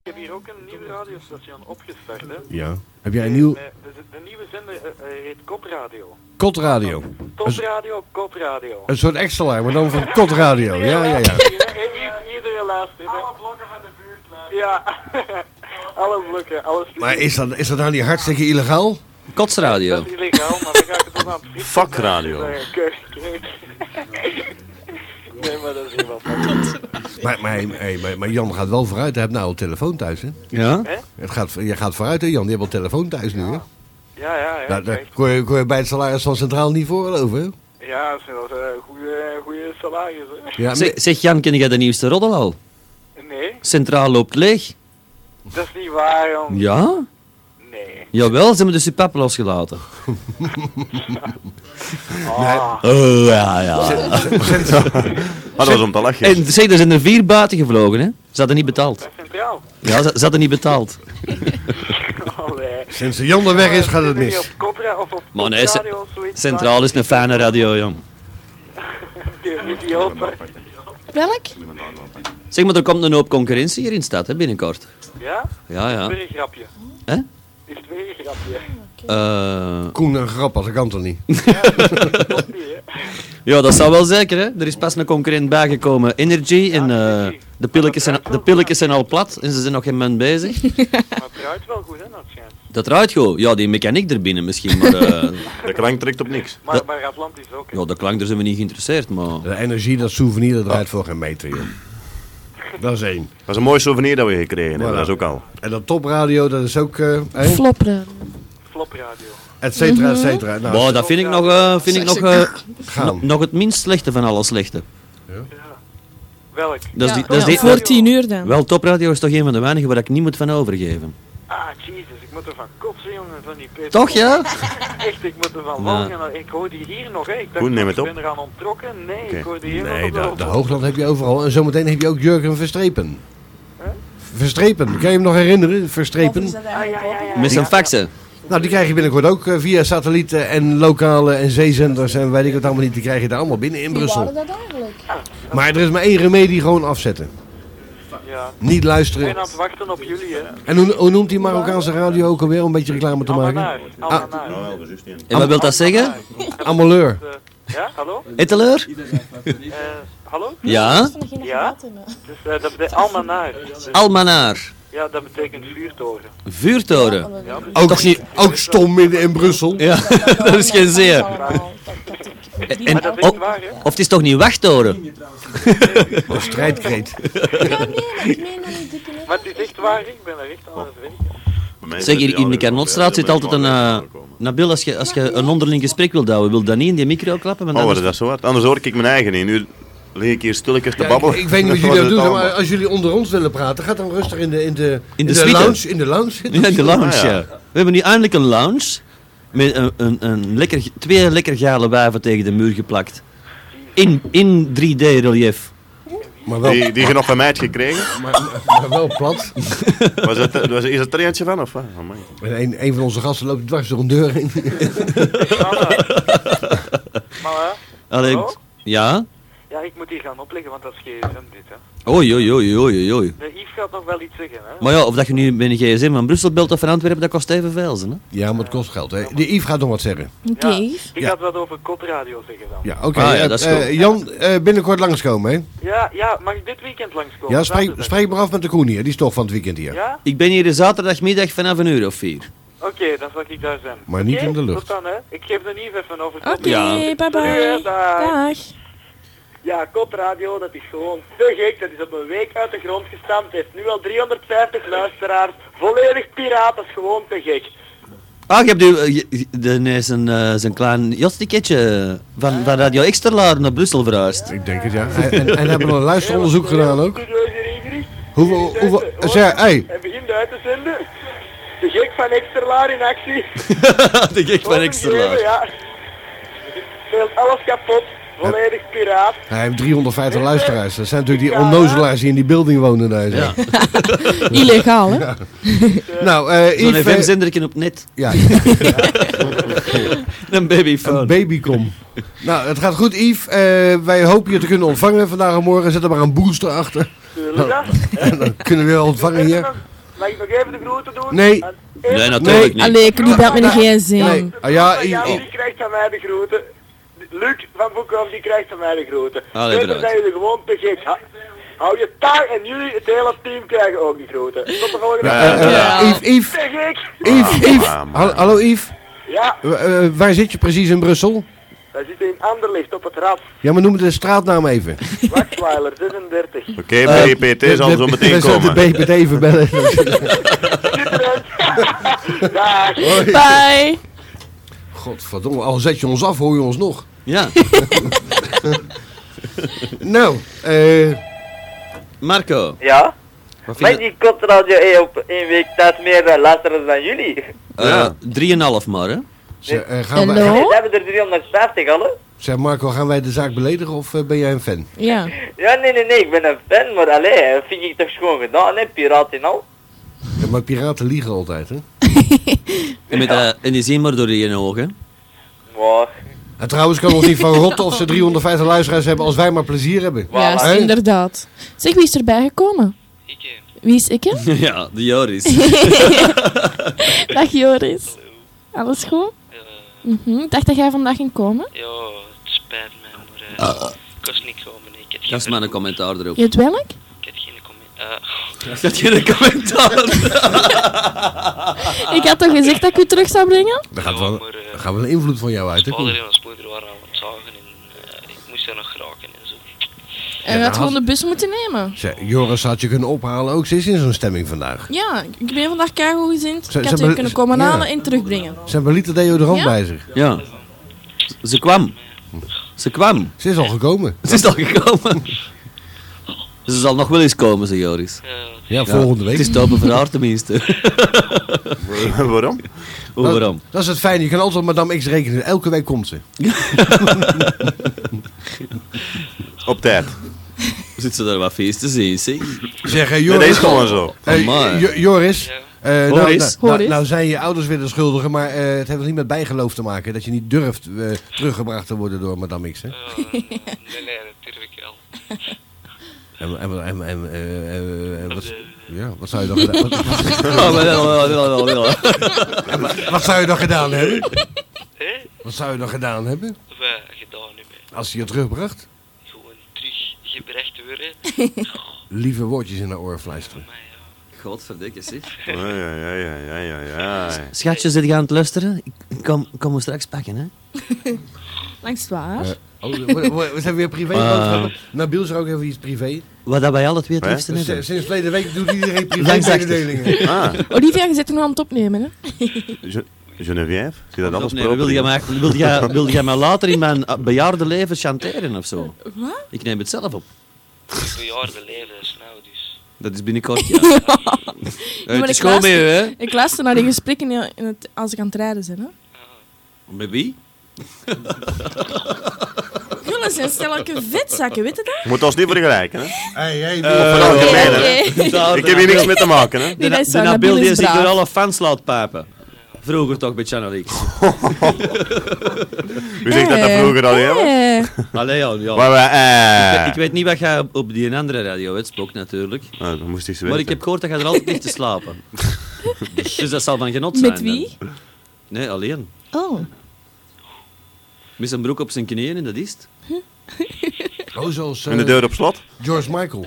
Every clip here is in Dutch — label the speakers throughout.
Speaker 1: heb hier ook een nieuw radiostation opgestart, hè.
Speaker 2: Ja. Heb jij een nieuw...
Speaker 1: De nieuwe zender heet Kotradio.
Speaker 2: Kotradio.
Speaker 1: Topradio, Kotradio.
Speaker 2: Een soort extra maar dan van Kotradio. Ja.
Speaker 1: Iedereen luistert. Alle blokken van de buurt luisteren. Ja. Alle blokken, alles.
Speaker 2: Maar is dat nou niet hartstikke illegaal?
Speaker 3: Kotsradio.
Speaker 1: Dat is illegaal, maar dan ga ik het toch aan het frieten.
Speaker 4: Vakradio.
Speaker 1: Nee, maar dat is niet wat.
Speaker 2: Maar Jan gaat wel vooruit. Hij heeft nou al telefoon thuis, hè?
Speaker 3: Ja?
Speaker 2: Je gaat vooruit, hè Jan? Je hebt al telefoon thuis nu, hè?
Speaker 1: Ja.
Speaker 2: Daar kon je bij het salaris van Centraal niet voorloven, hè?
Speaker 1: Ja, dat is wel een goede salaris, hè.
Speaker 2: Ja,
Speaker 3: Zeg Jan, ken jij de nieuwste roddel al?
Speaker 1: Nee,
Speaker 3: Centraal loopt leeg.
Speaker 1: dat is niet waar, jong.
Speaker 3: Ja?
Speaker 1: Nee.
Speaker 3: Jawel, ze hebben de supap losgelaten.
Speaker 2: Nee.
Speaker 3: Ja.
Speaker 4: Maar dat was om te lachen.
Speaker 3: En zeg, er zijn er 4 buiten gevlogen, hè? Ze hadden niet betaald.
Speaker 1: Dat is centraal.
Speaker 3: Ja, ze hadden niet betaald.
Speaker 1: Allee.
Speaker 2: Sinds de Jan er weg is, gaat het
Speaker 1: Zit je
Speaker 2: mis.
Speaker 1: op Kotra of op
Speaker 3: Maar nee,
Speaker 1: Kotradio of zoiets?
Speaker 3: Centraal is een fijne radio, Jan.
Speaker 1: Die idioot.
Speaker 5: Welk?
Speaker 3: Zeg maar, er komt een hoop concurrentie hier in de stad, hè, binnenkort.
Speaker 1: Ja?
Speaker 3: Ja.
Speaker 1: Weer een grapje.
Speaker 3: Hè?
Speaker 1: Is het weer een grapje?
Speaker 2: Koen, een grap, als ik kan toch niet?
Speaker 1: Klopt niet, hè?
Speaker 3: Ja, dat zou wel zeker, hè. Er is pas een concurrent bijgekomen, Energy, en de pilletjes zijn al plat en ze zijn nog geen maand bezig.
Speaker 1: Maar het draait wel goed, hè, dat schijnt.
Speaker 3: Dat draait goed. Ja, die mechaniek erbinnen misschien, maar...
Speaker 4: De klank trekt op niks.
Speaker 1: Maar bij Atlantis ook, hè.
Speaker 3: ja, de klank, daar zijn we niet geïnteresseerd, maar...
Speaker 2: De energie, dat souvenir, dat draait voor geen meter, joh. Dat is 1.
Speaker 4: Dat is een mooi souvenir dat we gekregen hebben,
Speaker 2: Voilà.
Speaker 4: dat is ook al.
Speaker 2: En dat topradio, dat is ook...
Speaker 5: Flopradio.
Speaker 1: Flopradio.
Speaker 2: et cetera, et cetera. Nou,
Speaker 3: Wow, dat vind ik
Speaker 2: gaan.
Speaker 3: nog het minst slechte van alle slechte.
Speaker 1: Welk?
Speaker 3: Dat is
Speaker 5: Ja,
Speaker 3: die, dat is die,
Speaker 5: voor 10 uur dan.
Speaker 3: wel, topradio is toch een van de weinigen waar ik niet moet van overgeven.
Speaker 1: Ah, jezus, ik moet er van kotsen, jongen, van die Peter.
Speaker 3: Toch, ja?
Speaker 1: Echt, ik moet er van
Speaker 3: Ja.
Speaker 1: volgen. Ik hoor die hier nog, hè. Ik dacht,
Speaker 4: Goed, neem het
Speaker 1: ik
Speaker 4: op.
Speaker 1: ben eraan onttrokken. Nee,
Speaker 4: Oké.
Speaker 1: ik hoor die hier
Speaker 2: Nee,
Speaker 1: nog op
Speaker 2: de Hoogland heb je overal. En zometeen heb je ook Jurgen Verstrepen.
Speaker 1: Huh?
Speaker 2: Verstrepen, kan je hem nog herinneren? Verstrepen.
Speaker 3: Met zijn faxen.
Speaker 2: Nou, die krijg je binnenkort ook via satellieten en lokale en zeezenders en weet ik wat allemaal niet. Die krijg je daar allemaal binnen in
Speaker 5: Wie waren
Speaker 2: Brussel.
Speaker 5: dat eigenlijk?
Speaker 2: Maar er is maar één remedie, gewoon afzetten.
Speaker 1: Ja.
Speaker 2: Niet
Speaker 1: Ik
Speaker 2: luisteren.
Speaker 1: ben aan het wachten op jullie, hè.
Speaker 2: En hoe noemt die Marokkaanse radio ook alweer om een beetje reclame te maken?
Speaker 1: Almanaar.
Speaker 3: En wat wil dat zeggen?
Speaker 2: Amaleur.
Speaker 1: Ja, hallo?
Speaker 3: Eteleur?
Speaker 1: Hallo?
Speaker 3: Ja?
Speaker 1: Ja? Dus dat betekent Almanaar. Dus,
Speaker 3: Almanaar.
Speaker 1: ja, dat betekent vuurtoren.
Speaker 3: Vuurtoren.
Speaker 1: Ja, dus
Speaker 2: Ook stom midden in Brussel.
Speaker 3: Ja, dat is geen zeer. En,
Speaker 1: maar dat is niet waar, hè.
Speaker 3: of het is toch niet wachttoren?
Speaker 2: Een strijdkreet.
Speaker 1: Maar het is echt waar, ik ben er echt aan het werken.
Speaker 3: Zeg, hier in de Karnotstraat zit altijd een... Nabil, als je een onderling gesprek wilt houden, wil dat niet in die micro klappen? Want
Speaker 4: Oh, wat
Speaker 3: anders-
Speaker 4: is dat zo wat? Anders hoor ik mijn eigen in. Nu lig ik hier stilletjes te
Speaker 2: Ja,
Speaker 4: babbelen.
Speaker 2: ik weet niet wat
Speaker 4: Dat
Speaker 2: jullie dat
Speaker 4: was
Speaker 2: doen,
Speaker 4: het
Speaker 2: maar
Speaker 4: allemaal.
Speaker 2: als jullie onder ons willen praten, ga dan rustig in de
Speaker 3: suite.
Speaker 2: lounge. In de lounge zitten.
Speaker 3: Ja, in de lounge,
Speaker 4: Ah, ja.
Speaker 3: ja. We hebben nu eindelijk een lounge met twee lekker gale wijven tegen de muur geplakt. In 3D-relief.
Speaker 2: Maar wel,
Speaker 4: Die je nog van mij hebt gekregen.
Speaker 2: maar wel plat.
Speaker 4: Is het er eentje van of wat? Amai.
Speaker 2: En een van onze gasten loopt dwars door een deur heen.
Speaker 1: Maar
Speaker 3: Allee,
Speaker 1: Hallo?
Speaker 3: ja?
Speaker 1: ja, ik moet hier gaan opleggen, want dat is gsm dit, hè.
Speaker 3: Oei, oei, oei, oei, oei.
Speaker 1: De Yves gaat nog wel iets zeggen, hè.
Speaker 3: Maar ja, of dat je nu met een gsm van Brussel belt of van Antwerpen, dat kost evenveel, hè?
Speaker 2: Ja, maar het kost geld. Hè. Die Yves gaat nog wat zeggen.
Speaker 5: Oké.
Speaker 1: Ja, ik
Speaker 2: Ja.
Speaker 1: ga wat over Kotradio zeggen dan.
Speaker 2: Ja, oké.
Speaker 3: Ah, ja, dat is goed.
Speaker 2: Jan, binnenkort langskomen, hè?
Speaker 1: Ja, mag ik dit weekend langskomen?
Speaker 2: Ja,
Speaker 1: Zaterdag.
Speaker 2: spreek maar af met de Koen hier. Die is toch van het weekend hier.
Speaker 1: Ja?
Speaker 3: Ik ben hier de zaterdagmiddag vanaf 1:00
Speaker 1: Oké, dan zal ik daar zijn.
Speaker 2: Maar niet
Speaker 1: Oké,
Speaker 2: in de lucht.
Speaker 1: Tot dan, hè. Ik geef de Yves even over.
Speaker 5: Oké,
Speaker 3: Ja.
Speaker 5: bye
Speaker 1: Doei,
Speaker 5: bye.
Speaker 1: hè, dag.
Speaker 5: Dag.
Speaker 1: Ja, Kotradio, dat is gewoon te gek. Dat is op een week uit de grond gestaan. Het heeft nu al 350 luisteraars. Volledig piraat, dat is gewoon te gek.
Speaker 3: Ah, je hebt zijn klein jotsticketje van Radio Exterlaar naar Brussel verhuisd.
Speaker 2: Ik denk het, ja. En hebben we een luisteronderzoek gedaan ook.
Speaker 1: Serieus hier ingericht.
Speaker 2: Hoeveel zeg, hey,
Speaker 1: Hij begint uit te zenden. De gek van Exterlaar in actie.
Speaker 3: De gek van
Speaker 1: Wat een
Speaker 3: Exterlaar.
Speaker 1: gegeven, ja. Speelt alles kapot. Volledig piraat.
Speaker 2: hij heeft 350 luisteraars. Dat zijn natuurlijk die onnozelaars die in die building wonen. Daar,
Speaker 3: Ja.
Speaker 5: Illegaal, hè?
Speaker 2: Nou,
Speaker 3: Zo'n
Speaker 2: Yves...
Speaker 3: FM-zendertje op net.
Speaker 2: ja,
Speaker 3: Een babyfoon.
Speaker 2: een babycom. Nou, het gaat goed, Yves. Wij hopen je te kunnen ontvangen vandaag en morgen. Zet er maar een booster achter.
Speaker 1: Tuurlijk dat.
Speaker 2: En dan kunnen we wel ontvangen hier.
Speaker 1: mag ik nog even de groeten doen?
Speaker 2: Nee.
Speaker 1: En
Speaker 3: Nee, natuurlijk niet.
Speaker 5: Allee, ik doe dat met een gsm.
Speaker 2: Nee. Ah, ja,
Speaker 1: Jan, die krijgt van mij de groeten. Luc van Boekhoff, die krijgt van mij de groeten.
Speaker 3: Allee,
Speaker 1: Verder
Speaker 3: bedankt.
Speaker 1: zijn jullie gewoon te gek. Hou je taak en jullie, het hele team, krijgen ook die groeten. Tot de volgende keer.
Speaker 2: Yves,
Speaker 1: Te gek.
Speaker 2: Yves. Hallo Yves.
Speaker 1: Ja,
Speaker 2: Waar zit je precies in Brussel?
Speaker 1: wij zitten in Anderlecht op het rad.
Speaker 2: Ja, maar noem de straatnaam even.
Speaker 1: Waxweiler, 36.
Speaker 4: Oké, BPT zal zo meteen
Speaker 2: We zullen
Speaker 4: komen.
Speaker 2: de BPT even bellen.
Speaker 1: Schitterend. Dag.
Speaker 5: Bye.
Speaker 2: Godverdomme, al zet je ons af, hoor je ons nog.
Speaker 3: Ja.
Speaker 2: Nou,
Speaker 3: Marco,
Speaker 6: Ja?
Speaker 3: wat
Speaker 6: Maar
Speaker 3: vind je?
Speaker 6: die kotradio op 1 week tijd meer luisteren dan jullie.
Speaker 3: 3,5 maar, hè?
Speaker 2: gaan wij,
Speaker 5: Hallo?
Speaker 6: We hebben er 350 al, hè?
Speaker 2: zeg Marco, gaan wij de zaak beledigen of ben jij een fan?
Speaker 5: Ja.
Speaker 6: Ja, nee, ik ben een fan, maar allee, vind ik toch gewoon gedaan, hè, piraat en al.
Speaker 2: Ja, maar piraten liegen altijd, hè?
Speaker 3: En die zien maar door je ogen.
Speaker 6: Maar,
Speaker 2: En trouwens kan ons niet van rotten of ze 350 luisteraars hebben als wij maar plezier hebben.
Speaker 5: Juist,
Speaker 2: Hè?
Speaker 5: inderdaad. Zeg, wie is erbij gekomen? Wie is ik, hè?
Speaker 3: Ja, de Joris.
Speaker 5: Dag Joris. Alles goed? Ik dacht dat jij vandaag ging komen.
Speaker 7: Ja, het spijt me, maar ik was niet komen. Ik heb geen,
Speaker 3: Dat is maar een commentaar erop.
Speaker 5: Je het welk?
Speaker 7: ik heb geen comment.
Speaker 3: Dat is geen commentaar.
Speaker 5: Ik had toch gezegd dat ik u terug zou brengen?
Speaker 2: Daar gaat
Speaker 7: Ja,
Speaker 2: wel,
Speaker 7: maar,
Speaker 2: daar gaat wel een invloed van jou uit, hè?
Speaker 7: vader en mijn moeder waren aan het zagen en ik moest er nog geraken en zo.
Speaker 5: En je had gewoon de bus moeten nemen.
Speaker 2: Zeg, Joris had je kunnen ophalen ook. Ze is in zo'n stemming vandaag.
Speaker 5: Ja, ik ben vandaag keigoed gezind.
Speaker 2: Ze-
Speaker 5: Ik
Speaker 2: ze
Speaker 5: had u
Speaker 2: hebben-
Speaker 5: kunnen komen
Speaker 2: ja.
Speaker 5: halen en terugbrengen.
Speaker 2: Ze hebben een liter deodorant
Speaker 5: Ja?
Speaker 2: bij zich.
Speaker 3: Ja. Ze kwam. Ze kwam.
Speaker 2: Ze is al gekomen.
Speaker 3: Ze is al gekomen. Ze zal nog wel eens komen, zei Joris.
Speaker 2: Ja, volgende week.
Speaker 3: Het is open voor haar tenminste.
Speaker 4: Waarom?
Speaker 3: Waarom?
Speaker 2: Dat is het fijne. Je kan altijd op Madame X rekenen. Elke week komt ze.
Speaker 4: Op tijd.
Speaker 3: Zit ze daar wat feest te zien, zeg.
Speaker 2: Zeg,
Speaker 4: Nee,
Speaker 2: Joris.
Speaker 4: dat is gewoon zo.
Speaker 3: Amai.
Speaker 2: Joris.
Speaker 3: Horis.
Speaker 2: Nou zijn je ouders weer de schuldigen, maar het heeft nog niet met bijgeloof te maken. Dat je niet durft teruggebracht te worden door Madame X, hè?
Speaker 7: Nee, natuurlijk wel.
Speaker 2: Wat zou je dan gedaan Wat zou je dan gedaan hebben?
Speaker 7: Hé?
Speaker 2: Wat zou je dan gedaan hebben
Speaker 7: Wij gedaan nu mee.
Speaker 2: als hij je terugbracht?
Speaker 7: Gewoon terug gebracht worden.
Speaker 2: Lieve woordjes in haar oor fluisteren.
Speaker 7: Maar ja.
Speaker 3: Godverdikke, zeg.
Speaker 4: Ja.
Speaker 3: Schatje, zit je aan het luisteren? Ik kom me straks pakken, hè?
Speaker 5: Langs het waar.
Speaker 2: We zijn weer privé. Nabil is er ook even iets privé.
Speaker 3: Wat dat wij alle twee het
Speaker 4: Hè?
Speaker 3: liefste hebben.
Speaker 2: Sinds verleden week doet iedereen privé
Speaker 3: Langs achter.
Speaker 2: mededelingen.
Speaker 4: Ah,
Speaker 5: Olivia, je zit er nog aan het opnemen, hè?
Speaker 4: Geneviève? Zie dat alles
Speaker 3: Opnemen. Wil jij mij later in mijn bejaarde leven chanteren of zo?
Speaker 5: Wat?
Speaker 3: Ik neem het zelf op.
Speaker 7: Bejaarde leven is nou dus.
Speaker 3: Dat is binnenkort, ja.
Speaker 5: maar
Speaker 3: Het is
Speaker 5: ik
Speaker 3: gewoon mee,
Speaker 5: luister-
Speaker 3: hè?
Speaker 5: Ik luister naar die gesprekken als ik aan het rijden ben, hè?
Speaker 3: Met wie?
Speaker 5: Jullie zijn stelletje vetzakken, weet je dat?
Speaker 4: Moet ons niet vergelijken, hè?
Speaker 2: Hey,
Speaker 4: Vooral
Speaker 5: Oké,
Speaker 4: gemeen, hè?
Speaker 5: oké.
Speaker 4: Ik heb hier niks mee te maken, hè?
Speaker 5: Nee, dat is
Speaker 3: De
Speaker 5: zo.
Speaker 3: Nabil
Speaker 5: Nabil
Speaker 3: die
Speaker 5: is
Speaker 3: zich door
Speaker 5: braaf.
Speaker 3: alle fans laat pijpen. Vroeger toch bij Channel X.
Speaker 4: Wie zegt dat vroeger al hebben?
Speaker 3: Allee, ja.
Speaker 4: Maar
Speaker 3: Ik weet niet wat jij op die andere radio uitspookt natuurlijk.
Speaker 4: dan moest hij ze
Speaker 3: Maar ik
Speaker 4: weten.
Speaker 3: heb gehoord dat jij er altijd ligt te slapen. Dus dat zal van genot zijn.
Speaker 5: Met wie?
Speaker 3: dan. Nee, alleen.
Speaker 5: Oh.
Speaker 3: Met zijn broek op zijn knieën en dat is het.
Speaker 2: Oh, zoals
Speaker 4: En de deur op slot?
Speaker 2: George Michael.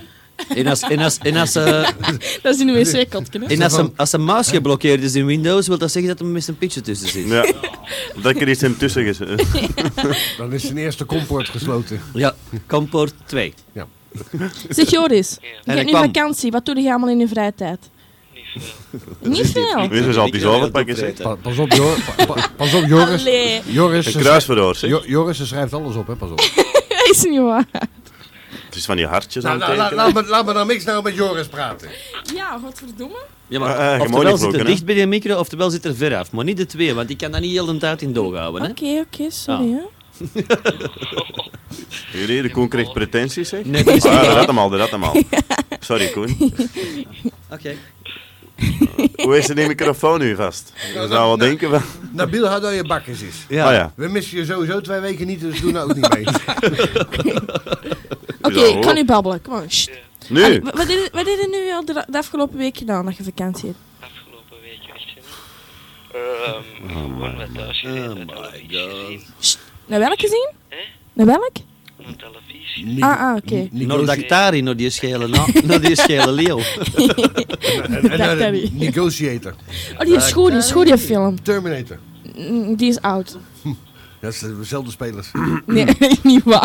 Speaker 5: Dat is in een wc-kotje, hè?
Speaker 3: Als een muis geblokkeerd is in Windows, wil dat zeggen dat er met zijn pitje tussen zit.
Speaker 4: Ja. Dat er iets in tussen is.
Speaker 2: Dan is zijn eerste comport gesloten.
Speaker 3: Ja, Comport 2.
Speaker 5: Zeg Joris, je
Speaker 3: En
Speaker 5: hebt
Speaker 3: ik
Speaker 5: nu
Speaker 3: kwam.
Speaker 5: vakantie. Wat doe je allemaal in je vrije tijd? Niet veel.
Speaker 4: Wees eens al die zolder pakken, zeg.
Speaker 2: Pas op, pas op, Joris.
Speaker 5: Allee,
Speaker 2: Joris,
Speaker 4: Een kruisverhoor, zeg.
Speaker 2: Joris ze schrijft alles op, hè? Pas op.
Speaker 5: dat is niet waar.
Speaker 4: Het is van die hartjes aan het tekenen.
Speaker 2: Laat me dan niks nou met Joris praten.
Speaker 5: Ja, godverdomme.
Speaker 3: Ja,
Speaker 4: je
Speaker 3: maar
Speaker 4: moet
Speaker 3: oftewel
Speaker 4: niet
Speaker 3: zit er
Speaker 4: vloeken,
Speaker 3: dicht bij de micro, oftewel zit er ver af. Maar niet de twee, want ik kan dat niet heel de tijd in doog houden. Hè?
Speaker 5: Oké, sorry, hè.
Speaker 4: Jullie, de Koen krijgt pretenties, zeg.
Speaker 3: Nee, dat is
Speaker 4: Ah,
Speaker 3: niet
Speaker 4: dat
Speaker 3: waar.
Speaker 4: had hem al. Sorry, Koen.
Speaker 3: Oké.
Speaker 4: Hoe is die microfoon nu vast? Je zou wel denken van...
Speaker 2: Nabil, hou dat je bakkers is.
Speaker 3: Ja.
Speaker 4: Oh ja.
Speaker 2: We missen je sowieso 2 weken niet, dus doe nou ook niet mee.
Speaker 5: Oké, ik kan niet babbelen. Kom on. Sst.
Speaker 4: Nu?
Speaker 5: Allee, wat heb je nu al de afgelopen week gedaan dat je vakantie hebt?
Speaker 7: Afgelopen week weg zijn. Gewoon wat thuis gereden, wat televisie gezien.
Speaker 5: Naar welk gezien?
Speaker 7: Hè?
Speaker 5: Naar welk?
Speaker 7: Naar televisie.
Speaker 5: Oké.
Speaker 3: Naar Dactari, naar die schele, naar die schele leeuw.
Speaker 2: En naar de Negotiator.
Speaker 5: Oh, die is goed, die film.
Speaker 2: Terminator.
Speaker 5: Die is oud.
Speaker 2: Dat zijn dezelfde spelers.
Speaker 5: Nee, niet waar.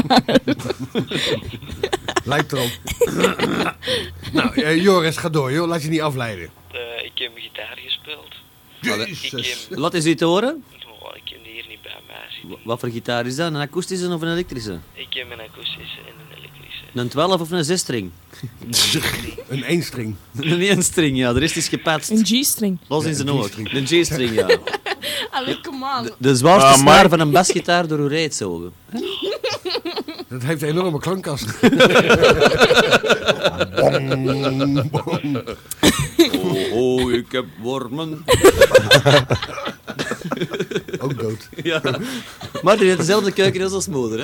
Speaker 2: Lijkt erop. Nou, Joris, ga door, joh. Laat je niet afleiden.
Speaker 7: Ik heb gitaar gespeeld.
Speaker 2: Jezus.
Speaker 3: Laat eens iets horen.
Speaker 7: Oh, ik heb die hier niet bij mij zitten.
Speaker 3: Wat voor gitaar is dat? Een akoestische of een elektrische?
Speaker 7: Ik heb een akoestische en een elektrische.
Speaker 3: Een 12 of een 6-string?
Speaker 2: Een eenstring.
Speaker 3: Een 1-string, ja. De rest is gepatst.
Speaker 5: Een G-string.
Speaker 3: Los in zijn oog. Een G-string, ja.
Speaker 5: Allee, kom aan.
Speaker 3: De zwaarste
Speaker 4: Ah,
Speaker 3: snaar
Speaker 4: maar-
Speaker 3: van een basgitaar door uw reet zogen.
Speaker 2: Dat heeft een enorme klankkast.
Speaker 3: Oh, ik heb wormen.
Speaker 2: Ook dood.
Speaker 3: Ja. Maar die heeft dezelfde keuken als ons moeder, hè?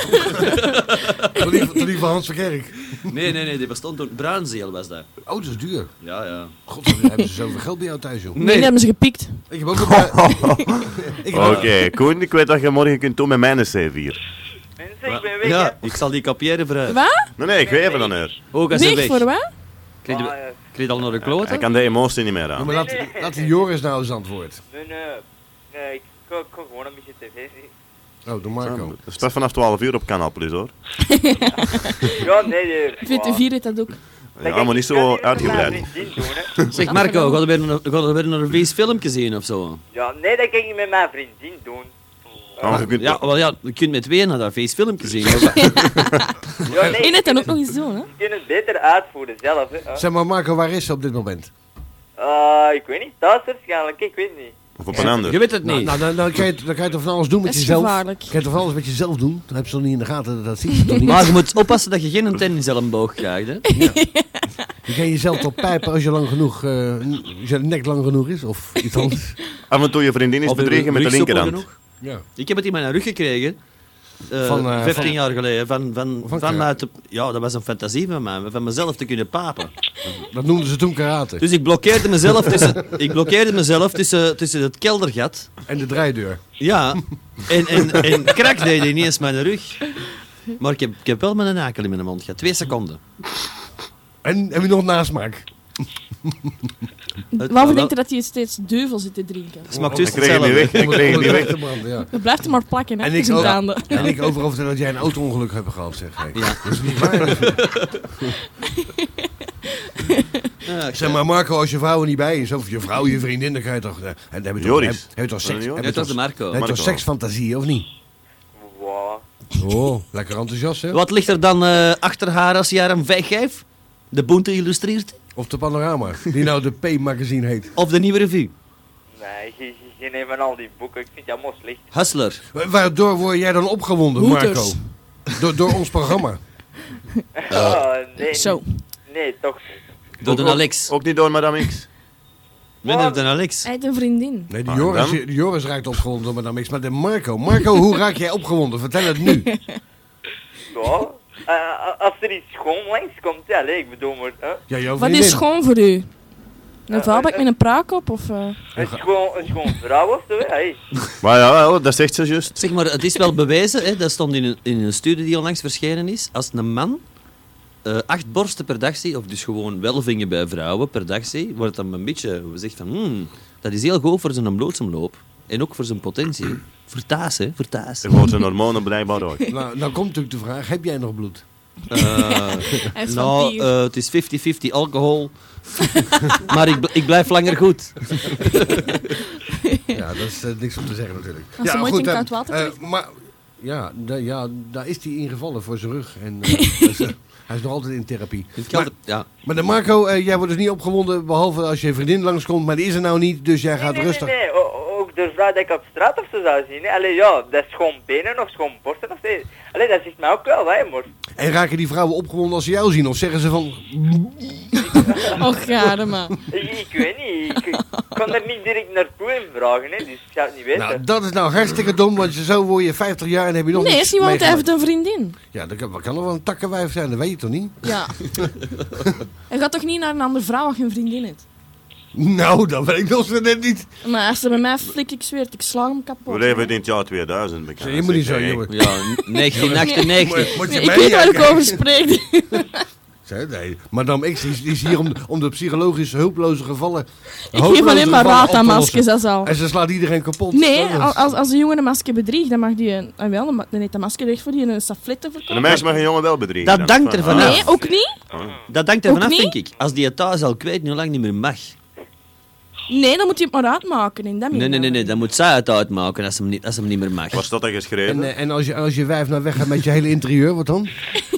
Speaker 2: Tot die van Hans Verkerk.
Speaker 3: Nee, die bestond toen. Bruinzeel was dat.
Speaker 2: Oh, dat is duur.
Speaker 3: Ja.
Speaker 2: God, hebben ze zoveel geld bij jou thuis, joh.
Speaker 5: Nee, die hebben ze gepikt.
Speaker 2: Ik heb ook een ik heb ook-
Speaker 4: Oké, Koen, ik weet wat je morgen kunt doen met mijn C4.
Speaker 6: Mensen, ik ben weg,
Speaker 3: Ja, ik zal die kopiëren voor.
Speaker 5: Wat?
Speaker 4: Nee, ik geef even dan uit.
Speaker 3: Ook als hij
Speaker 5: Weg
Speaker 3: weg.
Speaker 5: voor wat?
Speaker 3: Krijg
Speaker 6: hè.
Speaker 3: je- krijg je al naar de kloten?
Speaker 4: Hij kan de emotie niet meer
Speaker 2: Ja,
Speaker 4: aan.
Speaker 2: maar laat die Joris nou eens antwoord.
Speaker 6: Nee, ik kan gewoon een beetje tv zien.
Speaker 2: Oh, door Marco.
Speaker 4: Dat is pas vanaf 12 uur op Kanaal Plus, hoor.
Speaker 6: Ja, nee.
Speaker 5: VT4 heeft dat ook.
Speaker 4: Ja, maar niet zo uitgebreid.
Speaker 3: Zeg Marco, ga je weer naar een vies filmpje zien of zo?
Speaker 6: Ja, nee, dat kan ik niet met mijn vriendin doen.
Speaker 4: Oh, je kunt
Speaker 3: Ja, wel ja, je kunt met twee naar dat vies filmpje zien.
Speaker 6: Ja, nee,
Speaker 5: En het dan ook nog eens doen, hè?
Speaker 6: je kunt het beter uitvoeren zelf, hè.
Speaker 2: Zeg maar, Marco, waar is ze op dit moment?
Speaker 6: Ik weet niet, thuis waarschijnlijk, ik weet niet.
Speaker 4: Of op een ander.
Speaker 3: Je weet het
Speaker 2: Nou,
Speaker 3: niet.
Speaker 2: dan kan je toch van alles doen met
Speaker 5: Dat is
Speaker 2: jezelf?
Speaker 5: gevaarlijk.
Speaker 2: Kan je toch van alles met jezelf doen? Dat heb je toch niet in de gaten, dat zie je toch niet?
Speaker 3: Maar je moet oppassen dat je geen tenniselleboog krijgt, hè?
Speaker 2: Je kan jezelf toch pijpen als je lang genoeg, als je nek lang genoeg is, of iets anders.
Speaker 4: Af en toe je vriendin is
Speaker 3: Of
Speaker 4: bedriegen met de
Speaker 3: rugsoepel
Speaker 4: linkerhand.
Speaker 3: genoeg.
Speaker 2: Ja.
Speaker 3: Ik heb het in mijn rug gekregen.
Speaker 2: Van,
Speaker 3: 15 jaar geleden.
Speaker 2: van
Speaker 3: Vanuit ja, dat was een fantasie van mij. Van mezelf te kunnen papen.
Speaker 2: Dat noemden ze toen karate.
Speaker 3: Dus ik blokkeerde mezelf tussen het keldergat.
Speaker 2: En de draaideur.
Speaker 3: Ja. En krak deed hij niet eens mijn rug. Maar ik heb wel mijn nakel in mijn mond gehad. 2 seconden.
Speaker 2: En heb je nog nasmaak?
Speaker 5: Waarvoor denkt je dat hij steeds duivel zit te drinken?
Speaker 3: Smaakt
Speaker 4: Ik
Speaker 3: dus
Speaker 4: kreeg het niet weg. Ik kreeg het niet weg.
Speaker 2: Te branden, ja.
Speaker 5: Dat blijft hem maar plakken, hè?
Speaker 2: En
Speaker 5: in
Speaker 2: ik
Speaker 5: zijn
Speaker 2: ook.
Speaker 5: tanden.
Speaker 2: En ik overal vertellen dat jij een auto-ongeluk hebt gehad, zeg ik.
Speaker 3: Ja.
Speaker 2: Dat is niet waar.
Speaker 3: Ja,
Speaker 2: Zeg maar, Marco, als je vrouw er niet bij is, of je vrouw, je vriendin, dan ga je toch... En dan heb je toch,
Speaker 4: Joris.
Speaker 2: heb je toch seks?
Speaker 4: Joris?
Speaker 2: Heb
Speaker 3: Ja,
Speaker 2: je
Speaker 3: dat is
Speaker 2: toch,
Speaker 3: de Marco.
Speaker 2: heb je toch
Speaker 4: Marco.
Speaker 2: seksfantasie, of niet?
Speaker 6: Wow.
Speaker 2: Oh, lekker enthousiast, hè?
Speaker 3: Wat ligt er dan achter haar als je haar een weggeeft? De Boente illustreert?
Speaker 2: Of de Panorama, die nou de P-magazine heet.
Speaker 3: Of de Nieuwe Revue?
Speaker 6: Nee, je neemt van al die boeken, ik vind het allemaal slecht.
Speaker 3: Hustler?
Speaker 2: Waardoor word jij dan opgewonden,
Speaker 5: Hoeters.
Speaker 2: Marco? Door ons programma.
Speaker 6: Nee,
Speaker 5: Zo.
Speaker 6: nee, toch niet.
Speaker 3: Door de
Speaker 4: Ook-
Speaker 3: Alex?
Speaker 4: Ook niet door Madame X.
Speaker 3: Nee, door de Alex.
Speaker 5: Hij heeft een vriendin.
Speaker 2: Nee,
Speaker 4: Ah,
Speaker 2: de
Speaker 4: dan?
Speaker 2: Joris raakt opgewonden door Madame X, maar de Marco. Marco, hoe raak jij opgewonden? Vertel het nu.
Speaker 6: Ja, als er iets schoon langs komt, ja, nee, ik bedoel maar,
Speaker 2: Ja, jouw
Speaker 5: Wat
Speaker 2: vriendin.
Speaker 5: is schoon voor u? Een vuilbak met een praakop of...
Speaker 6: een schoon vrouw of zo, hè, hey.
Speaker 4: Maar ja, dat zegt ze juist.
Speaker 3: Zeg maar, het is wel bewezen, hè, dat stond in een studie die onlangs verschenen is. Als een man 8 borsten per dag ziet, of dus gewoon welvingen bij vrouwen per dag ziet, wordt het dan een beetje gezegd van, dat is heel goed voor zijn bloedsomloop. En ook voor zijn potentie. Voor taas, hè, voor taas.
Speaker 4: Er wordt zijn hormonen blijkbaar ook.
Speaker 2: Nou komt natuurlijk de vraag, heb jij nog bloed?
Speaker 5: Hij is
Speaker 3: Nou,
Speaker 5: vampier.
Speaker 3: het is 50-50 alcohol. Maar ik blijf langer goed.
Speaker 2: Ja, dat is niks om te zeggen natuurlijk.
Speaker 5: Als ze nooit in koud water
Speaker 2: eh,
Speaker 5: terecht-
Speaker 2: maar ja, daar is hij ingevallen voor zijn rug. En, hij is nog altijd in therapie.
Speaker 3: Het geldt- ja.
Speaker 2: Maar de Marco, jij wordt dus niet opgewonden, behalve als je vriendin langskomt, maar die is er nou niet, dus jij gaat
Speaker 6: Nee,
Speaker 2: rustig.
Speaker 6: nee, ook de vrouw die ik op straat of zo zou zien, hè. Allee, ja, dat is gewoon benen of gewoon borsten of zo. Allee, dat zegt mij ook wel, hè, maar...
Speaker 2: En raken die vrouwen opgewonden als ze jou zien? Of zeggen ze van...
Speaker 5: Och, gade man.
Speaker 6: Ik weet niet, ik kan er niet direct naartoe in vragen, hè, dus ik zou het niet weten.
Speaker 2: Nou, dat is nou hartstikke dom, want zo word je 50 jaar en heb je nog
Speaker 5: Nee,
Speaker 2: niks
Speaker 5: Simon heeft
Speaker 2: meegemaakt.
Speaker 5: een vriendin.
Speaker 2: Ja, dat kan nog wel een takkenwijf zijn, dat weet je toch niet?
Speaker 5: Ja. Hij gaat toch niet naar een andere vrouw als je een vriendin hebt?
Speaker 2: Nou, dat weet ik nog zo net niet.
Speaker 5: Maar als ze bij mij flikt, ik zweer het, ik sla hem kapot.
Speaker 4: We leven in het jaar 2000. bekend.
Speaker 2: Je moet niet zo, jongen.
Speaker 3: Ja, 1998.
Speaker 2: Moet je
Speaker 5: Ik
Speaker 2: mee?
Speaker 5: weet waar ik over spreek.
Speaker 2: Nee, Madame X die is hier om de psychologische hulploze gevallen.
Speaker 5: Ik geef alleen maar raad aan maskers, dat is al.
Speaker 2: En ze slaat iedereen kapot.
Speaker 5: Nee,
Speaker 2: Dat is-
Speaker 5: als een jongen een masker bedriegt, dan mag die... dan heeft de masker recht voor die een stafletten
Speaker 4: En de
Speaker 5: verkopen.
Speaker 4: meisje mag een jongen wel bedriegen.
Speaker 3: Dat
Speaker 4: dan.
Speaker 3: dankt er vanaf.
Speaker 5: Nee, ook niet.
Speaker 3: Dat dankt er
Speaker 5: Ook
Speaker 3: vanaf,
Speaker 5: niet?
Speaker 3: denk ik. Als die het thuis al kwijt, nu lang niet meer mag.
Speaker 5: Nee, dan moet hij het maar uitmaken. In dat
Speaker 3: Nee, dan moet zij het uitmaken als ze hem niet meer mag.
Speaker 4: Wat staat er geschreven?
Speaker 2: En als je wijf nou weg gaat met je hele interieur, wat dan?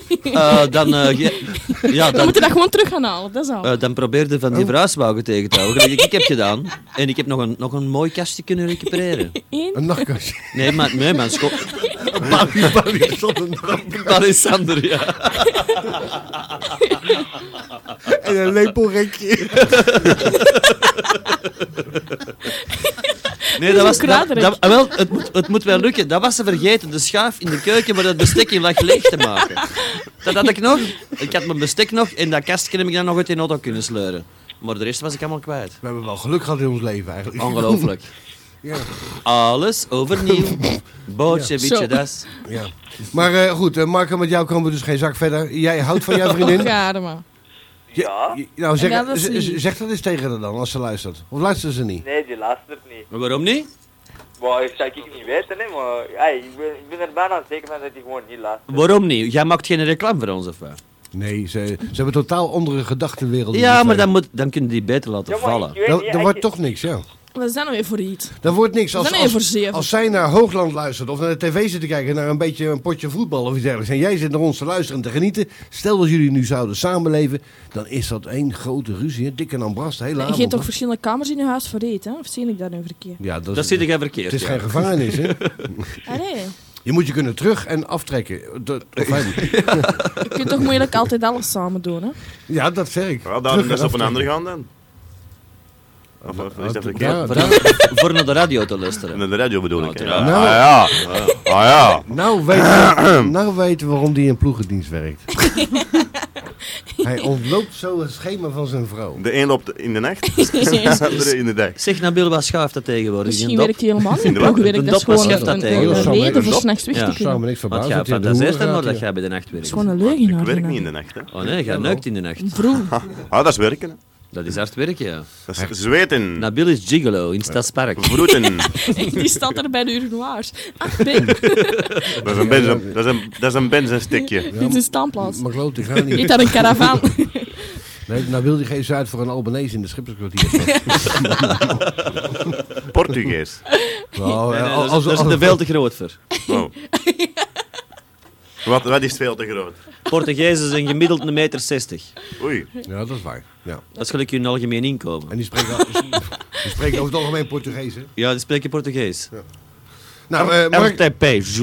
Speaker 5: Dan moet je dat gewoon terug gaan halen, dat is al.
Speaker 3: Dan probeerde van die verhuiswagen tegen te houden, gelijk ik heb gedaan. En ik heb nog een mooi kastje kunnen recupereren.
Speaker 5: Eén.
Speaker 2: Een nachtkastje.
Speaker 3: Nee, mijn schop...
Speaker 2: Barry stond een nachtkastje.
Speaker 3: Alexander, ja.
Speaker 2: En een lepelrekje.
Speaker 3: Nee, dat was...
Speaker 5: Zo'n kraterrek.
Speaker 3: Het moet wel lukken. Dat was ze vergeten. De schaaf in de keuken waar dat bestek in lag leeg te maken. Dat had ik nog. Ik had mijn bestek nog en dat kastje heb ik dan nog uit in de auto kunnen sleuren. Maar de rest was ik allemaal kwijt.
Speaker 2: We hebben wel geluk gehad in ons leven eigenlijk.
Speaker 3: Ongelooflijk.
Speaker 2: Ja.
Speaker 3: Alles overnieuw. Bootje,
Speaker 5: Zo.
Speaker 3: beetje das.
Speaker 2: Ja. Maar goed, Marco, met jou komen we dus geen zak verder. Jij houdt van jouw vriendin?
Speaker 5: Gade man.
Speaker 6: Ja?
Speaker 2: Nou, zeg,
Speaker 5: Ja, dat is lief.
Speaker 2: zeg dat eens tegen haar dan, als ze luistert. Of luistert ze niet?
Speaker 6: Nee, die luistert niet.
Speaker 3: Maar waarom niet?
Speaker 6: Maar dat zou ik niet weten, hè, maar hey, ik ben er bijna zeker van dat hij gewoon niet luistert.
Speaker 3: Waarom niet? Jij maakt geen reclame voor ons of wat?
Speaker 2: Nee, ze hebben totaal andere gedachtenwereld.
Speaker 3: Ja, maar dan kunnen die beter laten
Speaker 6: Ja, maar
Speaker 3: vallen.
Speaker 6: ik weet
Speaker 2: Dat
Speaker 6: niet,
Speaker 2: wordt
Speaker 6: ik-
Speaker 2: toch niks, ja.
Speaker 5: Wat is dat nou weer voor iets?
Speaker 2: Dat wordt niks.
Speaker 5: Dat is nou even zeven.
Speaker 2: Als zij naar Hoogland luistert of naar de tv zit te kijken, naar een potje voetbal of iets dergelijks, en jij zit naar ons te luisteren en te genieten, stel dat jullie nu zouden samenleven, dan is dat één grote ruzie, hè? Dik en ambrast, de hele
Speaker 5: Je
Speaker 2: avond.
Speaker 5: hebt toch
Speaker 2: hè?
Speaker 5: verschillende kamers in je huis voor eten, hè? Of zie ik dat nu verkeerd?
Speaker 2: Ja,
Speaker 3: Dat zit ik even verkeerd.
Speaker 2: Het is
Speaker 3: ja.
Speaker 2: geen gevangenis, hè?
Speaker 5: Allee,
Speaker 2: Je moet je kunnen terug en aftrekken. Of hem.
Speaker 5: je kunt toch moeilijk altijd alles samen doen, hè?
Speaker 2: Ja, dat zeg ik.
Speaker 4: Wel, daar
Speaker 2: Terug
Speaker 4: is
Speaker 2: en
Speaker 4: op een
Speaker 2: aftrekken.
Speaker 4: andere gaan dan. Of is dat verkeerd?
Speaker 2: Ja,
Speaker 3: Voor naar de radio te luisteren.
Speaker 4: Naar de radio bedoel ik. hè?
Speaker 3: Nou,
Speaker 4: Ah ja.
Speaker 2: Nou weten we waarom die in ploegendienst werkt. Hij ontloopt zo het schema van zijn vrouw.
Speaker 4: De een loopt in de nacht, de andere in de dag.
Speaker 3: Zeg, Nabil, wat schuift dat tegenwoordig?
Speaker 5: Misschien
Speaker 3: Een dop?
Speaker 5: werkt hij helemaal niet.
Speaker 4: In de
Speaker 5: Ploegwerk,
Speaker 3: Een
Speaker 5: dat is
Speaker 3: dop, wat
Speaker 5: gewoon
Speaker 3: schept dat
Speaker 5: een
Speaker 3: tegen?
Speaker 5: reden voor
Speaker 4: Dop?
Speaker 5: s'nachts weg
Speaker 3: Ja.
Speaker 5: te
Speaker 2: Zou me
Speaker 5: kunnen.
Speaker 2: niks
Speaker 3: Want
Speaker 2: verbazen.
Speaker 3: jij
Speaker 2: dat hij de
Speaker 3: fantaseert
Speaker 2: hoer
Speaker 3: dan nog
Speaker 2: gaat,
Speaker 3: dat jij bij de nacht
Speaker 5: Het
Speaker 3: werkt.
Speaker 5: is gewoon een
Speaker 4: Ik
Speaker 5: leugenaar.
Speaker 4: werk
Speaker 5: die
Speaker 4: niet in
Speaker 5: dat
Speaker 4: de nacht. Hè.
Speaker 3: Oh nee, jij neukt in de nacht.
Speaker 5: doet. Vroeg.
Speaker 4: Ah, dat is werken. Hè.
Speaker 3: Dat is hard werken, ja.
Speaker 4: Dat is zweten.
Speaker 3: Nabil is gigolo in Stadspark.
Speaker 4: Vroeten.
Speaker 5: Die staat er bij de urinoirs. Ach, Ben,
Speaker 4: Dat is een benzinstikje.
Speaker 5: dit is een standplaats.
Speaker 2: Maar geloof, die gaan
Speaker 5: Niet
Speaker 2: niet.
Speaker 5: aan een caravan.
Speaker 2: Nee, nou wil die geen ze uit voor een Albanese in de Schipperskwartier.
Speaker 4: Portugees.
Speaker 2: Nou,
Speaker 3: Nee,
Speaker 2: als-
Speaker 3: daar is
Speaker 2: als-
Speaker 3: er veel te groot voor.
Speaker 4: Oh. Wat is veel te groot?
Speaker 3: Portugees is een gemiddeld 1,60 meter.
Speaker 4: Oei.
Speaker 2: Ja, dat is waar. Ja.
Speaker 3: Dat is gelijk je algemeen inkomen.
Speaker 2: En die spreken over het algemeen Portugees, hè?
Speaker 3: Ja, die spreken Portugees.
Speaker 2: Nou, Mark,
Speaker 3: RTP.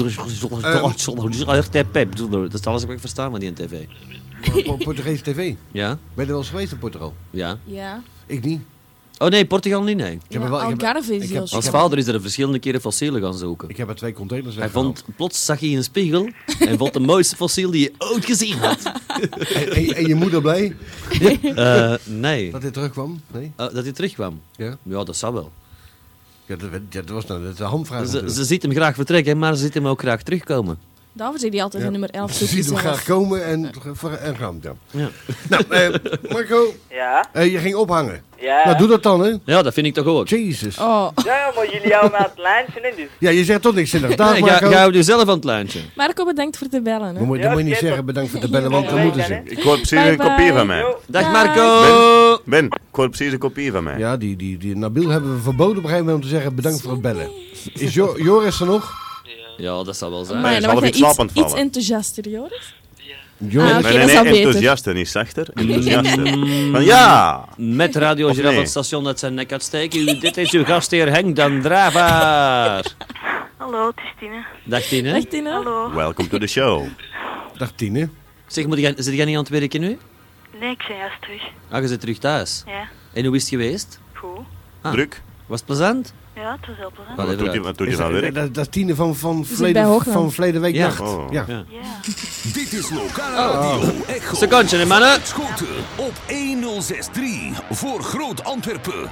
Speaker 3: RTP. Dat is alles wat ik verstaan van die tv.
Speaker 2: Portugese tv.
Speaker 3: Ja?
Speaker 2: Ben je er wel eens geweest in Portugal?
Speaker 3: Ja.
Speaker 5: Ja.
Speaker 2: Ik niet.
Speaker 3: Oh nee, Portugal niet, nee.
Speaker 2: heb er wel- ik heb-
Speaker 5: Algarve is
Speaker 2: ik
Speaker 5: heel
Speaker 2: heb-
Speaker 3: Als
Speaker 2: heb-
Speaker 3: vader is er verschillende keren fossielen gaan zoeken.
Speaker 2: Ik heb er 2 containers
Speaker 3: Hij
Speaker 2: weggehaald.
Speaker 3: vond, plots zag hij een spiegel en vond de mooiste fossiel die je ooit gezien had.
Speaker 2: En je moeder blij
Speaker 3: Nee.
Speaker 2: dat hij terugkwam? Nee?
Speaker 3: Dat hij terugkwam.
Speaker 2: Ja?
Speaker 3: Ja, dat zou wel.
Speaker 2: Ja, dat was nou de hamvraag natuurlijk.
Speaker 3: Ze ziet hem graag vertrekken, maar ze ziet hem ook graag terugkomen.
Speaker 5: Daarvoor zei hij altijd
Speaker 2: Ja.
Speaker 5: de nummer 11
Speaker 2: Ze
Speaker 5: zoekt
Speaker 2: ziet hem
Speaker 5: jezelf.
Speaker 2: graag komen en gaan. Ja.
Speaker 3: Ja.
Speaker 2: Nou, Marco,
Speaker 6: Ja?
Speaker 2: je ging ophangen.
Speaker 6: Ja?
Speaker 2: Nou, doe dat dan, hè?
Speaker 3: Ja, dat vind ik toch ook.
Speaker 2: Jezus.
Speaker 5: Oh,
Speaker 6: Ja, maar jullie houden me aan het lijntje, hè, dus...
Speaker 2: Ja, je zegt toch niks zinnig. Dag,
Speaker 3: Nee,
Speaker 2: Marco.
Speaker 3: ga je zelf aan het lijntje.
Speaker 5: Marco, bedankt voor te bellen. Hè.
Speaker 2: Dan moet
Speaker 6: Ja,
Speaker 2: je niet
Speaker 6: oké,
Speaker 2: zeggen
Speaker 6: tot-
Speaker 2: bedankt voor te bellen, want dan
Speaker 6: Ja,
Speaker 2: moeten
Speaker 6: ja,
Speaker 2: ze.
Speaker 6: ja.
Speaker 4: Ik hoor precies
Speaker 5: Bye,
Speaker 4: een kopie
Speaker 5: bye.
Speaker 4: van mij.
Speaker 6: Yo.
Speaker 3: Dag
Speaker 5: Bye.
Speaker 3: Marco!
Speaker 4: Ben, ik hoor precies een kopie van mij.
Speaker 2: Ja, die Nabil hebben we verboden op een gegeven moment om te zeggen bedankt voor het bellen. Is Joris er nog?
Speaker 3: Ja, dat zal wel zijn.
Speaker 5: Maar
Speaker 4: is
Speaker 5: dan
Speaker 4: half
Speaker 5: mag je
Speaker 4: in slaap aan
Speaker 5: iets,
Speaker 4: het
Speaker 5: iets
Speaker 4: vallen.
Speaker 5: enthousiaster, Joris.
Speaker 2: Joris?
Speaker 5: Ah, oké,
Speaker 4: Nee,
Speaker 5: dat is al beter.
Speaker 4: enthousiaster, niet zachter. Enthousiaster. Van ja!
Speaker 3: Met Radio
Speaker 4: Of
Speaker 3: Giraffe
Speaker 4: nee?
Speaker 3: het station dat zijn nek uitsteken. Dit is uw gastheer Henk dan Dravaar.
Speaker 7: Hallo, het is Tine.
Speaker 3: Dag Tine.
Speaker 5: Dag Tina.
Speaker 7: Hallo.
Speaker 4: Welcome to the show.
Speaker 2: Dag Tine.
Speaker 3: Zeg, zit jij niet aan het werken nu?
Speaker 8: Nee, ik ben juist terug.
Speaker 3: Ah, je zit terug thuis.
Speaker 8: Ja.
Speaker 3: En hoe is het geweest?
Speaker 8: Goed.
Speaker 4: Druk.
Speaker 3: Was het plezant?
Speaker 8: Ja, het was heel plezant.
Speaker 4: Wat doe je van werk?
Speaker 2: Dat is Tine van
Speaker 5: bij Hoogland.
Speaker 2: verleden week
Speaker 3: Ja.
Speaker 2: nacht.
Speaker 4: Oh.
Speaker 2: Ja.
Speaker 3: Ja.
Speaker 8: Ja.
Speaker 9: Dit is Lokale Radio Echo.
Speaker 3: Secondje, hè, mannen.
Speaker 9: Schoten op 1063 voor Groot Antwerpen.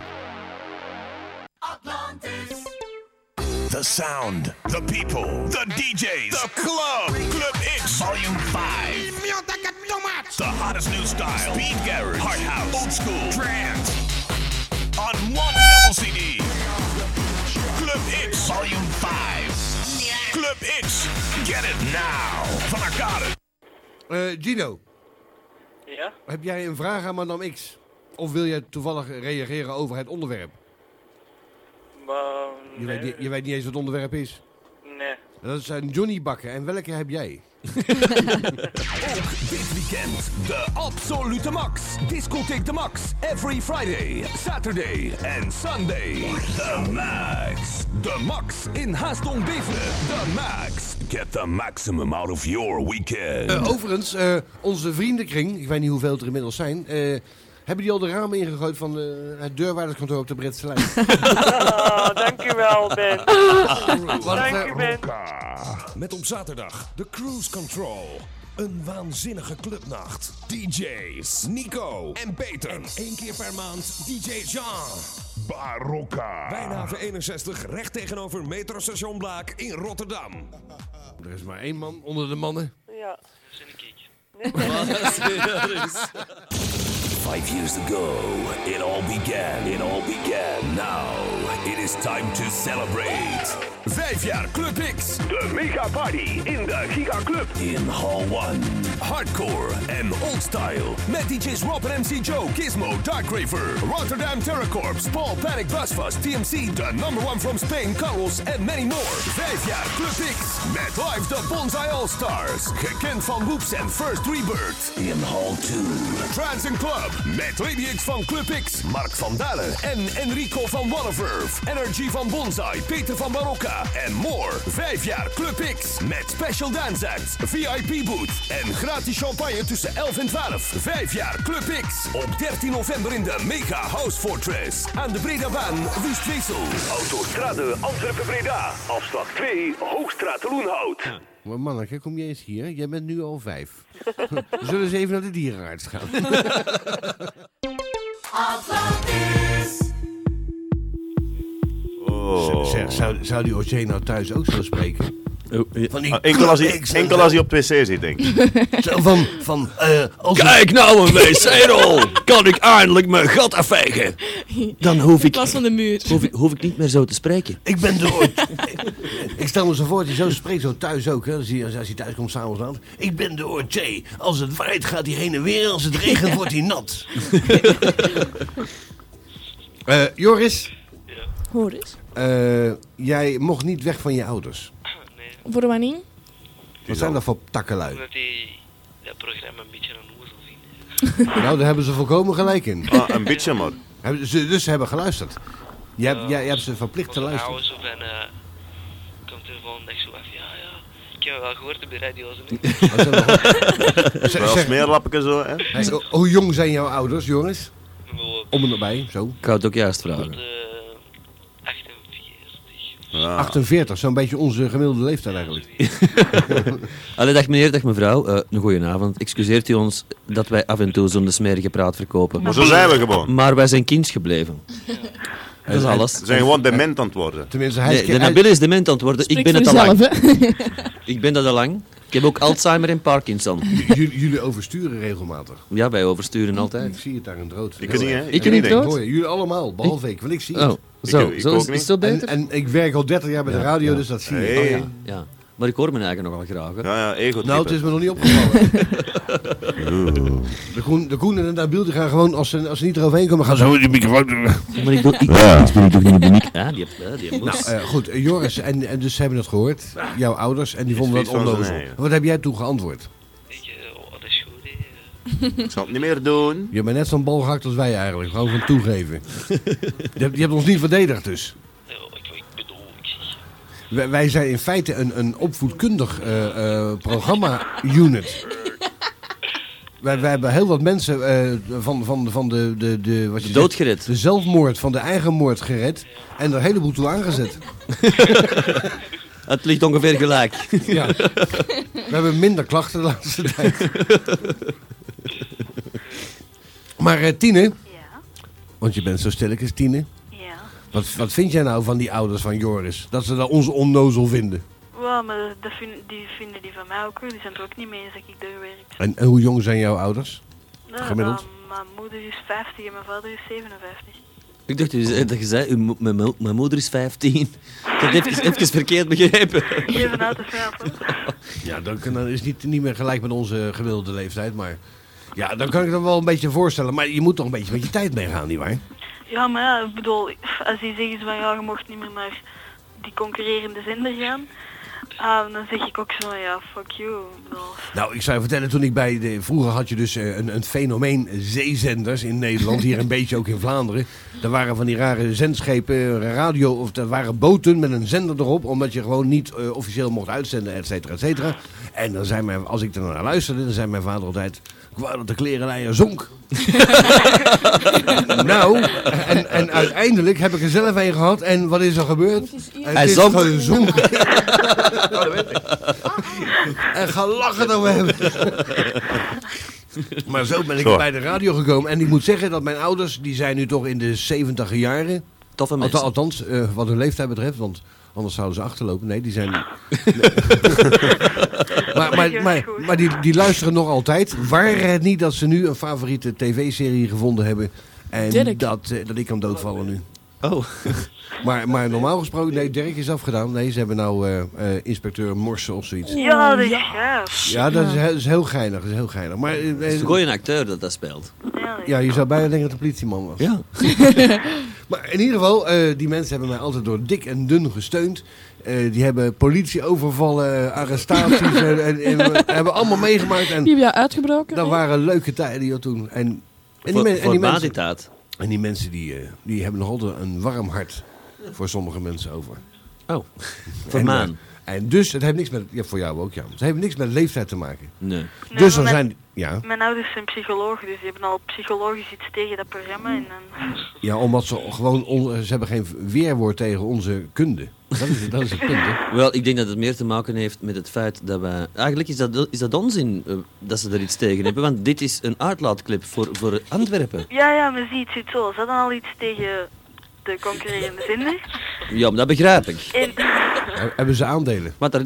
Speaker 9: The sound, the people, the DJs, the club, Club X, Volume 5. The hottest new style, speed garage, hard house, old school, trance. On one double CD. Club X, Volume 5. Club X, get it now. Van Arcade.
Speaker 2: Gino,
Speaker 6: Ja?
Speaker 2: heb jij een vraag aan Madame X? Of wil jij toevallig reageren over het onderwerp?
Speaker 6: Maar...
Speaker 2: Je weet niet eens wat het onderwerp is.
Speaker 6: Nee.
Speaker 2: Dat zijn Johnny bakken. En welke heb jij?
Speaker 9: Ook dit weekend de absolute max. Discotheek de Max. Every Friday, Saturday en Sunday. The Max. The Max in Haasdonk-Beveren. The Max. Get the maximum out of your weekend.
Speaker 2: Overigens, onze vriendenkring, ik weet niet hoeveel er inmiddels zijn... hebben die al de ramen ingegooid van het deurwaarderskantoor op de Britse lijn?
Speaker 6: Dank u wel, Ben. Dank u, Ben.
Speaker 9: Met op zaterdag de Cruise Control. Een waanzinnige clubnacht. DJ's Nico en Peter. En 1 keer per maand DJ Jean. Barocca. Wijnhaven 61, recht tegenover metrostation Blaak in Rotterdam.
Speaker 2: Er is maar 1 man onder de mannen.
Speaker 6: Ja.
Speaker 7: Dat is een kiek.
Speaker 9: 5 years ago, it all began. Now, it is time to celebrate. 5 jaar Club X. De mega party in de Giga Club. In Hall 1. Hardcore en oldstyle. Met DJ's Rob en MC Joe, Gizmo, Darkraver, Rotterdam Terror Corps, Paul Panic Buzzfuzz, TMC, the number 1 from Spain, Carlos en many more. 5 jaar Club X. Met live de Bonsai All-Stars. Gekend van Whoops en First Rebirth. In Hall 2. Trance Club. Met Lady X van Club X, Mark van Dalen en Enrico van Wallenverve. Energy van Bonsai, Peter van Barocca en more. 5 jaar Club X met special dance acts, VIP booth en gratis champagne tussen 11 en 12. 5 jaar Club X op 13 november in de Mega House Fortress aan de Bredabaan Wustwezel. Autostrade Antwerpen-Breda, afslag 2, Hoogstraat Loenhout.
Speaker 2: Maar manneke, kom jij eens hier? Jij bent nu al 5. We zullen eens even naar de dierenarts gaan.
Speaker 4: Oh.
Speaker 2: Zou die Roger nou thuis ook zo spreken? Van die
Speaker 4: Enkel als hij op het wc zit, denk ik.
Speaker 2: Zo van
Speaker 3: Kijk nou een wc-rol! Kan ik eindelijk mijn gat afvegen? Dan hoef ik,
Speaker 5: van de muur.
Speaker 3: hoef ik niet meer zo te spreken.
Speaker 2: Ik ben door. Ik stel me zo voor, hij zo spreekt zo thuis ook. Hè. Als hij thuis komt s'avonds aan. Ik ben de Roger. Als het waait gaat hij heen en weer. Als het regent wordt hij nat. Joris.
Speaker 5: Hoor eens.
Speaker 2: Jij mocht niet weg van je ouders.
Speaker 5: Voor de wanneer?
Speaker 2: Wat zijn dat voor takkelui?
Speaker 7: Omdat die dat programma een beetje een oezel vinden.
Speaker 2: Nou, daar hebben ze volkomen gelijk in.
Speaker 4: Een beetje maar.
Speaker 2: Dus ze hebben geluisterd. Jij hebt ze verplicht te luisteren.
Speaker 7: Onze zo van... komt er de volgende dag zo af. Ja. Ik heb wel gehoord op de radio.
Speaker 4: Wel smeerlappen zo, hè.
Speaker 2: Hey, hoe jong zijn jouw ouders, Joris? Om en erbij, zo.
Speaker 3: Ik ga het ook juist vragen.
Speaker 7: 48.
Speaker 4: Ja.
Speaker 2: 48, zo'n beetje onze gemiddelde leeftijd eigenlijk.
Speaker 3: Allee, dag meneer, dag mevrouw. Een goedenavond. Excuseert u ons dat wij af en toe zo'n smerige praat verkopen.
Speaker 4: Maar zo zijn we gewoon.
Speaker 3: Maar wij zijn kinds gebleven. Dat is alles.
Speaker 4: Ze zijn gewoon dement aan het worden.
Speaker 2: Tenminste, hij
Speaker 3: Nee, de Nabil is dement aan het worden. Ik ben het al lang. Ik ben dat al lang. Ik heb ook Alzheimer en Parkinson.
Speaker 2: Jullie oversturen regelmatig.
Speaker 3: Ja, wij oversturen altijd.
Speaker 2: Ik zie het daar in het rood.
Speaker 4: Ik kan niet, hè.
Speaker 3: Ik
Speaker 4: kan
Speaker 3: niet,
Speaker 4: denk ik.
Speaker 3: hoor.
Speaker 2: Jullie allemaal, behalve ik, want ik zie
Speaker 3: Oh,
Speaker 2: het.
Speaker 3: zo.
Speaker 4: Ik
Speaker 3: Zo
Speaker 4: ook
Speaker 3: is
Speaker 4: niet.
Speaker 3: het zo beter?
Speaker 2: En ik werk al 30 jaar bij de radio, dus dat zie je.
Speaker 4: Hey.
Speaker 3: Ja. Maar ik hoor mijn eigen nogal graag. Hè.
Speaker 4: Ja, ego-type.
Speaker 2: Nou, het is me nog niet opgevallen. De Koen en de Nabil die gaan gewoon, als ze niet eroverheen komen, gaan zo in die microfoon doen.
Speaker 3: Maar ik ben toch niet uniek. Ja, die heeft
Speaker 2: Nou, goed, Joris, en dus ze hebben het gehoord, jouw ouders, en die vonden dat
Speaker 4: vies van zijn
Speaker 2: onnozel.
Speaker 4: eigen.
Speaker 2: Wat heb jij toen geantwoord?
Speaker 7: Dat is goed, hè.
Speaker 4: Ik zal het niet meer doen.
Speaker 2: Je bent net zo'n bal gehakt als wij eigenlijk, gewoon van toegeven. Je hebt ons niet verdedigd dus.
Speaker 7: Ik bedoel, ik zeg...
Speaker 2: Wij zijn in feite een opvoedkundig programma-unit. Wij hebben heel wat mensen van de wat je
Speaker 3: Dood
Speaker 2: zegt,
Speaker 3: gered.
Speaker 2: de zelfmoord van de eigen moord gered. En er een heleboel toe aangezet.
Speaker 3: Het ligt ongeveer gelijk.
Speaker 2: Ja. We hebben minder klachten de laatste tijd. Maar Tine,
Speaker 8: Ja.
Speaker 2: want je bent zo stilletjes Tine.
Speaker 8: Ja.
Speaker 2: Wat vind jij nou van die ouders van Joris? Dat ze dat ons onnozel vinden.
Speaker 8: Ja, maar die vinden die van mij ook weer. Die zijn het er ook niet mee eens dat ik daar werk.
Speaker 2: En hoe jong zijn jouw ouders? Gemiddeld?
Speaker 8: Mijn moeder is 50 en mijn vader is 57.
Speaker 3: Ik dacht dat je zei, mijn moeder is 15. Ik had even verkeerd begrepen.
Speaker 8: Even uit de veld, hoor.
Speaker 2: Ja, dan is het niet meer gelijk met onze gemiddelde leeftijd. Maar ja, dan kan ik het wel een beetje voorstellen. Maar je moet toch een beetje met je tijd meegaan, nietwaar?
Speaker 8: Ja, maar ja, ik bedoel, als die zeggen van ja, je mocht niet meer naar die concurrerende zender gaan, dan zeg ik ook zo van ja, fuck you. Ik bedoel,
Speaker 2: Nou, ik zou je vertellen, toen ik vroeger had je dus een fenomeen zeezenders in Nederland, hier een beetje ook in Vlaanderen. Er waren van die rare zendschepen, radio, of er waren boten met een zender erop, omdat je gewoon niet officieel mocht uitzenden, et cetera, et cetera. En dan zei als ik er naar luisterde, dan zei mijn vader altijd, ik wou dat de klerenleier zonk. Nou, en uiteindelijk heb ik er zelf een gehad en wat is er gebeurd?
Speaker 3: Hij zonk.
Speaker 2: gezonken. En ga lachen dat we hebben. Maar zo ben ik bij de radio gekomen. En ik moet zeggen dat mijn ouders, die zijn nu toch in de 70 jaren.
Speaker 3: Toffe mensen.
Speaker 2: Althans, wat hun leeftijd betreft. Want anders zouden ze achterlopen. Nee, die zijn... maar die luisteren nog altijd. Waren het niet dat ze nu een favoriete tv-serie gevonden hebben. En
Speaker 5: Dirk.
Speaker 2: dat ik kan doodvallen nu.
Speaker 3: Oh.
Speaker 2: Maar normaal gesproken, nee, Dirk is afgedaan. Nee, ze hebben nou inspecteur Morsen of zoiets.
Speaker 8: ja, dat is gaaf.
Speaker 2: Ja, dat is heel geinig. Dat is heel geinig. Maar
Speaker 3: Het is een goeie acteur dat speelt.
Speaker 2: ja, je zou bijna denken dat het een politieman was.
Speaker 3: Ja.
Speaker 2: Maar in ieder geval, die mensen hebben mij altijd door dik en dun gesteund. Die hebben politieovervallen, arrestaties en hebben allemaal meegemaakt. En
Speaker 5: Die hebben jou uitgebroken.
Speaker 2: dat
Speaker 5: hè?
Speaker 2: waren leuke tijden joh, toen. En die
Speaker 3: Voor
Speaker 2: mensen,
Speaker 3: Baditaat.
Speaker 2: en die mensen die hebben nog altijd een warm hart voor sommige mensen over.
Speaker 3: Oh. Voor
Speaker 2: En,
Speaker 3: Maan.
Speaker 2: En dus, het heeft niks met, ja, voor jou ook ja, het heeft niks met leeftijd te maken.
Speaker 3: Nee.
Speaker 8: Nee,
Speaker 2: Dus dan
Speaker 8: maar
Speaker 2: zijn, ja,
Speaker 8: mijn ouders zijn psychologen, dus die hebben al psychologisch iets tegen dat programma. En dan...
Speaker 2: ja, omdat ze gewoon, ze hebben geen weerwoord tegen onze kunde. Dat is het punt, hè.
Speaker 3: Wel, ik denk dat het meer te maken heeft met het feit dat wij... Eigenlijk is dat onzin dat ze er iets tegen hebben, want dit is een uitlaatklep voor Antwerpen.
Speaker 8: Ja, maar zie het zo. Ze hadden al iets tegen de concurrerende zender.
Speaker 3: Ja, maar dat begrijp ik.
Speaker 8: En...
Speaker 2: Hebben ze aandelen?
Speaker 3: Want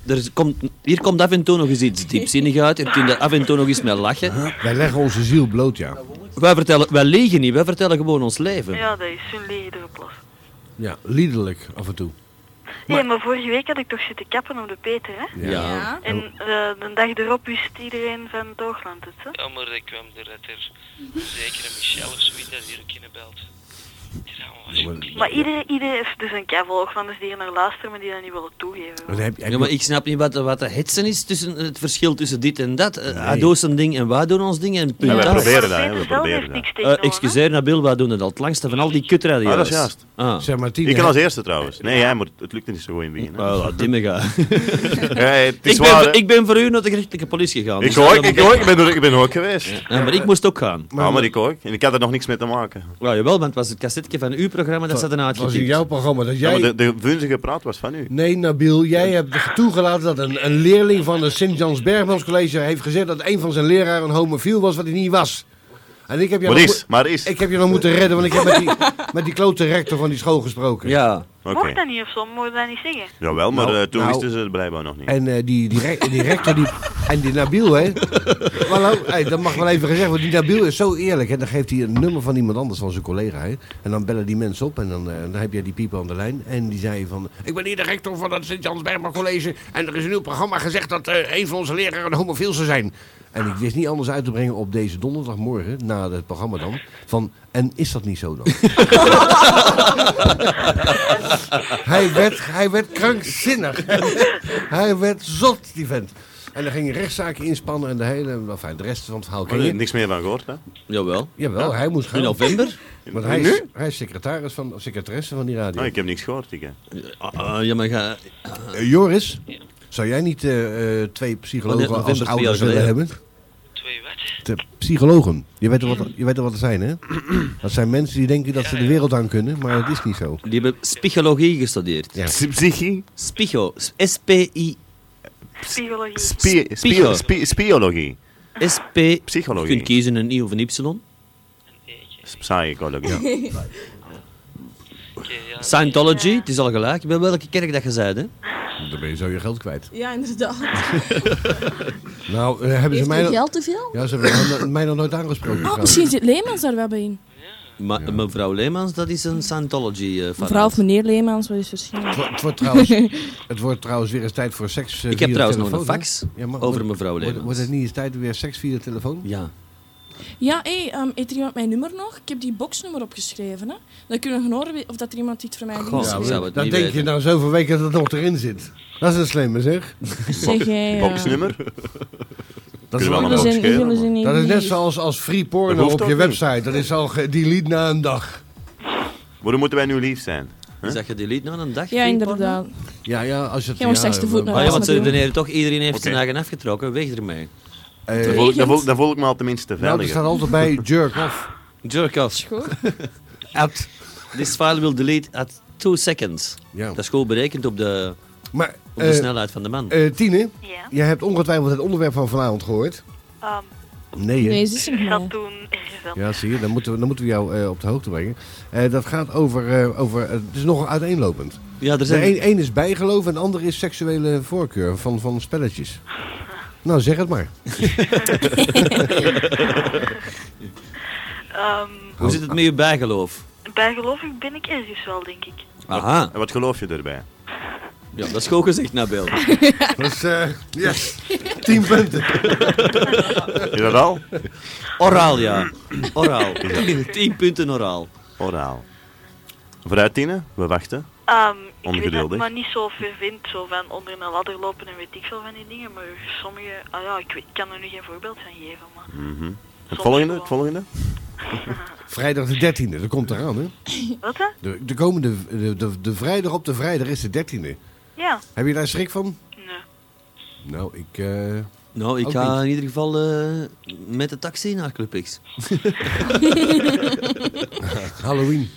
Speaker 3: hier komt af en toe nog eens iets diepzinnig uit. Je kunt er af en toe nog eens mee lachen.
Speaker 2: Wij leggen onze ziel bloot, ja.
Speaker 3: Wij liegen niet, wij vertellen gewoon ons leven.
Speaker 8: Ja, dat is zo'n lege plas.
Speaker 2: Ja, liederlijk af en toe.
Speaker 8: Nee, maar vorige week had ik toch zitten kappen op de Peter, hè?
Speaker 3: Ja.
Speaker 8: En de dag erop wist iedereen van Toogland het, hè?
Speaker 7: Ja, maar ik kwam er zekere Michel of zoiets dat hier ook in belt. Die zijn allemaal zo
Speaker 8: Maar iedereen heeft dus een keiveel van die er naar luisteren, maar die dat niet willen toegeven.
Speaker 3: Ja, maar ik snap niet wat de hetsen is tussen het verschil tussen dit en dat. Hij doet zijn ding en wij doen ons ding en punt.
Speaker 4: Ja, wij
Speaker 3: uit.
Speaker 4: proberen dat, hè. We proberen dat.
Speaker 3: Excuseer, Nabil, wij doen het al het langste van al die kutradio's.
Speaker 4: Ah, dat is juist.
Speaker 3: Ah.
Speaker 2: Zeg maar, Tine,
Speaker 4: Ik kan als eerste trouwens. Nee, jij, maar het lukt niet zo goed in het begin. hè.
Speaker 3: Oh, laat die me gaan.
Speaker 4: Ja, het is waar, hè.
Speaker 3: Ik ben voor u naar de gerechtelijke politie gegaan.
Speaker 4: Ik
Speaker 3: Dus
Speaker 4: ben er ook geweest.
Speaker 3: Ja, maar ik moest ook gaan.
Speaker 4: Maar ik ook. En ik had er nog niks mee te maken.
Speaker 3: Ja, jawel, want het was het cassetje van uw programma dat zat erna
Speaker 2: het was in
Speaker 3: uitgetypt.
Speaker 2: jouw programma dat
Speaker 4: Ja,
Speaker 2: jij...
Speaker 4: maar de vunzige praat was van u.
Speaker 2: Nee, Nabil, jij hebt toegelaten dat een leerling van het Sint-Jans Bergmans College heeft gezegd dat een van zijn leraren een homofiel was, wat hij niet was. En ik heb je Ik heb je nog moeten redden, want ik heb met die klote rector van die school gesproken.
Speaker 3: Ja.
Speaker 4: Oké.
Speaker 8: Mocht dat niet of zo, mocht dat niet zeggen.
Speaker 4: Jawel, maar
Speaker 2: Nou,
Speaker 4: toen wisten ze het blijkbaar nog niet.
Speaker 2: En die rector, en die Nabil, hè. Hallo, dat mag wel even gezegd worden. Die Nabil is zo eerlijk, hè. Dan geeft hij een nummer van iemand anders, van zijn collega, hè. En dan bellen die mensen op en dan heb je die pieper aan de lijn. En die zei van, ik ben hier de rector van het Sint-Jans Bergman College. En er is in uw programma gezegd dat een van onze leraren een homofiel zou zijn. En ik wist niet anders uit te brengen op deze donderdagmorgen, na het programma dan, van, en is dat niet zo dan? Hij werd krankzinnig. Hij werd zot, die vent. En dan ging rechtszaken inspannen en de rest van het verhaal ken je.
Speaker 4: Niks meer van gehoord, hè?
Speaker 3: Jawel.
Speaker 2: Jawel, hij moest gaan.
Speaker 3: In november?
Speaker 2: Want hij is secretaresse van die radio.
Speaker 4: Oh, ik heb niks gehoord, ik.
Speaker 3: Ja, maar ga...
Speaker 2: Joris, zou jij niet 2 psychologen als
Speaker 3: november 2
Speaker 2: ouders
Speaker 3: jaar
Speaker 2: willen
Speaker 3: geleden.
Speaker 2: hebben?
Speaker 7: 2 wat?
Speaker 2: De psychologen. Je weet wel wat er zijn, hè? Dat zijn mensen die denken dat ze de wereld aan kunnen, maar het is niet zo.
Speaker 3: Die hebben psychologie gestudeerd.
Speaker 2: Ja.
Speaker 4: Psychie?
Speaker 3: Spicho. S-P-I...
Speaker 6: Psychologie.
Speaker 4: Spiologie.
Speaker 3: SP...
Speaker 4: Psychologie.
Speaker 3: Je kunt kiezen een I of een Y.
Speaker 4: Psychologie.
Speaker 3: Scientology, het is al gelijk. Bij welke kerk dat je zei, hè?
Speaker 2: Dan ben je zo je geld kwijt.
Speaker 5: Ja, inderdaad.
Speaker 2: Nou, hebben ze
Speaker 5: Heeft
Speaker 2: mij...
Speaker 5: je geld te veel?
Speaker 2: Ja, ze hebben mij nog nooit aangesproken.
Speaker 5: Oh,
Speaker 2: trouwens.
Speaker 5: misschien zit Leemans daar wel bij in.
Speaker 3: Mevrouw Leemans, dat is een Scientology
Speaker 5: Mevrouw of meneer Leemans, wat is verschil?
Speaker 2: Het wordt trouwens weer eens tijd voor seks
Speaker 3: Ik heb trouwens nog een fax over mevrouw Leemans.
Speaker 2: Wordt het niet eens tijd weer seks via de telefoon?
Speaker 3: Ja.
Speaker 5: Ja, heeft er iemand mijn nummer nog? Ik heb die boxnummer opgeschreven. Hè? Dan kunnen we gaan horen of dat er iemand iets voor mij heeft.
Speaker 2: Dat denk je nou zoveel weken dat het nog erin zit. Dat is een slimme, zeg.
Speaker 5: Zeg jij...
Speaker 4: Boxnummer?
Speaker 2: Dat is,
Speaker 5: dat
Speaker 2: is net zoals als free porno op je website. Dat is al delete na een dag.
Speaker 4: Waarom moeten wij nu lief zijn?
Speaker 3: Is dat gedelete na een dag?
Speaker 5: Ja, inderdaad.
Speaker 2: Ja, als het...
Speaker 5: Jij moet straks de voet naar
Speaker 3: huis.
Speaker 5: huis.
Speaker 3: Want iedereen heeft zijn eigen afgetrokken. Weg ermee.
Speaker 4: Daar voel ik me al tenminste veilig.
Speaker 2: Nou, er staat altijd bij jerk off.
Speaker 3: Jerk off.
Speaker 2: At.
Speaker 3: This file will delete at 2 seconds.
Speaker 2: Ja.
Speaker 3: Dat is gewoon berekend op de snelheid van de man.
Speaker 2: Tine,
Speaker 8: Ja.
Speaker 2: jij hebt ongetwijfeld het onderwerp van vanavond gehoord. Nee, hè?
Speaker 5: Nee, ze is er niet.
Speaker 8: Dat doen ergens
Speaker 2: Ja, zie je, dan moeten we jou op de hoogte brengen. Dat gaat over het is nogal uiteenlopend.
Speaker 3: Ja, er zijn...
Speaker 2: De een is bijgeloof en de ander is seksuele voorkeur van spelletjes. Nou, zeg het maar.
Speaker 3: Hoe zit het met je bijgeloof?
Speaker 8: Bijgelovig ben ik ergens wel, denk ik.
Speaker 3: Aha.
Speaker 4: En wat geloof je erbij?
Speaker 3: Ja, dat is goed gezegd, Nabil.
Speaker 2: Dat is, yes, 10 punten.
Speaker 4: Is dat al?
Speaker 3: Oraal, ja. Oraal. 10 punten oraal.
Speaker 4: Oraal. Vooruit, Tine, we wachten.
Speaker 8: Ik weet dat ik
Speaker 4: Ongeduldig.
Speaker 8: me niet zo vervind, zo van onder een ladder lopen en weet ik veel van die dingen, maar sommige, ik kan er nu geen voorbeeld van geven, maar...
Speaker 4: Het volgende?
Speaker 2: Vrijdag de 13e, dat komt eraan, hè?
Speaker 8: Wat hè?
Speaker 2: De komende, de vrijdag op de vrijdag is de 13e.
Speaker 8: Ja.
Speaker 2: Heb je daar schrik van?
Speaker 8: Nee.
Speaker 2: Nou,
Speaker 3: ik ga in ieder geval met de taxi naar Club X.
Speaker 2: Halloween.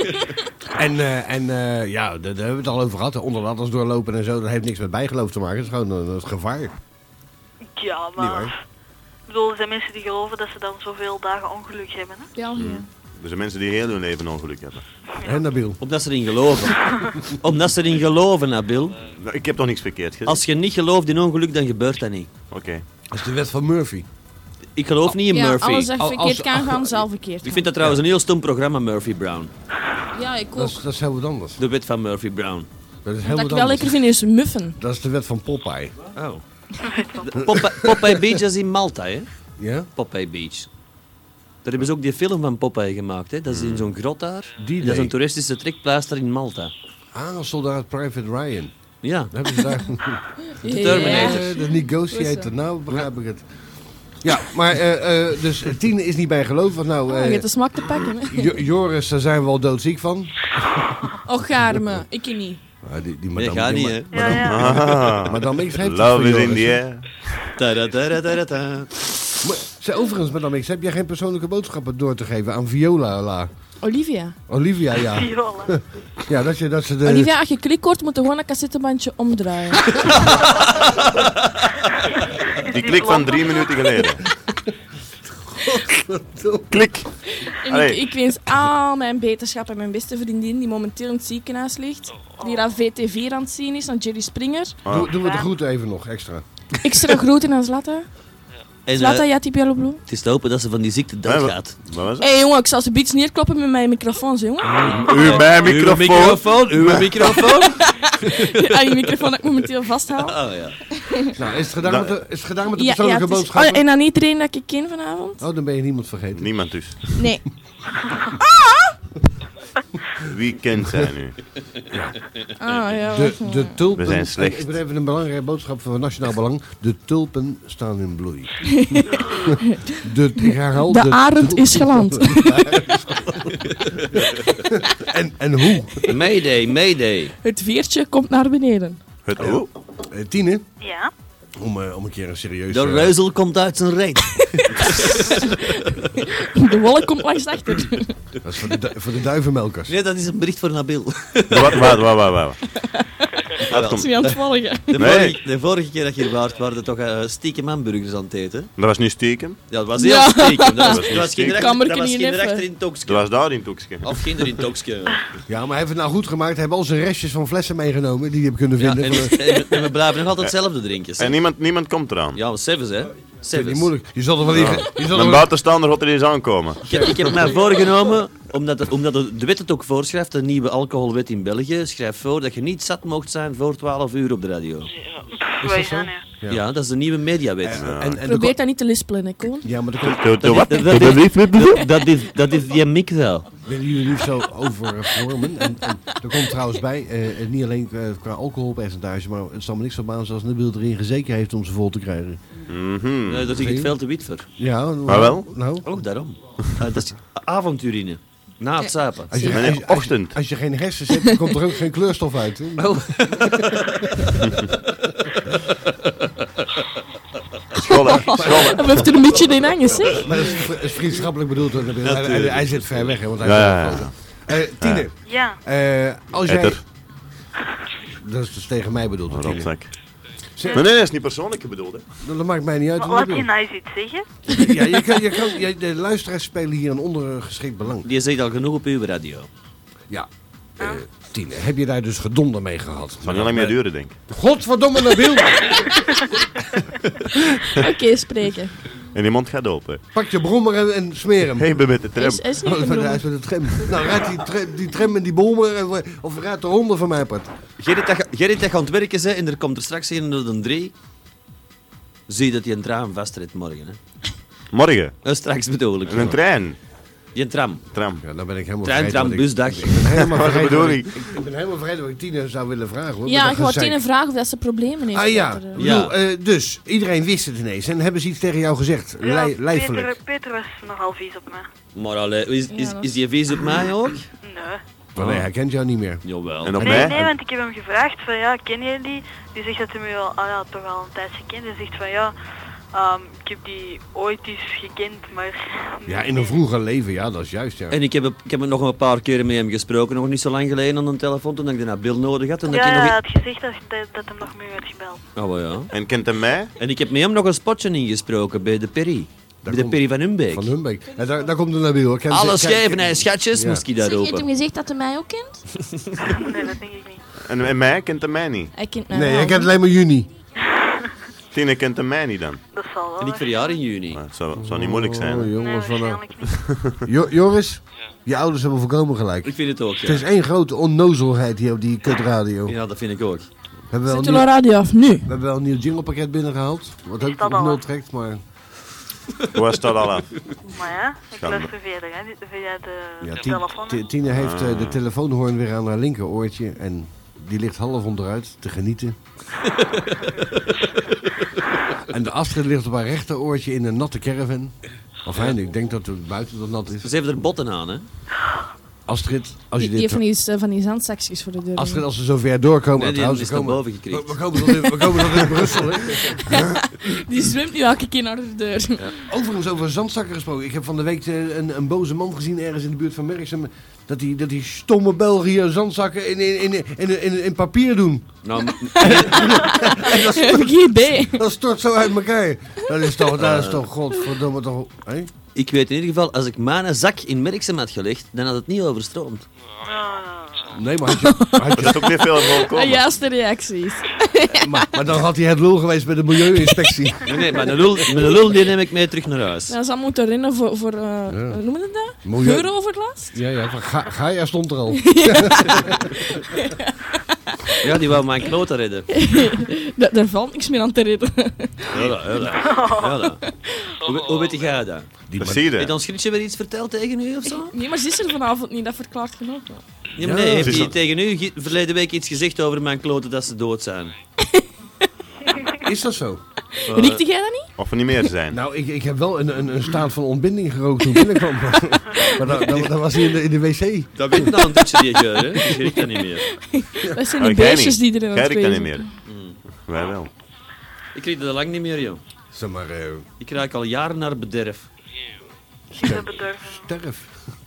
Speaker 2: Ja, daar hebben we het al over gehad. Onder ladders doorlopen en zo, dat heeft niks met bijgeloof te maken. Het is gewoon een gevaar.
Speaker 8: Ja, maar... Ik bedoel, er zijn mensen die geloven dat ze dan zoveel dagen ongeluk hebben, hè?
Speaker 5: Ja,
Speaker 4: Er zijn mensen die heel hun leven ongeluk hebben.
Speaker 2: Hè, Nabil?
Speaker 3: Omdat ze erin geloven. Omdat ze erin geloven, Nabil.
Speaker 4: Nou, ik heb toch niks verkeerd gezegd?
Speaker 3: Als je niet gelooft in ongeluk, dan gebeurt dat niet.
Speaker 4: Oké.
Speaker 2: Dat is de wet van Murphy.
Speaker 3: Ik geloof niet in Murphy.
Speaker 5: Alles dat verkeerd kan gaan, zal verkeerd.
Speaker 3: Ik vind dat trouwens een heel stom programma, Murphy Brown.
Speaker 5: Ja, ik ook.
Speaker 2: Dat is heel wat anders.
Speaker 3: De wet van Murphy Brown.
Speaker 2: Dat is heel
Speaker 5: Wat
Speaker 2: wat
Speaker 5: ik wel
Speaker 2: anders.
Speaker 5: lekker vind is muffen.
Speaker 2: Dat is de wet van Popeye.
Speaker 3: Oh. Popeye Beach is in Malta, hè?
Speaker 2: Ja?
Speaker 3: Popeye Beach. Daar hebben ze ook die film van Popeye gemaakt, hè? Dat is in zo'n grot daar. Dat is een toeristische trekpleister in Malta.
Speaker 2: Ah, soldaat Private Ryan.
Speaker 3: Ja.
Speaker 2: Dat hebben ze daar.
Speaker 3: De Terminator.
Speaker 2: De Negotiator, nou begrijp ik het. Ja, maar dus Tine is niet bij geloof. Want nou,
Speaker 5: Je hebt de smak te pakken, hè?
Speaker 2: Joris, daar zijn we al doodziek van.
Speaker 5: Och, gaarme. Ik niet.
Speaker 2: Die
Speaker 3: Nee, ga niet, hè?
Speaker 2: Madame X heeft het
Speaker 4: Love
Speaker 2: voor
Speaker 4: is in
Speaker 2: Joris,
Speaker 4: the
Speaker 2: hè?
Speaker 4: air.
Speaker 3: Ta-da-ta-da-ta-da-ta.
Speaker 2: Overigens, Madame X, heb jij geen persoonlijke boodschappen door te geven aan Viola?
Speaker 5: Olivia.
Speaker 2: Olivia, ja.
Speaker 8: Viola.
Speaker 2: Ja, dat ze de...
Speaker 5: Olivia, als je klik hoort, moet je gewoon een cassettebandje omdraaien.
Speaker 4: Die klik van 3 minuten geleden. Klik.
Speaker 5: En ik wens al mijn beterschap en mijn beste vriendin, die momenteel in het ziekenhuis ligt, die aan VT4 aan het zien is, aan Jerry Springer.
Speaker 2: Doen we de groeten even nog extra.
Speaker 5: Extra groeten aan Zlata.
Speaker 3: En,
Speaker 5: Zlata, Jatti Bielobloe.
Speaker 3: het is te hopen dat ze van die ziekte doodgaat.
Speaker 4: Wat was het?
Speaker 5: Hé jongen, ik zal ze iets neerkloppen met mijn microfoons, jongen.
Speaker 4: Uw microfoon.
Speaker 3: Uw microfoon.
Speaker 5: Aan die microfoon dat ik momenteel vasthoud.
Speaker 3: Oh ja.
Speaker 2: Nou, is het gedaan met de
Speaker 5: Ja,
Speaker 2: persoonlijke
Speaker 5: het is-
Speaker 2: boodschappen?
Speaker 5: en aan iedereen dat ik ken vanavond.
Speaker 2: Oh, dan ben je niemand vergeten.
Speaker 4: Niemand dus.
Speaker 5: Nee.
Speaker 4: Wie kent zij nu?
Speaker 5: Ah, ja.
Speaker 2: De tulpen...
Speaker 4: We zijn slecht.
Speaker 2: Ik ben even een belangrijke boodschap van Nationaal Belang. De tulpen staan in bloei. Ik herhaal,
Speaker 5: De arend is geland.
Speaker 2: En hoe?
Speaker 3: Mayday.
Speaker 5: Het veertje komt naar beneden.
Speaker 4: Het oh.
Speaker 2: Tine,
Speaker 8: Ja.
Speaker 2: Om een keer een serieus...
Speaker 3: De reuzel komt uit zijn reet.
Speaker 5: De wolk komt langs achter.
Speaker 2: Dat is voor de duivenmelkers.
Speaker 3: Nee, dat is een bericht voor Nabil.
Speaker 4: Wat?
Speaker 5: Dat is niet aan het volgen.
Speaker 3: De vorige keer dat je hier waart, waren er toch stiekem hamburgers aan het eten.
Speaker 4: Dat was nu stiekem.
Speaker 3: Ja, dat was heel stiekem. Dat was
Speaker 5: Kan
Speaker 3: geen
Speaker 5: me er niet
Speaker 3: rechter
Speaker 5: even.
Speaker 3: in Tokske.
Speaker 4: Dat was daar in Toekske.
Speaker 3: Of kinder in Tokske.
Speaker 2: Ja, maar hij heeft het nou goed gemaakt. Hij heeft al zijn restjes van flessen meegenomen die hij heeft kunnen
Speaker 3: Ja,
Speaker 2: vinden.
Speaker 3: en we blijven nog altijd hetzelfde drinken.
Speaker 4: En niemand komt eraan.
Speaker 3: Ja, Sevens, hè.
Speaker 2: Dat is
Speaker 3: Sevens.
Speaker 2: niet moeilijk. Je zal er wel liggen.
Speaker 4: Een buitenstaander gaat er eens aankomen.
Speaker 3: Ik heb mij voorgenomen, omdat de wet het ook voorschrijft, de nieuwe alcoholwet in België, schrijft voor dat je niet zat mocht zijn voor 12 uur op de radio.
Speaker 8: Wij zijn, ja.
Speaker 3: Ja, dat is de nieuwe mediawet.
Speaker 5: Probeer dat niet te lispelen, hè, Koen.
Speaker 2: Ja, maar er komt...
Speaker 3: Dat is die mik wel.
Speaker 2: Willen jullie niet zo overvormen? En er komt trouwens bij, niet alleen qua alcoholpercentage, maar het zal me niks verbazen als Nabil erin gezeken heeft om ze vol te krijgen.
Speaker 3: Daar zie ik het veel te wit voor.
Speaker 2: Ja,
Speaker 4: Maar wel?
Speaker 2: Nou,
Speaker 3: Ook daarom. Dat is avondurine. Na het zuipen.
Speaker 2: als je geen hersens hebt, dan komt er ook geen kleurstof uit. Hè?
Speaker 3: Oh.
Speaker 4: Scholen.
Speaker 5: We heeft er een beetje in hangen, zeg.
Speaker 2: Maar dat is vriendschappelijk bedoeld. Hoor, Nabil. Hij zit ver weg, hè, want hij
Speaker 4: Ja.
Speaker 2: Tine,
Speaker 8: Ja.
Speaker 2: als jij...
Speaker 4: Etter.
Speaker 2: Dat is dus tegen mij bedoeld. Tine.
Speaker 4: Rotzak. Nee, dat is niet persoonlijk bedoeld. Hè.
Speaker 2: Dat maakt mij niet uit.
Speaker 8: Laat je nou iets zeggen?
Speaker 2: Ja, de luisteraars spelen hier een ondergeschikt belang.
Speaker 3: Die zegt al genoeg op uw radio.
Speaker 2: Ja. Tine, heb je daar dus gedonder mee gehad?
Speaker 4: Zal niet lang meer duren, denk ik.
Speaker 2: Godverdomme Nabil!
Speaker 5: Oké, spreken.
Speaker 4: En die mond gaat open.
Speaker 2: Pak je brommer en smeer hem.
Speaker 4: Ik ben met de tram.
Speaker 5: Is niet
Speaker 2: Oh,
Speaker 5: een
Speaker 2: hij is met de tram. Nou, raad die tram en die brommer of raad de ronde van mijn part.
Speaker 3: Gerrit, dat gaat het werken zijn en er komt er straks een door de 3. Zie dat hij een tram vastrijdt morgen. Hè?
Speaker 4: Morgen.
Speaker 3: Straks bedoel ik.
Speaker 4: En een trein.
Speaker 3: Die tram.
Speaker 4: Tram.
Speaker 2: Ja, dan ben ik helemaal
Speaker 3: Trein, tram, busdag.
Speaker 2: Ik ben helemaal
Speaker 4: Wat
Speaker 2: vergeten
Speaker 4: bedoel
Speaker 2: wat
Speaker 4: ik?
Speaker 2: ik ben helemaal vergeten wat ik Tine zou willen vragen. Hoor.
Speaker 5: Ja,
Speaker 2: Met
Speaker 5: ik
Speaker 2: dat
Speaker 5: wou
Speaker 2: gezeik.
Speaker 5: Tine vragen of dat ze problemen heeft.
Speaker 2: Ah ja,
Speaker 5: met haar,
Speaker 3: Ja.
Speaker 2: bedoel, dus iedereen wist het ineens. En hebben ze iets tegen jou gezegd?
Speaker 8: Ja,
Speaker 2: Lijfelijk.
Speaker 8: Peter was nogal vies op me.
Speaker 3: Maar allee, is die vies op mij ook?
Speaker 8: Nee.
Speaker 2: Maar nee, hij kent jou niet meer.
Speaker 3: Jawel.
Speaker 4: En op
Speaker 8: Nee,
Speaker 4: mij?
Speaker 8: want ik heb hem gevraagd van ja, ken je die? Die zegt dat hij me toch al een tijdje kent. Hij zegt van ja, ik heb die ooit eens gekend, maar...
Speaker 2: Ja, in een vroeger leven, ja, dat is juist, ja.
Speaker 3: En ik heb nog een paar keren met hem gesproken, nog niet zo lang geleden aan de telefoon, toen ik de Nabil nodig had. En dat
Speaker 8: Ja,
Speaker 3: ik
Speaker 8: hij
Speaker 3: nog...
Speaker 8: had gezegd dat hem nog mee werd gebeld.
Speaker 3: Oh, wel ja.
Speaker 4: En kent hij mij?
Speaker 3: En ik heb met hem nog een spotje ingesproken bij de Perry. Bij de Perry van Humbeek.
Speaker 2: Van Humbeek. Ja, daar komt de Nabil.
Speaker 3: Alle schijven en schatjes
Speaker 2: Ja.
Speaker 3: moest ik daar
Speaker 5: Zeg, heeft hem
Speaker 3: roepen.
Speaker 5: gezegd dat hij mij ook kent?
Speaker 8: Nee, dat denk ik niet.
Speaker 4: En mij kent hij mij niet.
Speaker 5: Hij kent mij
Speaker 2: Nee,
Speaker 5: wel.
Speaker 2: hij kent alleen maar juni.
Speaker 4: Tine kent hij mij niet dan.
Speaker 8: Dat zal wel.
Speaker 3: En ik verjaar in juni.
Speaker 4: Maar het zou niet moeilijk zijn.
Speaker 2: Oh,
Speaker 4: Hè.
Speaker 8: Nee,
Speaker 2: jongens, van
Speaker 8: waarschijnlijk niet.
Speaker 2: Joris, je ouders hebben volkomen gelijk.
Speaker 3: Ik vind het ook,
Speaker 2: Het is
Speaker 3: ja.
Speaker 2: één grote onnozelheid hier op die kutradio.
Speaker 3: Ja, dat vind ik ook.
Speaker 2: We hebben wel
Speaker 5: Zet
Speaker 2: een
Speaker 5: de
Speaker 2: nieuw,
Speaker 5: radio af, nu.
Speaker 2: we hebben wel een nieuw jinglepakket binnengehaald. Wat ook
Speaker 8: dat
Speaker 2: op
Speaker 8: al
Speaker 2: nul
Speaker 8: af?
Speaker 2: trekt, maar...
Speaker 8: Oh,
Speaker 4: Hoe is dat al af?
Speaker 8: Maar ja, ik
Speaker 4: Schande.
Speaker 8: luister verder, hè, via de
Speaker 2: Ja,
Speaker 8: telefoon. hè.
Speaker 2: Tine heeft de telefoonhoorn weer aan haar linkeroortje en die ligt half onderuit te genieten. En de Astrid ligt op haar rechteroortje in een natte caravan. Enfin, ik denk dat het buiten dat nat is.
Speaker 3: Ze heeft er botten aan, hè.
Speaker 2: Astrid, als je
Speaker 5: Die heeft
Speaker 2: dit...
Speaker 5: van die zandzakjes voor de deur.
Speaker 2: Astrid, als ze zo ver doorkomen...
Speaker 3: Nee, die
Speaker 2: trouwens,
Speaker 3: is naar boven gekrikt.
Speaker 2: we komen tot in Brussel, hè.
Speaker 5: Die zwemt nu elke keer naar de deur.
Speaker 2: Overigens over zandzakken gesproken. Ik heb van de week een boze man gezien ergens in de buurt van Merksem. Dat die stomme België zandzakken in papier doen.
Speaker 3: Nou,
Speaker 5: GB.
Speaker 2: Dat stort zo uit elkaar. Dat is toch godverdomme toch... Hè?
Speaker 3: ik weet in ieder geval, als ik mijn zak in Merksem had gelegd, dan had het niet overstroomd.
Speaker 2: Nee, maar had
Speaker 4: Dat is ook niet veel voorkomen.
Speaker 5: Juiste reacties.
Speaker 2: maar dan had hij het lul geweest bij de milieuinspectie.
Speaker 3: Nee, maar een lul die neem ik mee terug naar huis.
Speaker 5: Dan zou moeten rennen voor hoe noemen we dat?
Speaker 2: Milieu-
Speaker 5: Geuroverlast?
Speaker 2: Ja, van Gaia stond er al.
Speaker 3: Ja, die wou mijn kloten redden.
Speaker 5: Daar valt niks meer aan te redden.
Speaker 3: Ja. Hoe weet jij dat?
Speaker 4: Dat zie
Speaker 3: Heeft
Speaker 4: je.
Speaker 3: ons Grietje weer iets verteld tegen u of zo?
Speaker 5: Nee, maar ze is er vanavond niet, dat verklaart genoeg.
Speaker 3: Ja, maar
Speaker 2: Ja,
Speaker 3: nee, heeft
Speaker 4: is
Speaker 3: hij
Speaker 4: dat-
Speaker 3: tegen u verleden week iets gezegd over mijn kloten dat ze dood zijn?
Speaker 2: Is dat zo?
Speaker 5: Riekte jij dat niet?
Speaker 4: Of er niet meer zijn.
Speaker 2: Nou, ik heb wel een staat van ontbinding gerookt toen ik binnenkwam. Maar dan was hij in de wc.
Speaker 3: Dat weet nou een beetje die geur, hè? Ik riek dat niet meer.
Speaker 5: Dat zijn
Speaker 4: Oh,
Speaker 5: die
Speaker 4: jij
Speaker 5: beestjes
Speaker 4: niet.
Speaker 5: die erin aan
Speaker 4: Jij
Speaker 5: het
Speaker 4: riekt dat niet
Speaker 5: spelen
Speaker 4: meer. Wij wel.
Speaker 3: Ik kreeg dat lang niet meer, joh.
Speaker 2: Zeg maar,
Speaker 3: Ik raak al jaren naar bederf.
Speaker 8: Ze bedurven.
Speaker 2: sterf.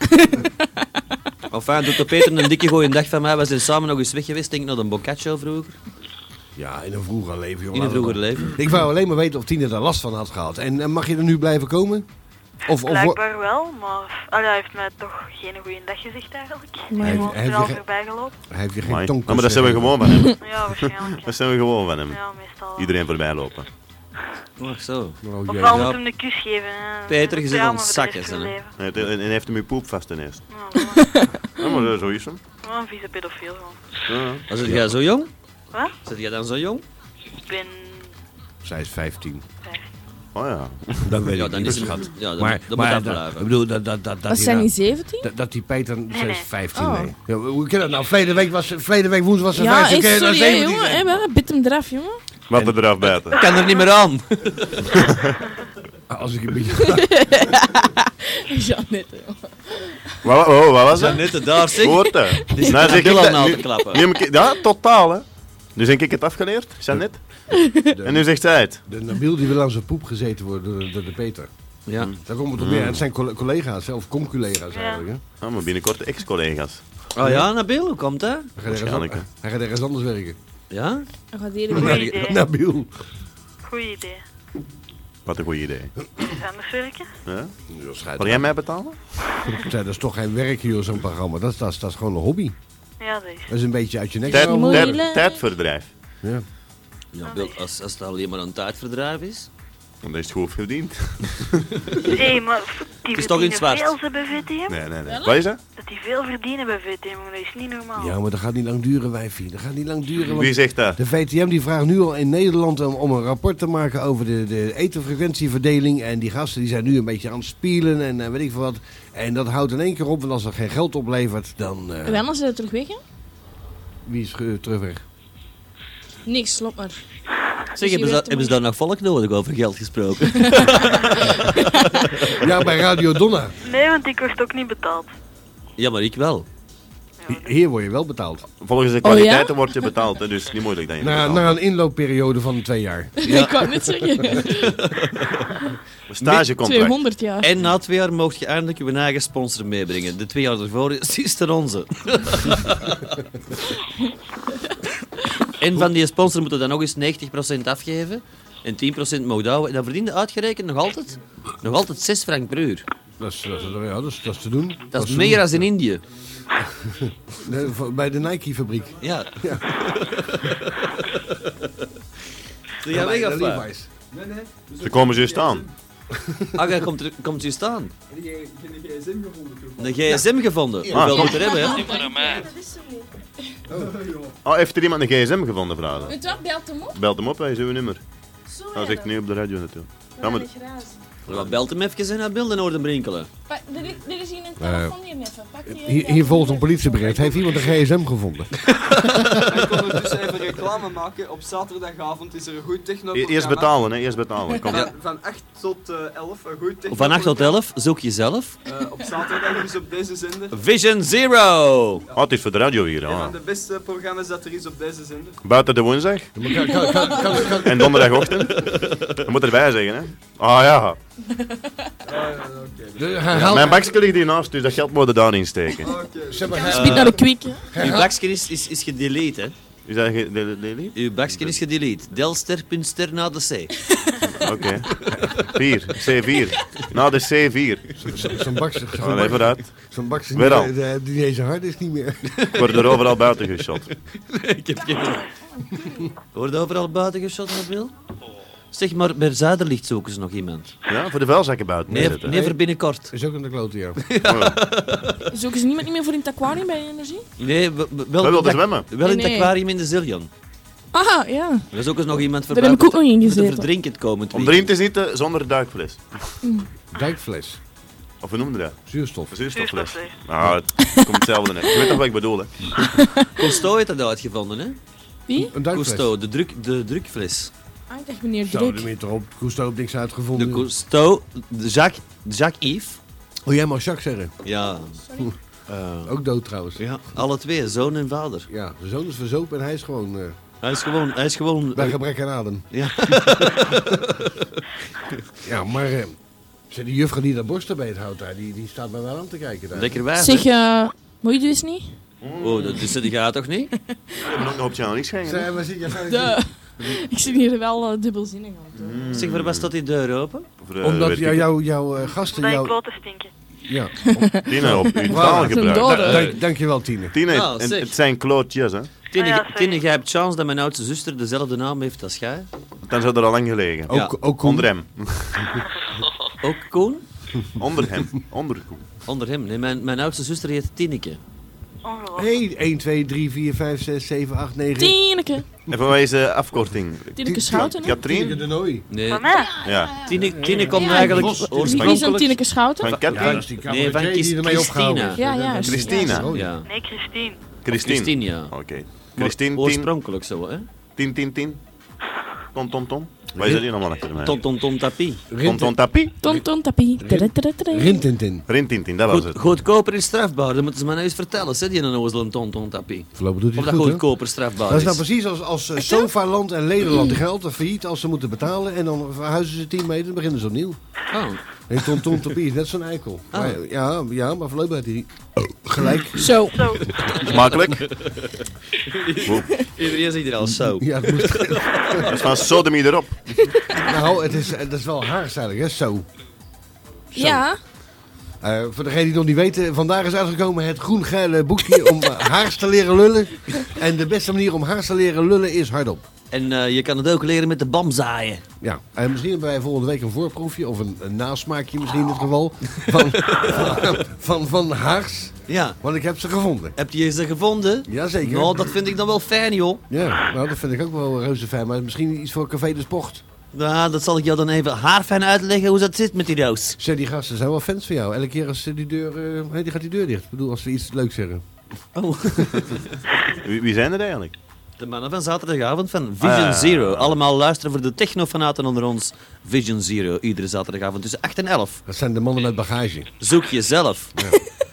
Speaker 3: Enfin, doet de Peter een dikke goeie dag van mij. We zijn samen nog eens weg geweest, denk ik, naar de Boccaccio vroeger.
Speaker 2: Ja, in een vroeger leven, jongen.
Speaker 3: In een vroeger leven.
Speaker 2: Ik wou alleen maar weten of Tine daar last van had gehad. En mag je er nu blijven komen? Of
Speaker 8: Blijkbaar wel, maar hij heeft mij toch geen goede dag gezegd eigenlijk.
Speaker 5: Nee,
Speaker 8: Hij
Speaker 2: hij
Speaker 8: is
Speaker 2: heeft
Speaker 8: er al
Speaker 2: je
Speaker 8: voorbij gelopen.
Speaker 2: heeft je geen
Speaker 4: Amai.
Speaker 2: tongkus?
Speaker 4: Maar dat zijn we gewoon van hem.
Speaker 8: Ja, waarschijnlijk.
Speaker 4: Dat zijn we gewoon van hem.
Speaker 8: Ja, meestal wel.
Speaker 4: Iedereen voorbij lopen.
Speaker 3: Ach zo.
Speaker 2: Oh,
Speaker 8: Of
Speaker 2: jee.
Speaker 8: wel
Speaker 3: Ja.
Speaker 8: moet hem een kus geven. Hè.
Speaker 3: Peter, je zit aan het
Speaker 8: Trauma voor de
Speaker 3: zakken,
Speaker 8: rest van
Speaker 3: hè.
Speaker 8: het leven.
Speaker 4: En hij heeft hem je poep vast ten eerste.
Speaker 8: Ja, voilà.
Speaker 4: Ja, maar zo is hem.
Speaker 8: Wat een vieze pedofiel gewoon.
Speaker 4: Ja.
Speaker 3: Was het jij zo jong?
Speaker 8: Wat?
Speaker 3: Zit jij dan zo jong?
Speaker 8: Ik ben
Speaker 2: Zij is 15.
Speaker 8: 15.
Speaker 4: Oh ja.
Speaker 2: Dat weet
Speaker 3: Ja,
Speaker 2: ik
Speaker 3: dan
Speaker 2: niet.
Speaker 3: is het
Speaker 2: schat.
Speaker 3: goed. Ja,
Speaker 2: Maar,
Speaker 3: dat moet
Speaker 2: maar
Speaker 3: afblijven.
Speaker 2: ik bedoel, dat
Speaker 5: Was
Speaker 2: hij
Speaker 5: zij
Speaker 2: nou-
Speaker 5: niet 17?
Speaker 2: dat die Peter, zij
Speaker 8: nee.
Speaker 2: is 15,
Speaker 5: Oh.
Speaker 2: nee. Ja, hoe kan dat nou? Verleden week woensdag was ze
Speaker 5: Ja,
Speaker 2: 15,
Speaker 5: echt,
Speaker 2: kun je nou
Speaker 5: sorry, hè,
Speaker 2: 17
Speaker 5: jongen.
Speaker 2: zijn?
Speaker 5: Hè, bid hem eraf, jongen.
Speaker 4: Wat er eraf bijten.
Speaker 3: Ik kan er niet meer aan.
Speaker 2: Als ik een beetje...
Speaker 5: Jeannette, jongen.
Speaker 4: Wat was dat?
Speaker 3: Janette, daar zeg.
Speaker 4: Hoort dat?
Speaker 3: is
Speaker 4: Nou,
Speaker 3: een
Speaker 4: zeg ik
Speaker 3: bil aan
Speaker 4: dat-
Speaker 3: te
Speaker 4: nu-
Speaker 3: klappen.
Speaker 4: nu heb ik- Ja, totaal hè. Nu heb ik het afgeleerd, Jeannette. En nu zegt zij het.
Speaker 2: De Nabil die wil aan zijn poep gezeten worden door de Peter.
Speaker 3: Ja.
Speaker 2: Daar komt het op neer. Het zijn collega's, hè, of conculega's
Speaker 8: Ja.
Speaker 2: eigenlijk. Hè.
Speaker 4: Ja, maar binnenkort ex-collega's.
Speaker 3: Oh ja, Nabil, hoe komt dat?
Speaker 2: Hij gaat ergens
Speaker 4: Waarschijnlijk,
Speaker 2: an- hij gaat ergens anders werken.
Speaker 3: Ja?
Speaker 5: Dan gaat hier
Speaker 8: Goeie idee.
Speaker 2: Nabil.
Speaker 8: Goeie idee.
Speaker 4: Wat een goed idee.
Speaker 8: Anders werken?
Speaker 4: Ja?
Speaker 2: Ja, schijt.
Speaker 4: Wil jij mij betalen?
Speaker 2: Dat is toch geen werk hier, zo'n programma. Dat is gewoon een hobby.
Speaker 8: Ja, dat is.
Speaker 2: Dat is een beetje uit je nek.
Speaker 4: Tijd,
Speaker 2: gehaald.
Speaker 5: Moeilijk.
Speaker 4: tijdverdrijf.
Speaker 2: Ja.
Speaker 3: Ja, Bill, als het alleen maar een tijdverdrijf is.
Speaker 4: Want dat is het goed verdiend.
Speaker 8: Hé, maar die
Speaker 3: is toch in
Speaker 8: verdienen
Speaker 3: het zwart.
Speaker 8: veel ze bij VTM.
Speaker 4: Nee. Wat is dat?
Speaker 8: Dat die veel verdienen bij VTM, maar dat is niet normaal.
Speaker 2: Ja, maar dat gaat niet lang duren, wijfie. Dat gaat niet lang duren. want
Speaker 4: Wie zegt dat?
Speaker 2: de VTM die vraagt nu al in Nederland om een rapport te maken over de etenfrequentieverdeling. En die gasten die zijn nu een beetje aan het spielen en weet ik veel wat. En dat houdt in één keer op, want als dat geen geld oplevert, dan...
Speaker 5: En wanneer zijn ze terug weg, hè?
Speaker 2: Wie is terug weg?
Speaker 5: Niks, loop maar.
Speaker 3: Zeg, hebben ze daar nog volk nodig over geld gesproken?
Speaker 2: Ja, bij Radio Donna.
Speaker 8: Nee, want ik word ook niet betaald.
Speaker 3: Ja, maar ik wel.
Speaker 2: Hier word je wel betaald.
Speaker 4: Volgens de
Speaker 5: ja?
Speaker 4: kwaliteiten word je betaald, hè, dus niet moeilijk dat je
Speaker 2: Na
Speaker 4: betaalt.
Speaker 2: een inloopperiode van 2 jaar.
Speaker 5: Ik wou net zeggen.
Speaker 4: Stagecontract.
Speaker 5: 200 jaar.
Speaker 3: En na 2 jaar mocht je eindelijk je eigen sponsor meebrengen. De 2 jaar ervoor is er onze. En van die sponsor moeten dan nog eens 90% afgeven. En 10% mocht houden. En dan verdien je uitgerekend nog altijd 6 frank per uur.
Speaker 2: Dat is te doen.
Speaker 3: Dat is
Speaker 2: te
Speaker 3: meer
Speaker 2: doen.
Speaker 3: dan in Indië.
Speaker 2: Bij de Nike-fabriek.
Speaker 3: Ja. Doe jij weg of wat?
Speaker 2: Levi's.
Speaker 4: Ze komen zo staan.
Speaker 3: Ah, jij komt u staan. Een gsm gevonden.
Speaker 4: Ah,
Speaker 3: Hoeveel
Speaker 4: kom.
Speaker 3: moet er hebben, hè?
Speaker 7: Niet maar aan mij.
Speaker 4: Oh, heeft er iemand een gsm gevonden, vragen?
Speaker 5: Weet je wat, belt hem op?
Speaker 4: Belt hem op, hij is uw nummer.
Speaker 5: Sorry.
Speaker 4: Dat zegt hij nu op de radio natuurlijk. Ja, maar
Speaker 3: Wat belt hem even en naar beelden horen brinkelen.
Speaker 5: Er is hier een telefoon hier net. Pak
Speaker 2: Hier volgt een politiebericht. Heeft iemand een gsm gevonden?
Speaker 10: Ik kon er dus even reclame maken. Op zaterdagavond is er een goed technoprogramma.
Speaker 4: eerst betalen, hè, eerst betalen. Kom.
Speaker 10: Van 8 tot 11, een goed technoprogramma.
Speaker 3: Van 8 tot 11, zoek jezelf.
Speaker 10: Op zaterdag is op deze zender.
Speaker 3: Vision Zero!
Speaker 4: Oh, het is voor de radio hier,
Speaker 10: Een
Speaker 4: ja.
Speaker 10: van de beste programma's dat er is op deze zender.
Speaker 4: Buiten de woensdag en donderdagochtend. Dat moet erbij zeggen, hè. Ah ja. Mijn bakje ligt hiernaast, dus dat geld moet je daarin steken.
Speaker 5: Spiet naar de kwik, hè.
Speaker 3: Uw baksken is gedelete, hè?
Speaker 4: Is dat delete?
Speaker 3: Uw baksken is gedelete. Delster.ster na de C.
Speaker 4: Oké. 4, C4. Na de C4.
Speaker 2: Zo'n bakje.
Speaker 4: Ga even uit.
Speaker 2: Zo'n bakje
Speaker 4: Weer al.
Speaker 2: die deze hard is niet meer.
Speaker 4: Wordt er overal buiten geschot.
Speaker 3: Ik heb geen... Wordt overal buiten geschot, Nabil? Zeg maar, bij Zuiderlicht zoeken ze nog iemand.
Speaker 4: Ja, voor de vuilzakken buiten.
Speaker 3: Nee, voor binnenkort.
Speaker 2: Is ook aan de klote, ja.
Speaker 5: Zoeken ze niemand niet meer voor in het aquarium bij Energie?
Speaker 3: Nee,
Speaker 4: We wilden zwemmen.
Speaker 3: Wel in het
Speaker 5: Nee.
Speaker 3: aquarium in de Zillion.
Speaker 5: Ah, ja.
Speaker 3: Er is ook eens nog iemand voor
Speaker 5: Daar heb ik ook nog in
Speaker 3: te
Speaker 5: gezeten.
Speaker 3: verdrinken het komend
Speaker 4: Om
Speaker 3: weekend.
Speaker 4: erin te zitten zonder duikfles.
Speaker 2: Dijkfles.
Speaker 4: Of hoe noemde dat?
Speaker 2: Zuurstof.
Speaker 4: Een zuurstoffles.
Speaker 8: Zuurstoffles.
Speaker 4: Ah, het komt hetzelfde net. Je weet toch wat ik bedoel, hè?
Speaker 3: Cousteau heeft dat uitgevonden, hè?
Speaker 5: Wie?
Speaker 2: Een duikfles.
Speaker 3: Cousteau, de drukfles.
Speaker 5: Ah, ik dacht meneer
Speaker 2: Zo,
Speaker 5: Druk.
Speaker 2: de meter op. Cousteau heeft niks
Speaker 3: De
Speaker 2: uitgevonden.
Speaker 3: Cousteau, de Jacques-Yves.
Speaker 2: Oh, jij mag Jacques zeggen.
Speaker 3: Ja.
Speaker 2: Ook dood trouwens.
Speaker 3: Ja, alle twee, zoon en vader.
Speaker 2: Ja, de zoon is verzopen en hij is gewoon
Speaker 3: Hij is gewoon...
Speaker 2: Bij gebrek aan adem.
Speaker 3: Ja.
Speaker 2: Ja, maar die juffrouw die dat borsten beethoudt daar, die staat mij wel aan te kijken daar.
Speaker 3: Lekker wijs,
Speaker 5: Zeg, moet je dus niet?
Speaker 3: Oh, die gaat toch niet?
Speaker 4: We hebben ook nog op channel niks gegeven.
Speaker 2: Zeg, waar zit je?
Speaker 5: Ik zit hier wel dubbelzinnig aan.
Speaker 3: Zeg, waar was staat die deur open?
Speaker 2: Omdat jouw gasten...
Speaker 8: Bij kloten stinken.
Speaker 2: Ja.
Speaker 4: Tine, op uw taalgebruik.
Speaker 2: Dankjewel, Tine.
Speaker 4: Tine, het zijn klootjes, hè.
Speaker 3: Tine, jij hebt chance dat mijn oudste zuster dezelfde naam heeft als jij.
Speaker 4: Dan zou er al lang gelegen.
Speaker 2: Ook
Speaker 4: onder hem.
Speaker 3: Ook Koen?
Speaker 4: Onder hem.
Speaker 3: Onder hem. Nee, mijn oudste zuster heet Tineke.
Speaker 2: Hey, 1, 2, 3, 4, 5, 6, 7, 8, 9.
Speaker 5: Tineke.
Speaker 4: En van wij is afkorting?
Speaker 5: Tineke Schouten, hè?
Speaker 4: Katrien?
Speaker 2: Tineke de Nooi.
Speaker 3: Nee.
Speaker 8: Van mij?
Speaker 4: Ja.
Speaker 3: Tine komt eigenlijk
Speaker 5: Wie is een Tineke Schouten?
Speaker 4: Van Katrien?
Speaker 3: Nee, van Christina.
Speaker 5: Ja.
Speaker 4: Christina?
Speaker 3: Ja.
Speaker 8: Nee, Christine.
Speaker 3: Christine, ja.
Speaker 4: Oké. Christine,
Speaker 3: oorspronkelijk zo, hè?
Speaker 4: Tin. Tom. Waar is dat hier allemaal achter mij?
Speaker 3: Ton tapie.
Speaker 4: Ton tapie?
Speaker 5: Ton tapie.
Speaker 2: Rintintin.
Speaker 4: Dat was het.
Speaker 3: Goedkoper is strafbaar, dat moeten ze mij nou eens vertellen. Zet je een ozel een ton tapie?
Speaker 2: Voorlopig doet hij
Speaker 3: Of
Speaker 2: het
Speaker 3: dat
Speaker 2: goed, hè?
Speaker 3: goedkoper strafbaar
Speaker 2: Dat is
Speaker 3: is.
Speaker 2: nou precies als Sofaland en Nederland geld en failliet als ze moeten betalen. En dan verhuizen ze 10 meter en beginnen ze opnieuw.
Speaker 3: Oh.
Speaker 2: En Ton Tapie is net zo'n eikel.
Speaker 3: Oh.
Speaker 2: Maar, maar voorlopig had hij gelijk.
Speaker 5: Zo.
Speaker 4: Smakelijk.
Speaker 3: Iedereen zegt hier al zo.
Speaker 2: Ja, het moest...
Speaker 4: Dat is van sodomie erop.
Speaker 2: Nou, dat is wel haars eigenlijk, hè? Zo.
Speaker 5: Ja.
Speaker 2: Voor degenen die het nog niet weten, vandaag is uitgekomen het groen-gele boekje om haars te leren lullen. En de beste manier om haars te leren lullen is hardop.
Speaker 3: En je kan het ook leren met de bam zaaien.
Speaker 2: Ja, en misschien hebben wij volgende week een voorproefje, of een nasmaakje misschien in het geval, van haars.
Speaker 3: Ja.
Speaker 2: Want ik heb ze gevonden.
Speaker 3: Heb je ze gevonden?
Speaker 2: Jazeker.
Speaker 3: Nou, dat vind ik dan wel fijn, joh.
Speaker 2: Ja, nou, dat vind ik ook wel reuze fijn, maar misschien iets voor Café de Sport.
Speaker 3: Nou, dat zal ik jou dan even haarfijn uitleggen hoe dat zit met die roos.
Speaker 2: Zeg, die gasten zijn wel fans van jou. Elke keer als die deur, die gaat die deur dicht. Ik bedoel, als we iets leuks zeggen.
Speaker 3: Oh.
Speaker 4: Wie zijn er eigenlijk?
Speaker 3: De mannen van zaterdagavond van Vision Zero. Allemaal luisteren voor de technofanaten onder ons. Vision Zero, iedere zaterdagavond tussen 8 en 11.
Speaker 2: Dat zijn de mannen met bagage.
Speaker 3: Zoek jezelf.
Speaker 2: Ja.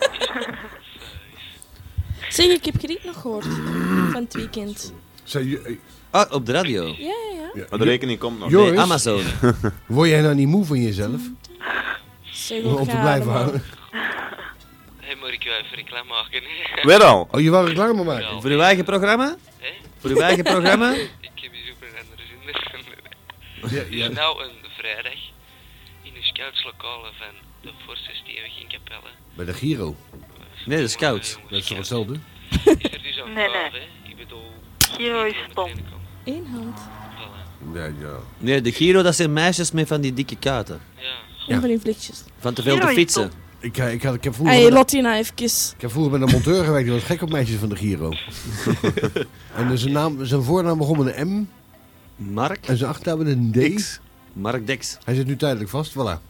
Speaker 5: Zeg, ik heb Griet nog gehoord van het weekend.
Speaker 3: Ah, op de radio.
Speaker 5: Ja.
Speaker 4: Maar de rekening komt nog.
Speaker 2: Joris,
Speaker 3: Nee, Amazon.
Speaker 2: Word jij nou niet moe van jezelf?
Speaker 5: Zeg,
Speaker 2: Om te blijven houden.
Speaker 7: Hé, moet ik je even reclame maken?
Speaker 4: Weer al?
Speaker 2: Oh, je wou reclame maken?
Speaker 7: Ja.
Speaker 3: Voor uw eigen programma?
Speaker 7: Hé?
Speaker 3: Voor uw eigen programma?
Speaker 7: Ik heb hier op een andere zin. Het is nou een vrijdag in de scoutslokalen van de Forse Stevig in Capelle.
Speaker 2: Bij de Giro.
Speaker 3: Nee, de scouts.
Speaker 2: Dat is toch hetzelfde?
Speaker 7: Is er dus een
Speaker 8: Nee.
Speaker 7: gaaf, hè? Ik bedoel...
Speaker 8: Giro is stom.
Speaker 5: Eén hand.
Speaker 2: Ja.
Speaker 3: Nee, de Giro, dat zijn meisjes met van die dikke kuiten.
Speaker 5: Gewoon van die vlekjes.
Speaker 3: Van te veel te fietsen.
Speaker 2: Ik heb
Speaker 5: Hey,
Speaker 2: vroeger...
Speaker 5: Lottina, even.
Speaker 2: Ik heb vroeger met een monteur gewerkt, die was gek op meisjes van de Giro. En zijn voornaam begon met een M.
Speaker 3: Mark?
Speaker 2: En zijn achternaam met een D.
Speaker 3: Mark Dex.
Speaker 2: Hij zit nu tijdelijk vast, voilà.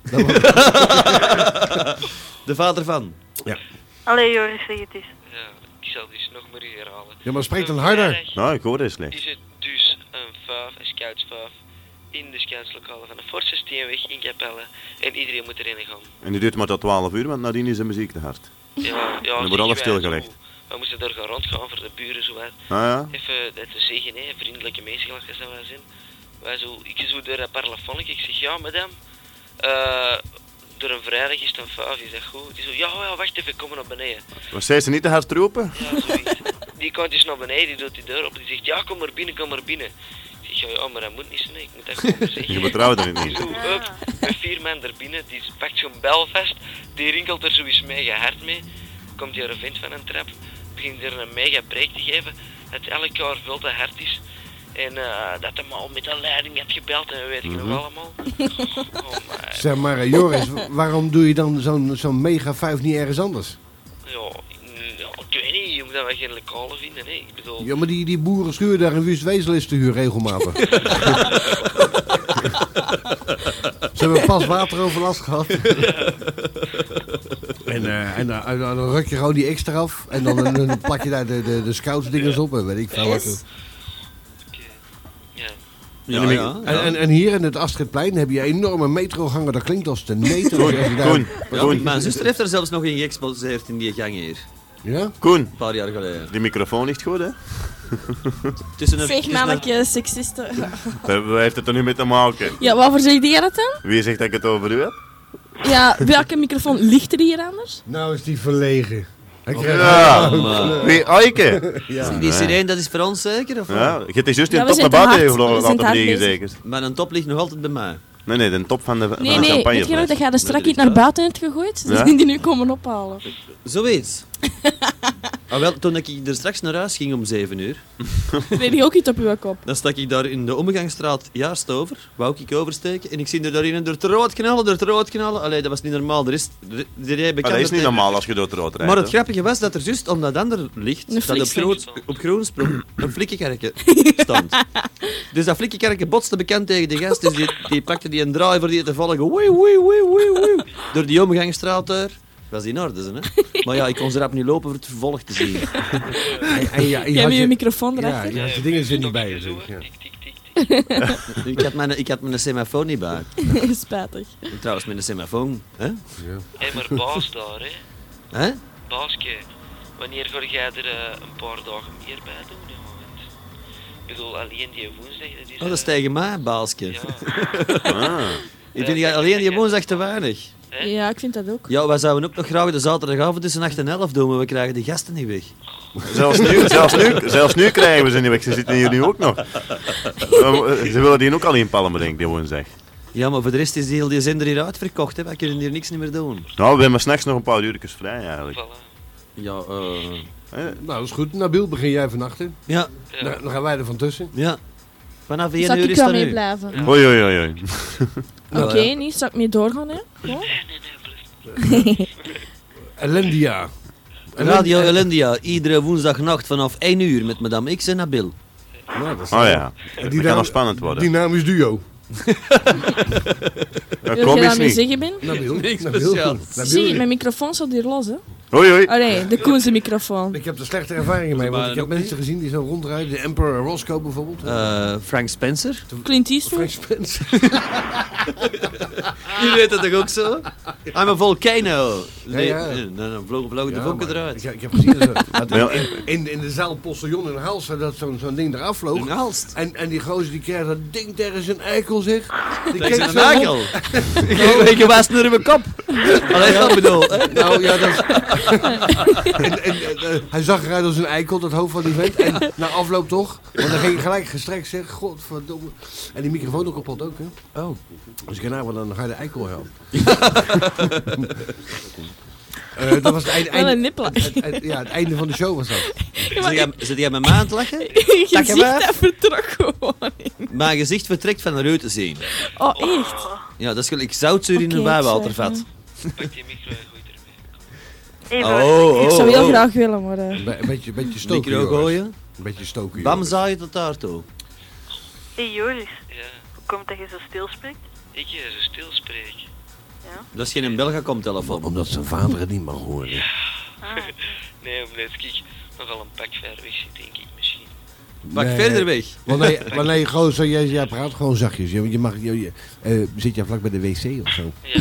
Speaker 3: De vader van.
Speaker 2: Ja.
Speaker 8: Allee Joris, zeg het eens.
Speaker 7: Ja, ik zal dus nog maar eens herhalen.
Speaker 2: Ja, maar spreek dan harder.
Speaker 4: Nou, ik hoor het slecht.
Speaker 7: Is het dus een scoutsvijf in de scoutslokalen van de Forse Steenweg in Capelle. En iedereen moet erin gaan.
Speaker 4: En die duurt maar tot 12 uur, want nadien is de muziek te hard.
Speaker 7: Ja,
Speaker 4: dan wordt alles stilgelegd.
Speaker 7: We moesten daar gaan rondgaan voor de buren zo wat.
Speaker 4: Ja.
Speaker 7: Even dat te zeggen, hè, vriendelijke mensen gelijk als dat wij zijn. Ik zo door dat parlafonnetje, ik zeg ja madame, door een vrijdag is het een 5, is dat goed? Die zo, ja, wacht even, kom maar naar beneden.
Speaker 4: Wat zei ze niet te hard roepen?
Speaker 7: Ja, zoiets. Die komt dus naar beneden, die doet die deur op, die zegt ja, kom maar binnen. Ik zeg ja, maar dat moet niet zijn, ik moet dat gewoon zeggen.
Speaker 4: Je vertrouwt er niet.
Speaker 7: Zo, up, met 4 man er binnen, die pakt zo'n bel vast, die rinkelt er zoiets mega hard mee. Komt die er vent van een trap, begint er een mega break te geven, dat elk jaar veel te hard is. En dat hem al met de leiding had gebeld en weet ik nog allemaal. Oh,
Speaker 2: Zeg maar, Joris, waarom doe je dan zo'n mega 5 niet ergens anders?
Speaker 7: Ja, ik weet niet, je moet dat wel geen lokale vinden, hè. Ik bedoel...
Speaker 2: Ja, maar die boerenschuur daar in Wustwezel is te huur regelmatig. Ze hebben pas wateroverlast gehad. En dan ruk je gewoon die extra af. En dan plak je daar de scoutsdingers op en weet ik veel wat.
Speaker 3: Ja.
Speaker 2: En hier in het Astridplein heb je enorme metrogangen. Dat klinkt als de metro.
Speaker 3: Ja, mijn zuster heeft er zelfs nog in geëxposeerd in die gang hier.
Speaker 2: Ja?
Speaker 4: Koen,
Speaker 3: Een paar jaar geleden.
Speaker 4: die microfoon ligt goed, hè?
Speaker 5: Zeg mannetje, seksiste.
Speaker 4: Wat heeft het er nu mee te maken?
Speaker 5: Ja, waarvoor zeg jij dat dan?
Speaker 4: Wie zegt dat ik het over u heb?
Speaker 5: Ja, welke microfoon ligt er hier anders?
Speaker 2: Nou is die verlegen. Hij krijgt
Speaker 4: Ja, wie Aike?
Speaker 2: Ja.
Speaker 3: Die sirene, dat is voor ons zeker? Of
Speaker 4: Ja, je hebt juist
Speaker 5: Ja,
Speaker 4: in
Speaker 5: we
Speaker 4: de top
Speaker 5: zijn
Speaker 4: naar
Speaker 5: te
Speaker 4: buiten
Speaker 5: hard. We zijn
Speaker 4: laten
Speaker 5: te hard
Speaker 4: vliegen,
Speaker 5: bezig.
Speaker 4: zeker?
Speaker 3: Maar een top ligt nog altijd bij mij.
Speaker 4: Nee, de top van de
Speaker 5: Nee,
Speaker 4: van de
Speaker 5: weet je nog
Speaker 4: champagnefles.
Speaker 5: dat jij de strak
Speaker 3: ligt
Speaker 5: naar
Speaker 3: daar.
Speaker 5: buiten hebt gegooid? Dus
Speaker 4: Ja?
Speaker 5: die nu komen ophalen.
Speaker 3: Zoiets. Wel, toen ik er straks naar huis ging om 7 uur,
Speaker 5: Weet je ook iets op uw kop?
Speaker 3: dan stak ik daar in de omgangsstraat juist over, wou ik oversteken, en ik zie er daarin door het rood knallen. Allee, dat was niet normaal. Er is
Speaker 4: Dat is niet normaal als je door het rood rijdt.
Speaker 3: Maar het
Speaker 4: hè.
Speaker 3: grappige was dat er juist om dat andere licht,
Speaker 5: Een
Speaker 3: dat op groen sprong, een flikkenkerke stond. Dus dat flikkenkerke botste bekend tegen de gast, dus die pakte die een draai voor die te volgen. Wee, wee, wee, wee, wee. Door die omgangsstraat daar. Was die in orde, hè? Maar ja, ik kon ze rap niet lopen voor het vervolg te zien.
Speaker 2: En
Speaker 5: Jij met je microfoon
Speaker 2: Ja,
Speaker 5: erachter?
Speaker 2: je had je dingen er niet bij je. Zeg. Ja.
Speaker 3: Ik had mijn semafoon niet bij.
Speaker 5: Spijtig.
Speaker 3: En trouwens, met een semafoon. Hè?
Speaker 7: Hé, maar baas daar, hè.
Speaker 3: Hè?
Speaker 7: Baaske, wanneer ga jij er een paar dagen meer bij doen? Ja, want, ik bedoel, alleen die woensdag, dat is...
Speaker 3: Oh, dat is tegen mij, baasje.
Speaker 7: Ja.
Speaker 3: Ik vind alleen die woensdag te weinig.
Speaker 5: Ja, ik vind dat ook.
Speaker 3: Ja, wij zouden ook nog graag de zaterdagavond tussen 8 en 11 doen, maar we krijgen de gasten niet weg.
Speaker 4: Zelfs nu krijgen we ze niet weg. Ze zitten hier nu ook nog. Ze willen die ook al inpalmen, denk ik, die woensdag.
Speaker 3: Ja, maar voor de rest is die hele zender hier uitverkocht, hè. Wij kunnen hier niks meer doen.
Speaker 4: Nou, we hebben s'nachts nog een paar uurtjes vrij, eigenlijk.
Speaker 3: Ja,
Speaker 2: Nou, dat is goed. Nabil, begin jij vannacht in.
Speaker 3: Ja.
Speaker 2: Dan gaan wij er van tussen.
Speaker 3: Ja. Vanaf 1
Speaker 5: Zal
Speaker 3: uur
Speaker 5: ik
Speaker 3: is
Speaker 5: wel
Speaker 3: dat
Speaker 5: mee
Speaker 3: nu.
Speaker 5: blijven?
Speaker 3: Ja.
Speaker 4: Oei, oei, oei, oei.
Speaker 5: Oké, niet. Zal ik mee doorgaan, hè? Ja?
Speaker 2: Elendia.
Speaker 3: Radio Elendia, iedere woensdagnacht vanaf 1 uur met Madame X en Nabil.
Speaker 2: Nou, dat is
Speaker 4: Oh ja, dat
Speaker 2: die
Speaker 4: kan
Speaker 2: naam-
Speaker 4: nog spannend worden.
Speaker 2: Dynamisch duo.
Speaker 5: Wil je
Speaker 4: Komisch
Speaker 5: daarmee
Speaker 4: niet.
Speaker 5: zeggen, Ben?
Speaker 2: Nabil.
Speaker 3: Niks
Speaker 2: Nabil.
Speaker 3: speciaals.
Speaker 5: Zie, mijn microfoon staat hier los, hè?
Speaker 4: Oei, oei.
Speaker 5: Oh nee, de Koense microfoon.
Speaker 2: Ik heb er slechte ervaringen mee, want ik heb mensen gezien die zo rondrijden. De Emperor Roscoe bijvoorbeeld.
Speaker 3: Frank Spencer.
Speaker 5: Clint Eastwood.
Speaker 2: Frank Spencer.
Speaker 3: Je weet het toch ook zo? I'm a volcano. Nee,
Speaker 2: Ja, ja.
Speaker 3: dan vlogen de vonken eruit.
Speaker 2: Ik heb gezien dat in de zaal Postillon in Haalst dat zo'n ding eraf vloog.
Speaker 3: In Aalst?
Speaker 2: En die gozer die kreeg dat ding tegen zijn eikel, zeg. Die
Speaker 3: Dat
Speaker 2: keek
Speaker 3: is een
Speaker 2: zo
Speaker 3: eikel.
Speaker 2: rond.
Speaker 3: Ik was naar mijn kop. Allee, dat bedoel. Hè?
Speaker 2: Nou ja, dat hij zag eruit als een eikel, dat hoofd van die vent. En na afloop toch. Want dan ging hij gelijk gestrekt zeggen, godverdomme. En die microfoon ook kapot ook, hè.
Speaker 3: Oh.
Speaker 2: Dus ik nou, dan ga je de eikel helpen. Dat was het einde.
Speaker 5: Wel een nippel.
Speaker 2: Ja, het einde van de show was dat.
Speaker 3: Zit jij met mij aan het lachen?
Speaker 5: Je
Speaker 3: Tak hem
Speaker 5: gezicht
Speaker 3: af.
Speaker 5: dat vertrok gewoon.
Speaker 3: Mijn gezicht vertrekt van een reut zien.
Speaker 5: Oh, echt?
Speaker 3: Ja, dat is gelijk zoutzuur in een
Speaker 5: Oké,
Speaker 3: bijwatervat.
Speaker 7: Pak die micro en gooi ermee.
Speaker 3: Oh,
Speaker 5: Ik zou heel graag willen, maar...
Speaker 2: Een beetje stoken.
Speaker 3: Micro
Speaker 2: Joris.
Speaker 3: gooien.
Speaker 2: Een beetje stoken.
Speaker 3: Bam,
Speaker 2: Joris.
Speaker 3: zaai je tot daartoe.
Speaker 8: Hé Joris,
Speaker 7: Ja,
Speaker 8: hoe komt het dat je zo stil spreekt?
Speaker 7: ik zo stil spreek.
Speaker 3: Dat is geen Belgacom-telefoon.
Speaker 2: Omdat zijn vader het niet mag horen.
Speaker 7: Nee, omdat ik nogal een pak ver weg zit, denk ik misschien.
Speaker 3: Pak verder weg.
Speaker 2: Wanneer je gewoon zo, jij praat gewoon zachtjes. Je mag, zit jij vlak bij de wc of zo?
Speaker 7: Ja.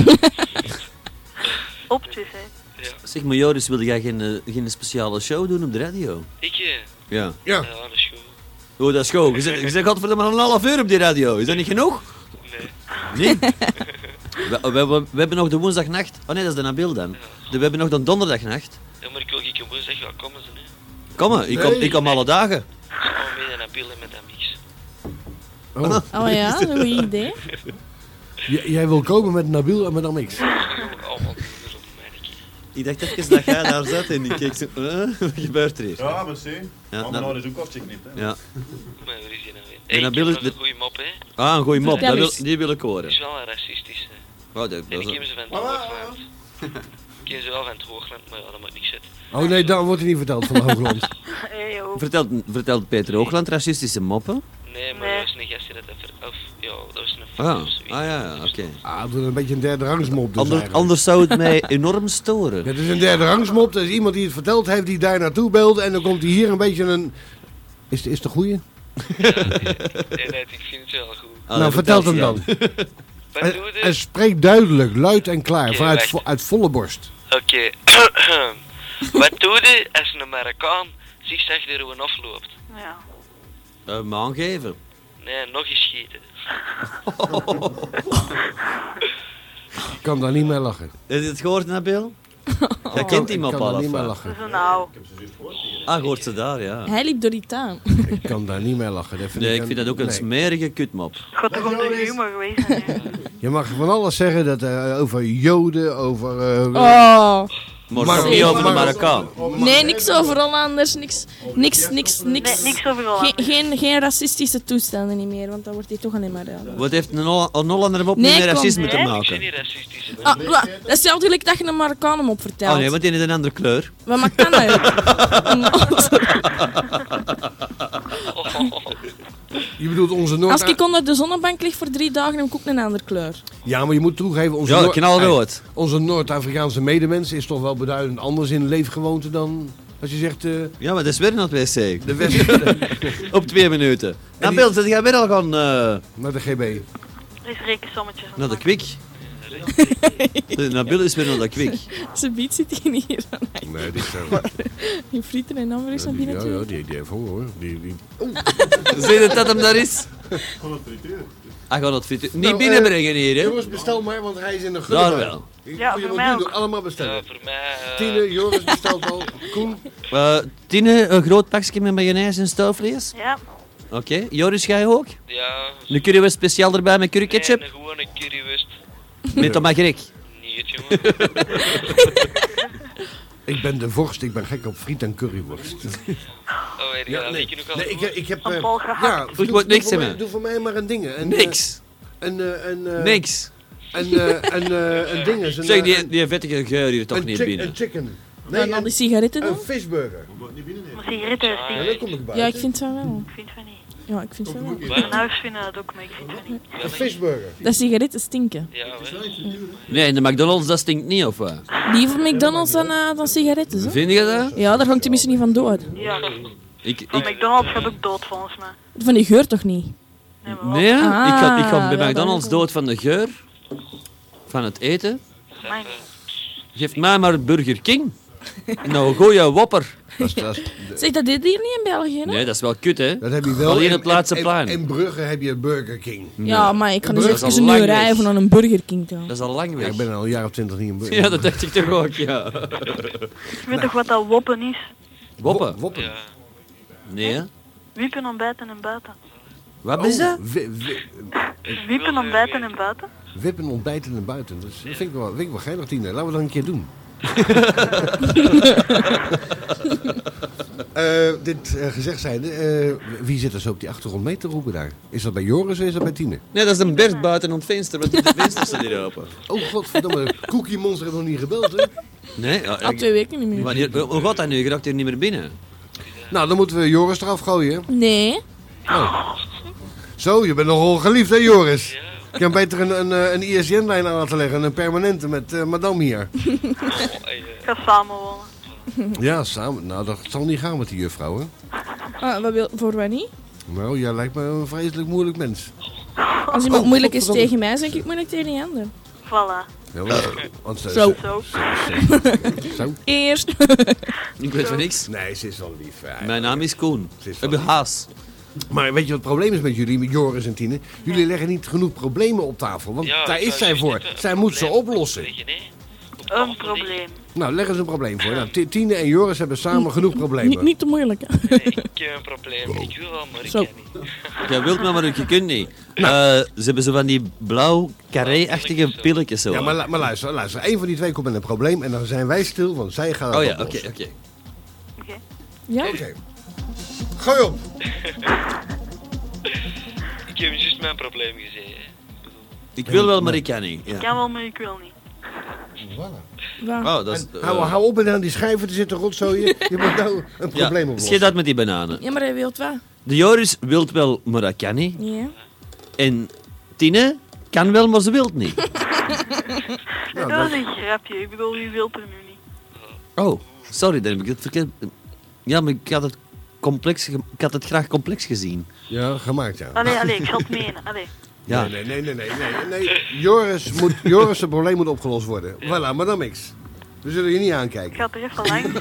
Speaker 8: Op het wc.
Speaker 7: Ja.
Speaker 3: Zeg maar, Joris, wil jij geen speciale show doen op de radio?
Speaker 7: Ik?
Speaker 3: Ja.
Speaker 2: Ja.
Speaker 7: Dat is goed.
Speaker 3: Oh, dat is goed. Je zegt godverdomme een half uur op die radio. Is dat niet genoeg?
Speaker 7: Nee.
Speaker 3: Nee? We hebben nog de woensdagnacht. Oh nee, dat is de Nabil dan. We hebben nog de donderdagnacht.
Speaker 7: Ja, maar ik wil ik woensdag wel komen ze, hè.
Speaker 3: Kom maar, ik kom alle dagen.
Speaker 7: Samen met een Nabil en met een mix.
Speaker 2: Oh.
Speaker 5: Oh ja, dat is een goed idee.
Speaker 2: Jij wil komen met Nabil en met Amix.
Speaker 7: Allemaal
Speaker 3: Ik dacht even dat jij daar zat en ik keek zo... wat gebeurt er hier?
Speaker 4: Ja, merci.
Speaker 3: Ja,
Speaker 4: nou is ook kost ik niet, hè.
Speaker 3: Ja.
Speaker 7: Maar waar is die nou weer?
Speaker 3: En
Speaker 7: Hey,
Speaker 3: Nabil
Speaker 7: ik
Speaker 3: is
Speaker 7: heb nog een goeie mop, hè.
Speaker 3: Ah, een goeie mop.
Speaker 5: Vertel eens.
Speaker 3: Die wil ik
Speaker 7: Het
Speaker 3: horen.
Speaker 7: is wel een racistische.
Speaker 3: Oh, dat
Speaker 7: En ik
Speaker 3: is...
Speaker 7: ken ze van het Hoogland. Ik ken ze wel van het Hoogland, maar ja, dat moet niks zetten.
Speaker 2: Oh nee, dan wordt hij niet verteld van de Hoogland.
Speaker 8: Hey, joh.
Speaker 3: Vertelt Peter Hoogland racistische moppen?
Speaker 7: Nee, maar dat is een gast die dat of ja, dat was een
Speaker 3: Ah,
Speaker 7: of zoiets.
Speaker 3: ja, oké.
Speaker 2: Ah, het wordt een beetje een derde rangsmop dus eigenlijk.
Speaker 3: Anders zou het mij enorm storen.
Speaker 2: Het is een derde rangsmop. Dat is iemand die het verteld heeft, die daar naartoe belde. En dan komt hij hier een beetje een... Is het de goeie?
Speaker 7: Nee, ik vind het wel goed.
Speaker 3: Ah,
Speaker 2: Nou, vertel hem dan.
Speaker 7: Wat
Speaker 2: En,
Speaker 7: doe je?
Speaker 2: en spreek duidelijk, luid en klaar.
Speaker 7: Oké,
Speaker 2: Vanuit
Speaker 7: wacht.
Speaker 2: uit volle borst.
Speaker 7: Oké. Wat doe je als een Marokkaan zigzag er gewoon afloopt?
Speaker 8: Ja.
Speaker 3: Me aangeven.
Speaker 7: Nee, nog eens schieten.
Speaker 2: Ik kan daar niet mee lachen.
Speaker 3: Heb je het gehoord, Nabil? Jij kent die
Speaker 2: Ik
Speaker 3: mop
Speaker 2: kan
Speaker 3: al,
Speaker 2: daar
Speaker 3: of
Speaker 2: niet mee
Speaker 3: wat?
Speaker 2: lachen.
Speaker 8: Dat is een ouw.
Speaker 3: Ah, hoort ze daar, ja.
Speaker 5: Hij liep door die tuin.
Speaker 2: Ik kan daar niet mee lachen. Dat
Speaker 3: Nee, ik vind dat ook een
Speaker 2: nee.
Speaker 3: smerige kutmop.
Speaker 8: Het gaat toch om de humor geweest zijn. hè?
Speaker 2: Je mag van alles zeggen dat, over Joden, over...
Speaker 5: Oh.
Speaker 3: Maar
Speaker 2: Maar-
Speaker 3: toch niet over de
Speaker 2: maar-
Speaker 3: Marokkaan.
Speaker 5: Nee, niks over Hollanders, niks.
Speaker 8: Nee, niks over Hollanders.
Speaker 5: Geen racistische toestanden niet meer, want dan wordt hij toch alleen maar...
Speaker 3: Wat heeft een Hollander mop
Speaker 5: Nee,
Speaker 3: niet met
Speaker 5: kom.
Speaker 3: racisme te
Speaker 8: Nee.
Speaker 7: Ik ben
Speaker 3: maken?
Speaker 7: niet racistisch. hè.
Speaker 5: Ah, dat is natuurlijk dat je een Marokkaan hem op vertelt.
Speaker 3: Oh nee, want die is een andere kleur.
Speaker 5: Wat maakt dat nou uit?
Speaker 2: Je bedoelt onze Noord...
Speaker 5: Als ik onder de zonnebank lig voor 3 dagen, heb ik ook een andere kleur.
Speaker 2: Ja, maar je moet toegeven, onze,
Speaker 3: Ja, knalrood.
Speaker 2: onze Noord-Afrikaanse medemens is toch wel beduidend anders in leefgewoonte dan... Als je zegt...
Speaker 3: Ja, maar dat is weer naar het wc.
Speaker 2: de West...
Speaker 3: Op 2 minuten.
Speaker 2: die-
Speaker 3: Nabil, zit jij weer al gaan
Speaker 2: naar de GB.
Speaker 8: Er is rekensommetjes.
Speaker 3: naar de kwik? Nabil is weer naar de kwik.
Speaker 5: Ze biedt zit hier niet hier.
Speaker 2: Nee, die is zo...
Speaker 5: Die frieten en hamburgers naar binnen
Speaker 2: Ja,
Speaker 5: toe.
Speaker 2: die heeft honger hoor. Die...
Speaker 3: Zie je dat hem daar is? Hij gaat het frituur. Niet
Speaker 2: Nou,
Speaker 3: binnenbrengen hier, hè?
Speaker 2: Jongens, bestel maar, want hij is in de
Speaker 3: Daar
Speaker 2: gulden.
Speaker 3: wel.
Speaker 8: Ja, voor mij ook.
Speaker 2: Allemaal bestellen.
Speaker 7: Voor mij...
Speaker 2: Tine, Joris bestelt al. Koen.
Speaker 3: Tine, een groot pakje met mayonaise en stoofvlees.
Speaker 8: Ja.
Speaker 3: Oké. Joris, ga je ook?
Speaker 7: Ja...
Speaker 3: Een currywurst speciaal erbij met curry ketchup?
Speaker 7: Nee, een gewone currywurst.
Speaker 3: Met tomagrek.
Speaker 7: Niet, jongen.
Speaker 2: Ik ben de vorst, ik ben gek op friet en curryworst.
Speaker 7: Oh, weet je
Speaker 2: Ja,
Speaker 7: dat?
Speaker 2: nee.
Speaker 7: Ik nog al
Speaker 2: Nee, ik heb...
Speaker 8: Een bal gehakt.
Speaker 2: ja,
Speaker 3: Ik word niks
Speaker 2: voor
Speaker 3: in
Speaker 2: mij,
Speaker 3: me.
Speaker 2: doe voor mij maar een ding.
Speaker 3: Niks.
Speaker 2: Een
Speaker 3: Niks.
Speaker 2: een ding is een...
Speaker 3: Zeg, die vettige geur hier toch niet binnen.
Speaker 2: Een chicken.
Speaker 5: En dan die sigaretten
Speaker 2: Een
Speaker 5: dan?
Speaker 2: fishburger.
Speaker 8: Maar sigaretten is
Speaker 2: Ja,
Speaker 8: die.
Speaker 2: dan kom ik
Speaker 5: Ja,
Speaker 2: buiten.
Speaker 5: ik vind het wel.
Speaker 8: Ik vind van niet.
Speaker 5: Ja, ik vind het wel.
Speaker 8: Mijn ouders vinden dat ook, maar ik vind van niet.
Speaker 2: Een fishburger.
Speaker 5: Dat sigaretten stinken.
Speaker 7: Ja, wel.
Speaker 3: Nee, in de McDonald's dat stinkt niet, of wat?
Speaker 5: Liever McDonald's dan sigaretten, hè?
Speaker 3: Vind je dat?
Speaker 5: Ja, daar hangt tenminste niet van dood.
Speaker 8: Ja.
Speaker 3: Ik,
Speaker 8: Van McDonald's gaat ook dood volgens mij.
Speaker 5: Van die geur toch niet?
Speaker 8: Nee, maar wel.
Speaker 3: nee,
Speaker 5: Ah,
Speaker 3: ik ga bij
Speaker 5: ja,
Speaker 3: McDonald's
Speaker 5: dat-
Speaker 3: dood van de geur. Van het eten.
Speaker 8: Mijn.
Speaker 3: Geef mij maar Burger King. Nou, gooi je wopper.
Speaker 5: Zeg, dat dit hier niet in België, hè?
Speaker 3: Nee, dat is wel kut, hè?
Speaker 2: Dat heb je wel.
Speaker 3: Alleen het laatste plein.
Speaker 2: In Brugge heb je Burger King.
Speaker 5: Ja, maar ik ga dus
Speaker 3: Dat is al
Speaker 5: even een
Speaker 3: lang
Speaker 5: uur
Speaker 3: weg.
Speaker 5: rijden van een Burger King te gaan.
Speaker 3: Dat is al lang
Speaker 2: Ja,
Speaker 3: weg.
Speaker 2: ik ben al een jaar of 20 niet in Burger
Speaker 3: Ja, dat dacht ik toch ook, ja.
Speaker 8: Je weet toch wat dat woppen is?
Speaker 3: Woppen?
Speaker 2: Woppen.
Speaker 7: Ja.
Speaker 3: Nee, hè?
Speaker 8: Wiepen, ontbijten en buiten.
Speaker 3: Wat is dat?
Speaker 8: Wiepen, ontbijten en buiten?
Speaker 2: Wippen, ontbijten en buiten. Dat vind ik wel geinig, Tine. Laten we dat een keer doen. Dit gezegd zijnde, wie zit er zo op die achtergrond mee te roepen daar? Is dat bij Joris of is dat bij Tine?
Speaker 3: Nee, dat is een Bert buiten op het venster, want de vensters staan hier open.
Speaker 2: Oh godverdomme, Cookie Monster heeft nog niet gebeld, hè?
Speaker 3: Nee, ja,
Speaker 5: Al 2 weken niet meer.
Speaker 3: wanneer, hoe gaat dat nu? Je raakt hier niet meer binnen.
Speaker 2: Nou, dan moeten we Joris eraf gooien.
Speaker 5: Nee.
Speaker 2: Zo, je bent nogal geliefd, hè Joris? Ik kan beter een ISN-lijn aan laten leggen, een permanente met madame hier.
Speaker 8: Ik ga samenwonen.
Speaker 2: Ja, samen. Nou, dat zal niet gaan met die juffrouw, hè?
Speaker 5: Ah, wat wil, voor wat niet?
Speaker 2: Nou, jij lijkt me een vreselijk moeilijk mens.
Speaker 5: Als iemand moeilijk is
Speaker 2: godverdomme.
Speaker 5: tegen mij, zeg ik moeilijk tegen die ander.
Speaker 8: Voilà.
Speaker 2: Ja, want
Speaker 5: Zo.
Speaker 8: Zo.
Speaker 2: Zo?
Speaker 5: Eerst.
Speaker 3: Ik weet van niks.
Speaker 2: Nee, ze is wel lief. Ja,
Speaker 3: Mijn naam is Koen.
Speaker 2: Ze is
Speaker 3: Ik
Speaker 2: wel
Speaker 3: ben
Speaker 2: lief.
Speaker 3: Haas.
Speaker 2: Maar weet je wat het probleem is met jullie, met Joris en Tine? Jullie leggen niet genoeg problemen op tafel, want
Speaker 7: Ja,
Speaker 2: daar
Speaker 7: ik
Speaker 2: is
Speaker 7: zou
Speaker 2: zij
Speaker 7: juist
Speaker 2: voor.
Speaker 7: net
Speaker 2: Zij
Speaker 7: een
Speaker 2: moet ze
Speaker 7: probleem
Speaker 2: oplossen.
Speaker 7: leggen, hè.
Speaker 8: Een probleem.
Speaker 2: Nou, leg eens een probleem voor. Nou, Tine en Joris hebben samen genoeg problemen.
Speaker 5: Niet te moeilijk, hè?
Speaker 7: Nee, ik heb een probleem. Ik wil wel, maar ik
Speaker 5: Zo.
Speaker 7: kan niet.
Speaker 3: Jij wilt maar je kunt niet. Ze hebben zo van die blauw carré-achtige pilletjes zo.
Speaker 2: Ja, maar luister. Eén van die twee komt met een probleem en dan zijn wij stil, want zij gaan het
Speaker 3: Oh ja,
Speaker 2: oplossen.
Speaker 3: oké.
Speaker 5: Ja?
Speaker 2: Oké. Gooi op.
Speaker 7: Ik heb juist mijn probleem gezien.
Speaker 3: Ik wil wel, maar ik kan niet.
Speaker 8: Ik
Speaker 3: Ja.
Speaker 8: kan wel, maar ik wil niet.
Speaker 5: Waar?
Speaker 3: Oh, dat is...
Speaker 2: Hou op en aan die schijven te zitten rotzooien. Je moet nou een probleem
Speaker 3: ja,
Speaker 2: oplossen.
Speaker 3: schit uit met die bananen.
Speaker 5: Ja, maar hij wil wat.
Speaker 3: De Joris wilt wel, maar dat kan niet.
Speaker 5: Ja.
Speaker 3: En Tine kan wel, maar ze wilt niet.
Speaker 2: Nou,
Speaker 8: Dat is een grapje. Ik bedoel, wie wil er nu niet?
Speaker 3: Oh, sorry, dan heb ik het verkeerd... Ja, maar ik had het, ik had het graag complex gezien.
Speaker 2: Ja, gemaakt ja.
Speaker 8: Allee, ik zal het menen. Allee.
Speaker 3: Ja.
Speaker 2: Nee. Joris' probleem moet opgelost worden. Voilà, madame X. We zullen je niet
Speaker 8: Ik
Speaker 2: aankijken.
Speaker 8: ga er even langs.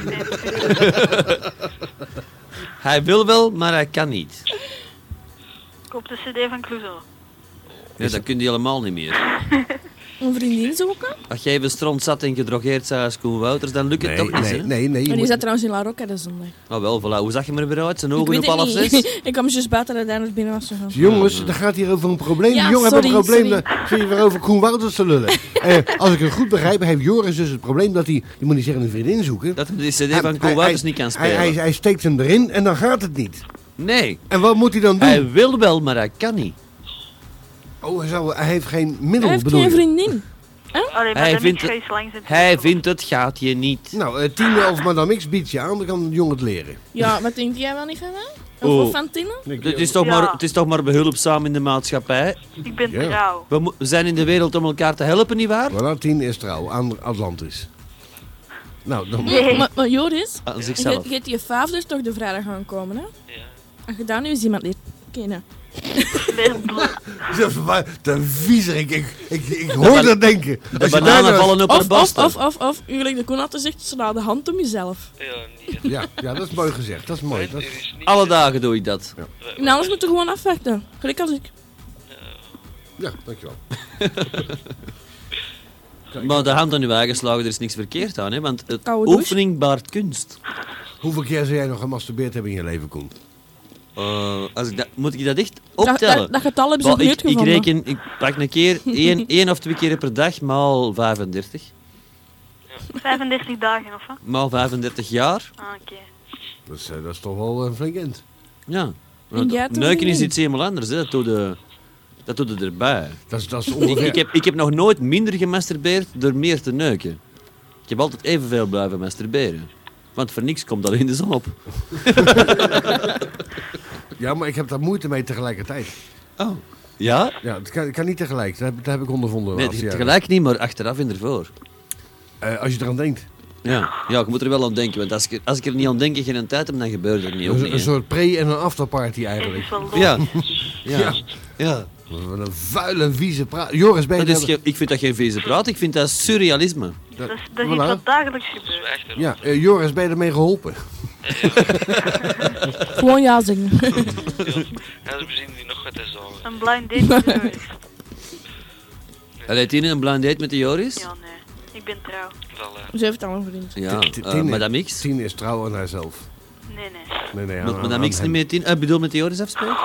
Speaker 3: Hij wil wel, maar hij kan niet.
Speaker 8: Koop de cd van Clouseau.
Speaker 3: Ja, dat kun je helemaal niet meer.
Speaker 5: Een vriendin zoeken?
Speaker 3: Als jij even stront zat en gedrogeerd zou als Koen Wouters, dan lukt het toch niet, hè?
Speaker 2: Nee.
Speaker 5: En
Speaker 2: je
Speaker 5: die
Speaker 2: moet-
Speaker 5: zat trouwens in La Rocca de zondag.
Speaker 3: Nou wel, voilà. Hoe zag je me er weer uit? Zijn
Speaker 5: Ik
Speaker 3: ogen
Speaker 5: weet
Speaker 3: op
Speaker 5: het
Speaker 3: 5:30?
Speaker 5: niet. Ik kwam juist buiten dat hij naar binnen was gegaan.
Speaker 2: Jongens, het gaat hier over een probleem.
Speaker 5: Ja,
Speaker 2: Die jongen heeft een
Speaker 5: sorry,
Speaker 2: probleem. Dan zit je weer over Koen Wouters te lullen. Als ik het goed begrijp, heeft Joris dus het probleem dat hij... Je moet niet zeggen een vriendin zoeken.
Speaker 3: Dat hij de cd van Koen Wouters niet kan spelen.
Speaker 2: Hij steekt hem erin en dan gaat het niet.
Speaker 3: Nee.
Speaker 2: En wat moet hij dan doen?
Speaker 3: Hij wil wel, maar hij kan niet.
Speaker 2: Oh, hij heeft geen middel,
Speaker 5: Hij heeft
Speaker 2: bedoel
Speaker 5: geen
Speaker 2: je?
Speaker 5: vriendin.
Speaker 8: Allee, maar
Speaker 3: Hij
Speaker 8: dan
Speaker 3: vindt
Speaker 8: ga
Speaker 3: het-
Speaker 8: je langs in
Speaker 3: Hij vindt het gaat je niet.
Speaker 2: Nou, Tine of Madame X biedt je aan, dan kan de jongen het leren.
Speaker 5: Ja, wat denk jij wel niet van mij?
Speaker 3: Oh.
Speaker 5: Of van Tine?
Speaker 3: Het is toch maar behulpzaam in de maatschappij.
Speaker 8: Ik ben
Speaker 2: Ja.
Speaker 8: trouw.
Speaker 3: We zijn in de wereld om elkaar te helpen, nietwaar?
Speaker 2: Voilà, Tine is trouw aan Atlantis. Nou, dan...
Speaker 8: Nee.
Speaker 5: Maar Joris,
Speaker 3: Aan
Speaker 5: je
Speaker 3: zichzelf.
Speaker 5: hebt je vaaf dus toch de vrijdag gaan komen, hè?
Speaker 7: Ja.
Speaker 5: Als je daar nu eens iemand leert kennen.
Speaker 2: De viezerik, ik hoor dat denken.
Speaker 3: De
Speaker 2: Als je
Speaker 3: bananen
Speaker 2: daar-
Speaker 3: vallen op haar
Speaker 5: Of,
Speaker 3: basten.
Speaker 5: of, gelijk de Koen had gezegd, sla de hand om jezelf.
Speaker 7: Ja, niet.
Speaker 2: Ja, dat is mooi gezegd. Dat is mooi. Dat...
Speaker 7: Er is niet...
Speaker 3: Alle dagen doe ik dat.
Speaker 5: En anders moet je gewoon afwachten. Gelijk als ik.
Speaker 2: Ja, dankjewel.
Speaker 3: Maar de hand aan je eigen slagen, er is niks verkeerd aan, hè? Want het
Speaker 5: Koude douche.
Speaker 3: oefening baart kunst.
Speaker 2: Hoeveel keer zou jij nog gemasturbeerd hebben in je leven, Koen?
Speaker 3: Moet ik dat echt optellen?
Speaker 5: Dat getal hebben ze
Speaker 3: Wel,
Speaker 5: niet uitgevonden.
Speaker 3: ik pak een keer, één of 2 keer per dag, maal 35.
Speaker 8: 35 dagen of wat?
Speaker 3: Maal 35 jaar.
Speaker 8: Ah, oké.
Speaker 2: Dat is toch wel een flink end.
Speaker 3: Ja.
Speaker 5: En jij toch
Speaker 3: Neuken is
Speaker 5: niet?
Speaker 3: iets helemaal anders, hè. Dat doe je erbij.
Speaker 2: Dat is ongeveer...
Speaker 3: Ik heb nog nooit minder gemasturbeerd door meer te neuken. Ik heb altijd evenveel blijven masturberen. Want voor niks komt dat in de zon op.
Speaker 2: Ja, maar ik heb daar moeite mee tegelijkertijd.
Speaker 3: Oh. Ja?
Speaker 2: Ja, het kan niet tegelijk. Dat heb ik ondervonden. de
Speaker 3: Nee,
Speaker 2: laatste jaren.
Speaker 3: tegelijk niet, maar achteraf en ervoor.
Speaker 2: Als je eraan denkt.
Speaker 3: Ja, je moet er wel aan denken. Want als ik er niet aan denk en geen tijd heb, dan gebeurt het niet. Ook niet,
Speaker 2: Een
Speaker 3: hè.
Speaker 2: soort pre- en een afterparty eigenlijk.
Speaker 3: Ja. Ja. Ja.
Speaker 2: Wat een vuile, vieze praat. Joris, ben je
Speaker 3: Dat is ik vind dat geen vieze praat, ik vind dat surrealisme.
Speaker 8: Dat is iets wat dagelijks gebeurt.
Speaker 2: Ja, Joris, ben je ermee geholpen?
Speaker 5: Gewoon ja zeggen.
Speaker 7: Ja, ze bezinnen die nog wat te zorgen.
Speaker 8: Een blind date met de Joris.
Speaker 3: Allee, Tine, een blind date met de Joris?
Speaker 8: Ja, nee. Ik ben trouw.
Speaker 5: Ze heeft al een vriend.
Speaker 3: Ja, Madame X?
Speaker 2: Tine is trouw aan haarzelf.
Speaker 8: Nee.
Speaker 2: Nee,
Speaker 3: Moet Madame X niet meer Tine... Ik bedoel met de Joris afspreken?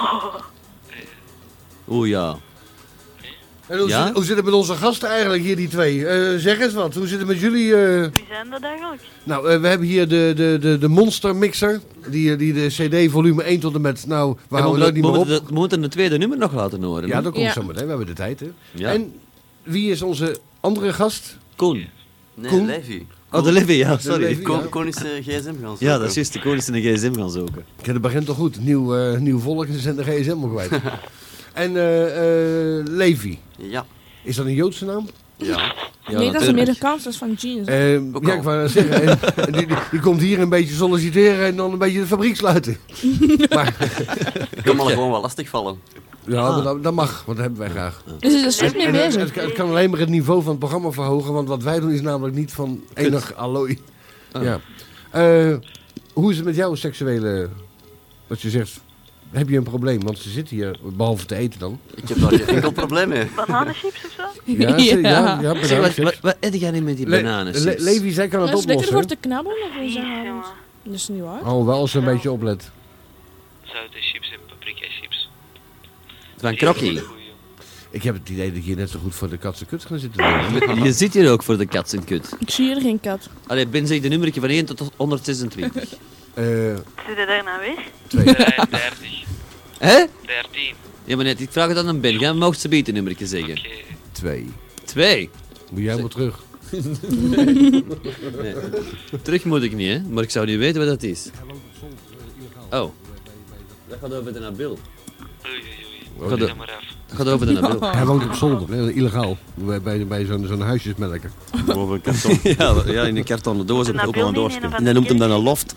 Speaker 3: Oeh, ja.
Speaker 2: En hoe zit het met onze gasten eigenlijk hier, die twee? Zeg eens wat, hoe zit het met jullie?
Speaker 8: Wie zijn dat eigenlijk?
Speaker 2: Nou, we hebben hier de Monster Mixer. Die de CD volume 1 tot en met... Nou, we houden dat niet meer op.
Speaker 3: We moeten het tweede nummer nog laten horen.
Speaker 2: Ja,
Speaker 3: hè?
Speaker 2: dat komt zo meteen. We hebben de tijd, hè.
Speaker 3: Ja.
Speaker 2: En wie is onze andere gast?
Speaker 3: Koen.
Speaker 11: Nee,
Speaker 2: Koen?
Speaker 11: Levi.
Speaker 3: Oh, de Levi, ja,
Speaker 2: De
Speaker 3: sorry.
Speaker 2: Levi, ja.
Speaker 11: Koen is de gsm gaan zoeken.
Speaker 3: Ja, dat is juist. De Koen is in de gsm gaan zoeken.
Speaker 2: Ja, dat begint toch goed. Nieuw volk en ze zijn de gsm al kwijt. En Levi.
Speaker 11: Ja.
Speaker 2: Is dat een Joodse naam?
Speaker 11: Ja.
Speaker 5: Nee, dat is Amerikaans, dat is van jeans.
Speaker 2: Ja, ik wou dat zeggen. En die komt hier een beetje solliciteren en dan een beetje de fabriek sluiten. Maar,
Speaker 11: Ik kan me gewoon wel lastig vallen.
Speaker 2: ja, maar dat mag, want dat hebben wij graag.
Speaker 5: Dus is er slecht mee
Speaker 2: En
Speaker 5: bezig.
Speaker 2: het kan alleen maar het niveau van het programma verhogen, want wat wij doen is namelijk niet van enig allooi. Ja. Hoe is het met jouw seksuele... Wat je zegt, heb je een probleem? Want ze zitten hier, behalve te eten dan.
Speaker 11: Ik heb daar geen enkel probleem mee.
Speaker 8: Bananenchips of zo?
Speaker 2: Ja,
Speaker 3: Wat eet jij niet met die bananen?
Speaker 2: Levi, zij kan het
Speaker 5: Dat is lekker voor
Speaker 2: oplossen.
Speaker 5: te knabbelen. Of is dat... Dat is niet waar.
Speaker 2: Oh, wel als ze een beetje oplet.
Speaker 7: Zoute chips en paprika chips.
Speaker 3: Van Krokkie.
Speaker 2: Ik heb het idee dat ik hier net zo goed voor de katse kut ga zitten.
Speaker 3: Je zit hier ook voor de kat en kut.
Speaker 5: Ik zie hier geen kat.
Speaker 3: Allee, Ben, zeg de nummertje van 1 tot 126.
Speaker 8: Zit je daar nou weer?
Speaker 7: 30.
Speaker 3: Hè?
Speaker 7: 13.
Speaker 3: Ja, maar net, ik vraag het aan een Ben. Jij mag ze beter nummertje zeggen.
Speaker 2: 2.
Speaker 3: 2?
Speaker 2: Moet jij maar terug.
Speaker 3: Nee. Terug moet ik niet, hè? Maar ik zou niet weten wat dat is. Oh. Dat gaat over de Nabil.
Speaker 7: Oei, oei,
Speaker 2: Oh,
Speaker 7: oei.
Speaker 2: dat-
Speaker 7: Zeg maar af.
Speaker 3: Dat gaat over de Nabil.
Speaker 2: Hij woont op zolder, hè, illegaal. Bij zo'n huisjesmelker.
Speaker 11: Boven een karton.
Speaker 3: Ja, in een kartonnen doos heb ik ook wel een doosje.
Speaker 8: Nabil
Speaker 3: En hij noemt hem dan een loft.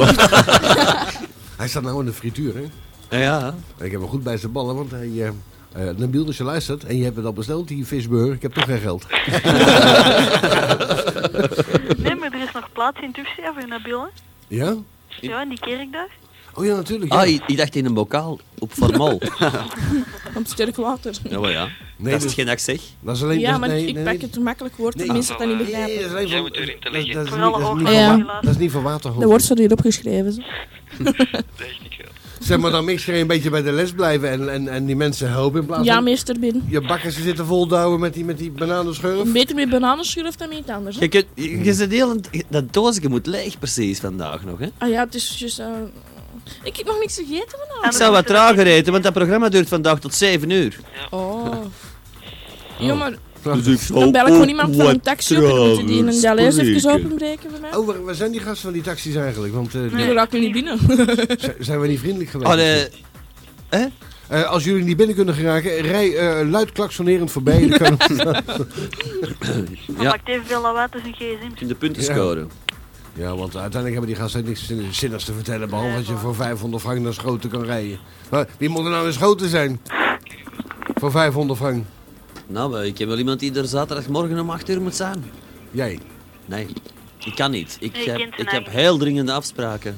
Speaker 2: Hij staat nou in de frituur, hè?
Speaker 3: Ja.
Speaker 2: Ik heb hem goed bij zijn ballen, want hij... Nabil, als je luistert en je hebt het al besteld, die visburger, ik heb toch geen geld.
Speaker 8: Nee, maar er is nog plaats in Tufsia voor Nabil, hè?
Speaker 2: Ja?
Speaker 8: Ja, in die kerk daar.
Speaker 2: Oh ja, natuurlijk. Ja.
Speaker 3: Ah, ik dacht in een bokaal. Op formal.
Speaker 5: Om sterk water.
Speaker 3: Ja, maar ja.
Speaker 2: Nee,
Speaker 3: dat is
Speaker 2: dus-
Speaker 3: hetgeen dat ik zeg.
Speaker 2: Dat is alleen...
Speaker 5: Ja,
Speaker 2: dat,
Speaker 5: maar
Speaker 2: nee,
Speaker 5: ik
Speaker 2: nee,
Speaker 5: pak
Speaker 2: nee.
Speaker 5: het een makkelijk woord voor
Speaker 2: Nee.
Speaker 5: mensen dat niet begrijpen.
Speaker 2: Nee, dat is alleen
Speaker 7: Jij
Speaker 2: van-
Speaker 7: moet erin te liggen.
Speaker 2: dat is
Speaker 8: Vooral
Speaker 2: niet- dat is niet
Speaker 8: ook
Speaker 2: van
Speaker 5: Ja.
Speaker 2: wa- dat is niet van waterhoofd.
Speaker 5: Dat wordt zo hierop geschreven. Zo.
Speaker 7: Dat is niet veel.
Speaker 2: Zeg maar, dan mix je een beetje bij de les blijven en die mensen helpen in plaats van...
Speaker 5: Ja, meester binnen.
Speaker 2: Je bakken ze zitten vol douwen met die bananenschurf.
Speaker 5: Beter met bananenschurf dan met iets anders. Hè?
Speaker 3: Je zit heel... Dat doosje moet leeg precies vandaag nog, hè.
Speaker 5: Ah ja, het is juist... ik heb nog niks gegeten vanavond.
Speaker 3: Ik zou wat trager eten, want dat programma duurt vandaag tot 7 uur.
Speaker 5: Oh. Ja, maar
Speaker 3: Dus ik zal
Speaker 5: dan bel ik gewoon
Speaker 3: ook
Speaker 5: iemand van een
Speaker 3: wat
Speaker 5: taxi op en dan moet hij die in een
Speaker 3: trager
Speaker 5: daleis even
Speaker 3: spreken.
Speaker 5: openbreken bij mij.
Speaker 2: Oh, waar zijn die gasten van die taxis eigenlijk? Want
Speaker 5: Nee, raak ik niet binnen.
Speaker 2: zijn we niet vriendelijk geweest?
Speaker 3: Oh, hè?
Speaker 2: Als jullie niet binnen kunnen geraken, rij luid klaksonerend voorbij. Dan kan
Speaker 8: Maar
Speaker 3: Ja.
Speaker 8: maakt evenveel lawaai als een gsm.
Speaker 3: In de punten
Speaker 2: Ja.
Speaker 3: scoren.
Speaker 2: Ja, want uiteindelijk hebben die gasten niks zinnigs te vertellen. Behalve dat je voor 500 frank naar Schoten kan rijden. Maar wie moet er nou in Schoten zijn? Voor 500 frank.
Speaker 3: Nou, ik heb wel iemand die er zaterdagmorgen om 8 uur moet zijn.
Speaker 2: Jij?
Speaker 3: Nee, ik kan niet.
Speaker 8: Nee, je kent zijn
Speaker 3: Ik heb
Speaker 8: eigen.
Speaker 3: heel dringende afspraken.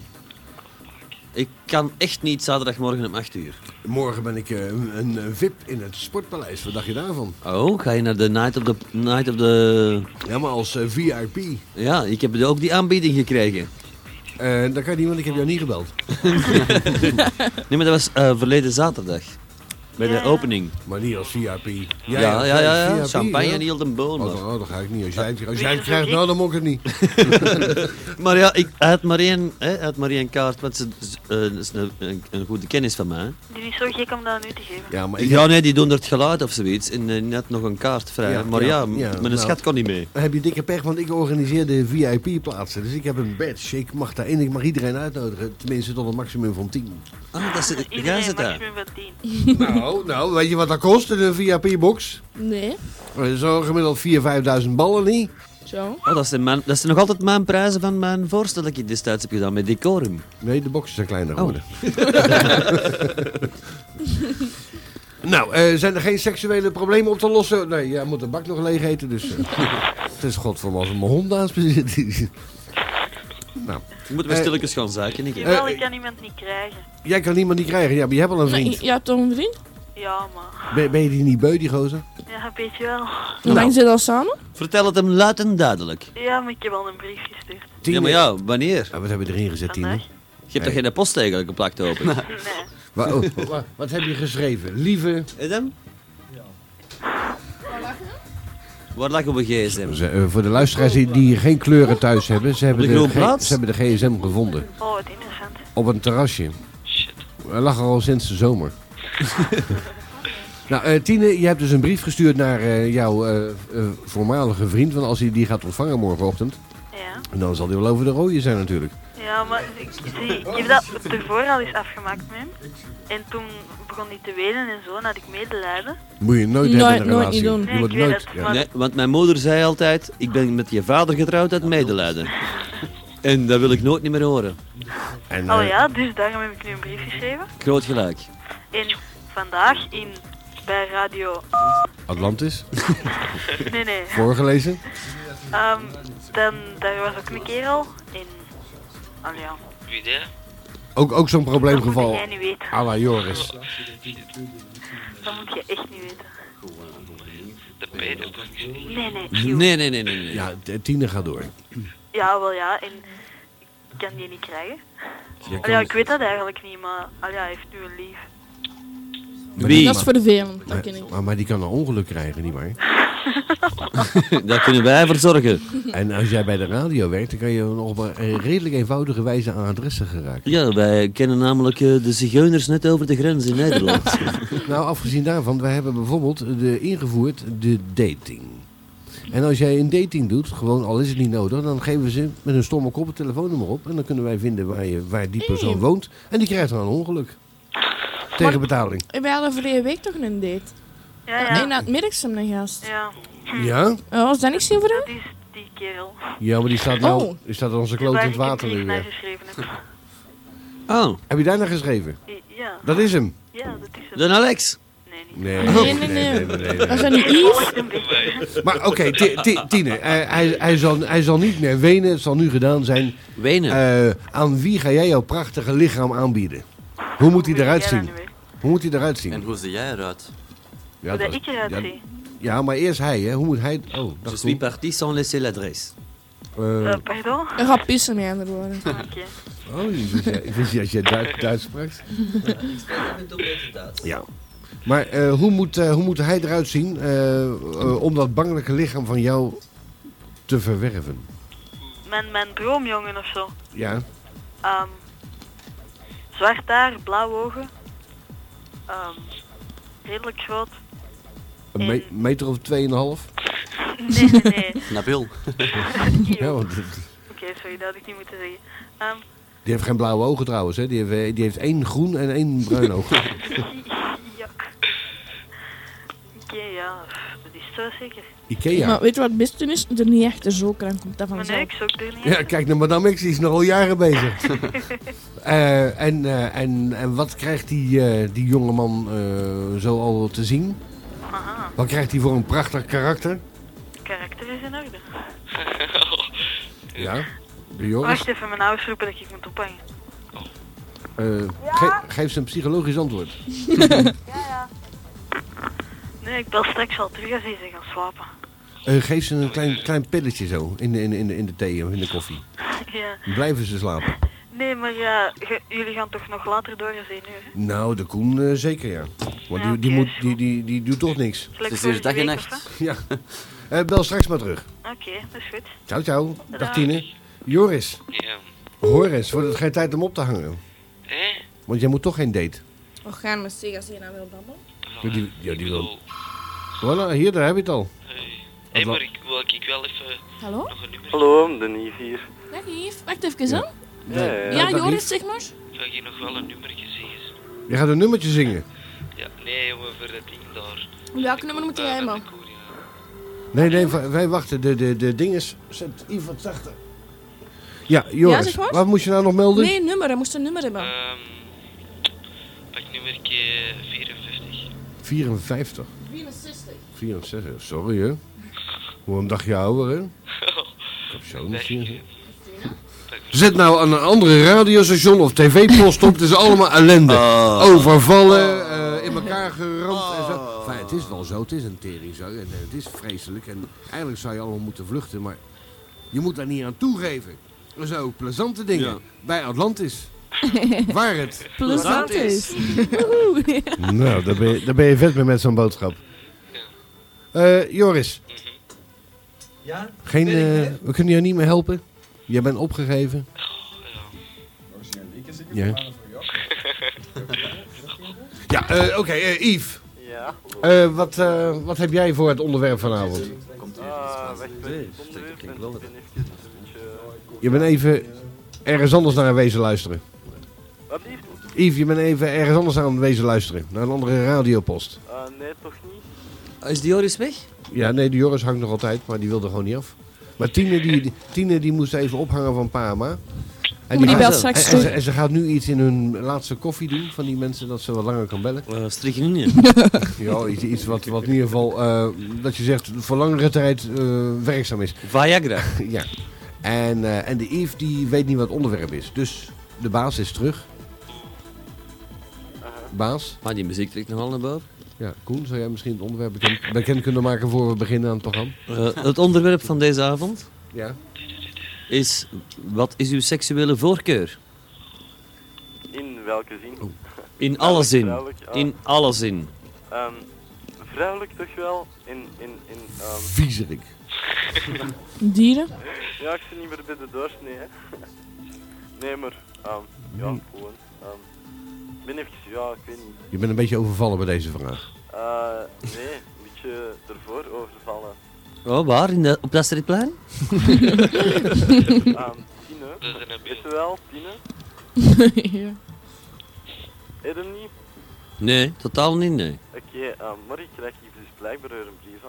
Speaker 3: Ik kan echt niet zaterdagmorgen om 8 uur.
Speaker 2: Morgen ben ik een VIP in het Sportpaleis. Wat dacht je daarvan?
Speaker 3: Oh, ga je naar de Night of the...
Speaker 2: Ja, maar als VIP.
Speaker 3: Ja, ik heb ook die aanbieding gekregen.
Speaker 2: Dat kan niet, want ik heb jou niet gebeld.
Speaker 3: Nee, maar dat was verleden zaterdag. Bij de
Speaker 8: Ja.
Speaker 3: opening.
Speaker 2: Maar niet als VIP.
Speaker 3: Ja.
Speaker 2: VIP,
Speaker 3: Champagne
Speaker 2: ja.
Speaker 3: en heel de boon.
Speaker 2: Oh,
Speaker 3: maar.
Speaker 2: dat ga ik niet. Als jij
Speaker 8: Weer
Speaker 2: het
Speaker 8: zo
Speaker 2: krijgt,
Speaker 8: gek.
Speaker 2: nou, dan moet ik het niet.
Speaker 3: Maar ja, hij had maar één kaart, want ze is een goede kennis van mij.
Speaker 8: Die is zo gek om dat nu te geven.
Speaker 2: Ja, maar ik
Speaker 3: Ja, nee, die doen er het geluid of zoiets. En net nog een kaart vrij.
Speaker 2: Ja,
Speaker 3: Maar
Speaker 2: ja,
Speaker 3: ja,
Speaker 2: ja,
Speaker 3: mijn
Speaker 2: nou.
Speaker 3: schat kon niet mee.
Speaker 2: heb je dikke pech, want ik organiseer de VIP-plaatsen. Dus ik heb een badge. Ik mag daarin, ik mag iedereen uitnodigen. Tenminste tot een maximum van 10.
Speaker 3: Ah, dat is, jij
Speaker 8: Iedereen
Speaker 3: zit daar.
Speaker 8: maximum van 10.
Speaker 2: Nou, weet je wat dat kost, een VIP-box?
Speaker 5: Nee.
Speaker 2: Zo gemiddeld 4.000, 5.000 ballen niet.
Speaker 5: Zo.
Speaker 3: Oh, dat zijn nog altijd mijn prijzen van mijn voorstel dat ik destijds heb gedaan met decorum.
Speaker 2: Nee, de boxen zijn kleiner
Speaker 3: Oh.
Speaker 2: geworden. Nou, zijn er geen seksuele problemen op te lossen? Nee, jij moet de bak nog leeg eten, dus... het is godverdomme als een mijn hond naast me zit. Nou,
Speaker 3: Moeten we stilletjes gaan zaken, ik.
Speaker 8: Jawel, ik kan iemand niet krijgen.
Speaker 2: jij kan niemand niet krijgen. Ja, maar je hebt al een vriend.
Speaker 5: Ja, toch een vriend?
Speaker 8: Ja, maar...
Speaker 2: Ben je die niet beu, die gozer?
Speaker 8: Ja, een beetje wel.
Speaker 5: Hoe lang zit je al samen?
Speaker 3: Vertel het hem luid en duidelijk.
Speaker 8: Ja, maar ik heb al een brief gestuurd.
Speaker 3: Ja, maar ja, wanneer?
Speaker 2: Ja, wat hebben we erin gezet, Tine?
Speaker 8: Vandaag.
Speaker 3: Je hebt toch geen post eigenlijk geplakt open?
Speaker 8: Nee.
Speaker 2: Wat heb je geschreven? Lieve...
Speaker 3: Edem? Waar lag op een gsm?
Speaker 2: Voor de luisteraars die geen kleuren thuis hebben, ze hebben
Speaker 3: De Groenplaats?
Speaker 2: ze hebben de gsm gevonden.
Speaker 8: Oh, wat interessant.
Speaker 2: Op een terrasje. Hij lag er al sinds de zomer. Nou, Tine, je hebt dus een brief gestuurd naar jouw voormalige vriend. Want als hij die gaat ontvangen morgenochtend,
Speaker 8: Ja.
Speaker 2: dan zal hij wel over de rode zijn natuurlijk.
Speaker 8: Ja, maar ik heb dat ervoor al eens afgemaakt met hem. En toen begon hij te wenen en zo, en had ik medelijden.
Speaker 2: Moet je nooit
Speaker 5: Nooit-
Speaker 2: hebben in een
Speaker 5: nooit
Speaker 2: relatie.
Speaker 5: niet doen.
Speaker 2: Je
Speaker 8: Nee,
Speaker 2: moet
Speaker 8: ik weet
Speaker 2: nooit...
Speaker 8: het,
Speaker 2: ja.
Speaker 8: maar-
Speaker 3: Nee, want mijn moeder zei altijd, ik ben met je vader getrouwd uit medelijden. En dat wil ik nooit niet meer horen.
Speaker 2: En,
Speaker 8: Oh ja, dus daarom heb ik nu een brief geschreven.
Speaker 3: Groot gelijk.
Speaker 8: En vandaag bij Radio...
Speaker 2: Atlantis,
Speaker 8: Nee.
Speaker 2: voorgelezen.
Speaker 8: Daar was ook een kerel. En... Oh ja,
Speaker 7: Wie dat?
Speaker 2: Ook zo'n
Speaker 8: dat
Speaker 2: probleemgeval.
Speaker 8: moet jij niet weten.
Speaker 2: à la Joris.
Speaker 8: Dat moet je echt niet weten.
Speaker 7: De Peter toch niet?
Speaker 8: Nee,
Speaker 3: Nee.
Speaker 2: Ja, Tine gaat door.
Speaker 8: Ja, wel ja, en ik kan die niet krijgen.
Speaker 2: Je
Speaker 8: Ja, ik weet dat eigenlijk niet, maar hij heeft nu een lief.
Speaker 3: Wie?
Speaker 5: Dat is vervelend, dat ken ik.
Speaker 2: Maar die kan een ongeluk krijgen, nietwaar?
Speaker 3: Daar kunnen wij voor zorgen.
Speaker 2: En als jij bij de radio werkt, dan kan je nog op een redelijk eenvoudige wijze aan adressen geraken.
Speaker 3: Ja, wij kennen namelijk de zigeuners net over de grens in Nederland.
Speaker 2: Nou, afgezien daarvan, wij hebben bijvoorbeeld ingevoerd de dating. En als jij een dating doet, gewoon al is het niet nodig, dan geven we ze met een stomme kop een telefoonnummer op. En dan kunnen wij vinden waar die persoon woont. En die krijgt dan een ongeluk. Tegen betaling.
Speaker 5: We hadden vorige week toch een date.
Speaker 8: Ja.
Speaker 5: En na het Merksem een gast.
Speaker 8: Ja.
Speaker 2: Ja?
Speaker 5: Oh, was dat niks voor hem?
Speaker 8: Dat is die kerel.
Speaker 2: Ja, maar die staat nou,
Speaker 5: Oh.
Speaker 2: die staat onze
Speaker 8: Waar
Speaker 2: kloot in
Speaker 8: ik
Speaker 2: het water
Speaker 8: een
Speaker 2: nu
Speaker 8: brief naar
Speaker 2: weer.
Speaker 8: geschreven heb.
Speaker 3: Oh,
Speaker 2: Heb je daar naar geschreven?
Speaker 8: Ja.
Speaker 2: Dat is hem.
Speaker 8: Ja, dat is het.
Speaker 3: de Alex.
Speaker 8: Nee,
Speaker 2: Nee.
Speaker 5: Nee. Dat is niet Yves.
Speaker 2: Maar oké, Tine, hij zal niet meer wenen, het zal nu gedaan zijn.
Speaker 3: Wenen?
Speaker 2: Aan wie ga jij jouw prachtige lichaam aanbieden? Hoe moet hij eruit zien? Hoe moet hij eruit zien?
Speaker 11: En hoe zie jij eruit?
Speaker 2: Ja,
Speaker 8: Hoe
Speaker 2: dat
Speaker 8: dat ik eruit
Speaker 2: ja,
Speaker 8: zie.
Speaker 2: ja, maar eerst hij, hè? Hoe moet hij... Oh,
Speaker 3: Je
Speaker 2: dat
Speaker 3: suis parti sans laisser l'adresse.
Speaker 8: Pardon?
Speaker 5: Hij gaat pissen met andere woorden.
Speaker 8: Oké.
Speaker 2: Oh, ik wist niet als je Duits sprak.
Speaker 3: Ik spreek af en toe beter Duits.
Speaker 2: Ja. Maar hoe moet hij eruit zien om dat bangelijke lichaam van jou te verwerven?
Speaker 8: Mijn droomjongen of zo.
Speaker 2: Ja.
Speaker 8: Zwart haar, blauwe ogen. Redelijk groot.
Speaker 2: Een meter of 2,5?
Speaker 8: Nee.
Speaker 11: Nabil.
Speaker 2: Ja, want
Speaker 8: Oké, sorry, dat had ik niet moeten zeggen.
Speaker 2: die heeft geen blauwe ogen trouwens, hè? Die heeft 1 groen en 1 bruin oog.
Speaker 8: Oké, ja, dat is zo zeker.
Speaker 2: Ikea.
Speaker 5: Maar weet je wat het beste is? Er niet echt de zoker aan komt dat
Speaker 8: Maar
Speaker 5: vanzelf.
Speaker 8: nee, ik zoek er niet.
Speaker 2: Ja, kijk naar Madame X, die is nog al jaren bezig. En wat krijgt die jongeman zo al te zien?
Speaker 8: Aha,
Speaker 2: Wat krijgt hij voor een prachtig karakter?
Speaker 8: karakter is in orde.
Speaker 2: Ja, de Joris.
Speaker 8: Wacht even, mijn ouders roepen dat ik moet ophangen.
Speaker 2: Geef ze een psychologisch antwoord.
Speaker 8: Ja. Nee, ik bel straks wel terug als ze gaan slapen.
Speaker 2: Geef ze een klein pilletje zo in de thee of in de koffie.
Speaker 8: Ja.
Speaker 2: Dan blijven ze slapen.
Speaker 8: Nee, maar ja, jullie gaan toch nog later door als 1 uur?
Speaker 2: Nou, de Koen zeker ja. Want
Speaker 8: Ja,
Speaker 2: die doet toch niks.
Speaker 8: Gelijk vorige
Speaker 11: dag en
Speaker 8: week,
Speaker 11: nacht.
Speaker 8: of
Speaker 2: Ja. Bel straks maar terug.
Speaker 8: wat? Oké, dat is goed.
Speaker 2: Ciao, ciao. Dag
Speaker 8: Dag.
Speaker 2: Tine. Joris,
Speaker 7: Ja.
Speaker 2: hoor eens, wordt het geen tijd om op te hangen? Want jij moet toch geen date.
Speaker 5: We gaan met zeggen als je nou wil babbelen.
Speaker 2: Die wil. Voilà, hier, daar heb je het al.
Speaker 7: Hé, maar ik wil even
Speaker 5: Hallo?
Speaker 7: nog een nummer.
Speaker 12: Hallo, Denief hier.
Speaker 5: Dag Yves, wacht even aan.
Speaker 12: Ja,
Speaker 5: Ja, Joris, zeg maar.
Speaker 7: Zou je nog wel een nummertje zingen?
Speaker 2: Je gaat een nummertje zingen.
Speaker 7: Ja, nee jongen, voor dat ding daar.
Speaker 5: Welk nummer moet jij hebben?
Speaker 2: Nee, wij wachten. De ding is... Zet Yves wat zachter. Ja, Joris,
Speaker 5: Ja, zeg maar.
Speaker 2: wat moest je nou nog melden?
Speaker 5: Nee, nummer, hij moest een nummer hebben.
Speaker 7: Pak nummertje 54.
Speaker 2: 54.
Speaker 5: 64.
Speaker 2: 64, sorry hè. Hoe een dagje ouder hè. Ik heb zo misschien. Zet nou aan een andere radiostation of tv-post op, het is allemaal ellende. Overvallen, in elkaar geramd en zo. Enfin, het is wel zo, het is een teringzooi en het is vreselijk. En eigenlijk zou je allemaal moeten vluchten, maar je moet daar niet aan toegeven. Er zijn ook plezante dingen bij Atlantis. Waar het
Speaker 5: Plezant is.
Speaker 2: Nou, daar ben je vet mee met zo'n boodschap. Joris.
Speaker 3: Ja?
Speaker 2: We kunnen je niet meer helpen. Jij bent opgegeven. Ja. Ja, oké, Yves.
Speaker 12: Ja.
Speaker 2: Wat heb jij voor het onderwerp vanavond? Je bent even ergens anders naar wezen luisteren.
Speaker 12: Wat lief?
Speaker 2: Yves, je bent even ergens anders aan wezen luisteren. Naar een andere radiopost.
Speaker 12: Nee, toch niet.
Speaker 3: Is die Joris weg?
Speaker 2: Ja, nee, de Joris hangt nog altijd, maar die wilde gewoon niet af. Maar Tine die moest even ophangen van Pama. En
Speaker 5: Die belt straks terug.
Speaker 2: en ze gaat nu iets in hun laatste koffie doen van die mensen, dat ze wat langer kan bellen.
Speaker 3: Strikken
Speaker 2: Ja, iets wat in ieder geval, dat je zegt, voor langere tijd werkzaam is.
Speaker 3: Viagra.
Speaker 2: Ja. En de Yves die weet niet wat het onderwerp is. Dus de baas is terug. Baas.
Speaker 3: Maar die muziek trekt nogal naar boven.
Speaker 2: Ja, Koen, zou jij misschien het onderwerp bekend kunnen maken voor we beginnen aan het programma?
Speaker 3: Het onderwerp van deze avond
Speaker 2: Ja.
Speaker 3: is: wat is uw seksuele voorkeur?
Speaker 12: In welke zin?
Speaker 3: In alle zin.
Speaker 12: Vrouwelijk,
Speaker 3: In alle zin.
Speaker 12: Vrouwelijk toch wel?
Speaker 2: Viezerik.
Speaker 5: Dieren?
Speaker 12: Ja, ik zit niet meer bij de doorsnee, hè. Nee, maar, ja, gewoon. Ik ben even, ja, ik weet niet.
Speaker 2: Je bent een beetje overvallen bij deze vraag.
Speaker 12: Nee, een beetje ervoor overvallen.
Speaker 3: Oh, waar? Op dat Strijdplein?
Speaker 12: Tine. Weet je wel, Tine?
Speaker 5: Ja.
Speaker 12: Heb je hem niet?
Speaker 3: Nee, totaal niet, nee.
Speaker 12: Oké, maar ik krijg hier dus blijkbaar weer een brief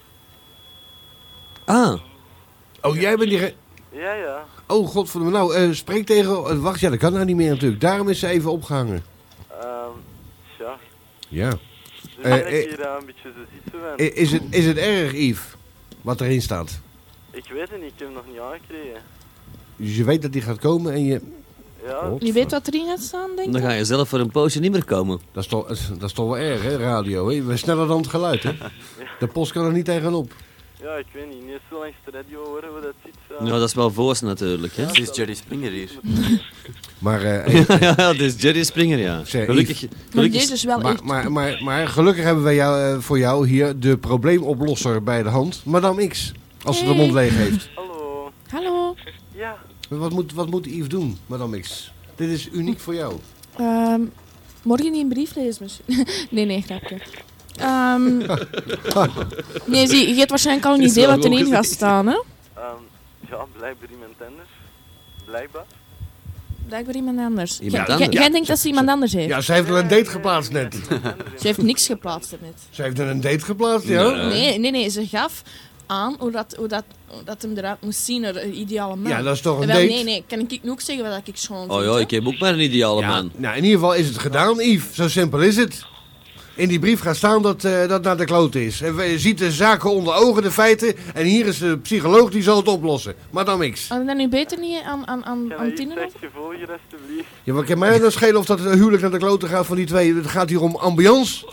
Speaker 12: aan.
Speaker 3: Ah.
Speaker 2: Oh, jij bent die...
Speaker 12: Ja.
Speaker 2: Oh, godverdomme. Nou, spreek tegen... wacht, ja, dat kan nou niet meer natuurlijk. Daarom is ze even opgehangen.
Speaker 12: Ja.
Speaker 2: Ja.
Speaker 12: Dus ben ik hier een beetje zo zitten.
Speaker 2: Is het erg, Yves, wat erin staat?
Speaker 12: Ik weet het niet, ik heb hem nog niet aangekregen.
Speaker 2: Dus je weet dat die gaat komen en je...
Speaker 12: Ja.
Speaker 5: Je weet wat erin gaat staan, denk ik?
Speaker 3: Dan ga je zelf voor een poosje niet meer komen.
Speaker 2: Dat is toch wel erg, hè, radio. Hè? We sneller dan het geluid, hè? De post kan er niet tegenop.
Speaker 12: Ja, ik weet niet. Niet zo langs de radio horen hoe dat zit.
Speaker 3: Nou, dat is wel voors natuurlijk, hè.
Speaker 11: Het is Jerry Springer hier.
Speaker 2: Maar,
Speaker 3: ja, het is Jerry Springer, ja. Gelukkig.
Speaker 5: Maar deze is wel echt.
Speaker 2: Maar gelukkig hebben wij voor jou hier de probleemoplosser bij de hand. Madame X, als ze de mond leeg heeft.
Speaker 5: Hallo.
Speaker 12: Ja.
Speaker 2: Wat moet Yves doen, Madame X? Dit is uniek voor jou.
Speaker 5: Morgen niet een brief lezen misschien. nee, grapje. Nee, zie, je hebt waarschijnlijk al een idee wat erin gaat staan, hè?
Speaker 12: Ja, blijkbaar iemand anders. Blijkbaar.
Speaker 5: Blijkbaar iemand anders.
Speaker 2: Iemand
Speaker 5: Jij denkt dat ze iemand anders heeft?
Speaker 2: Ja, ze heeft al een date geplaatst net.
Speaker 5: Ze heeft niks geplaatst net.
Speaker 2: Ze heeft een date geplaatst, ja?
Speaker 5: Nee, ze gaf aan hoe dat hem eruit moest zien, een ideale man.
Speaker 2: Ja, dat is toch een
Speaker 5: Wel,
Speaker 2: date?
Speaker 5: Nee, kan ik nu ook zeggen wat ik schoon vind?
Speaker 3: Oh ja, ik heb ook maar een ideale man.
Speaker 2: Nou, in ieder geval is het gedaan, Yves. Zo simpel is het. In die brief gaat staan dat dat naar de klote is. En je ziet de zaken onder ogen, de feiten. En hier is de psycholoog die zal het oplossen. Madame X.
Speaker 5: Had je dat nu beter niet aan Tine?
Speaker 12: Zeg je volgen, alsjeblieft.
Speaker 2: Ja, wat kan mij dan schelen of dat het huwelijk naar de klote gaat van die twee? Het gaat hier om ambiance.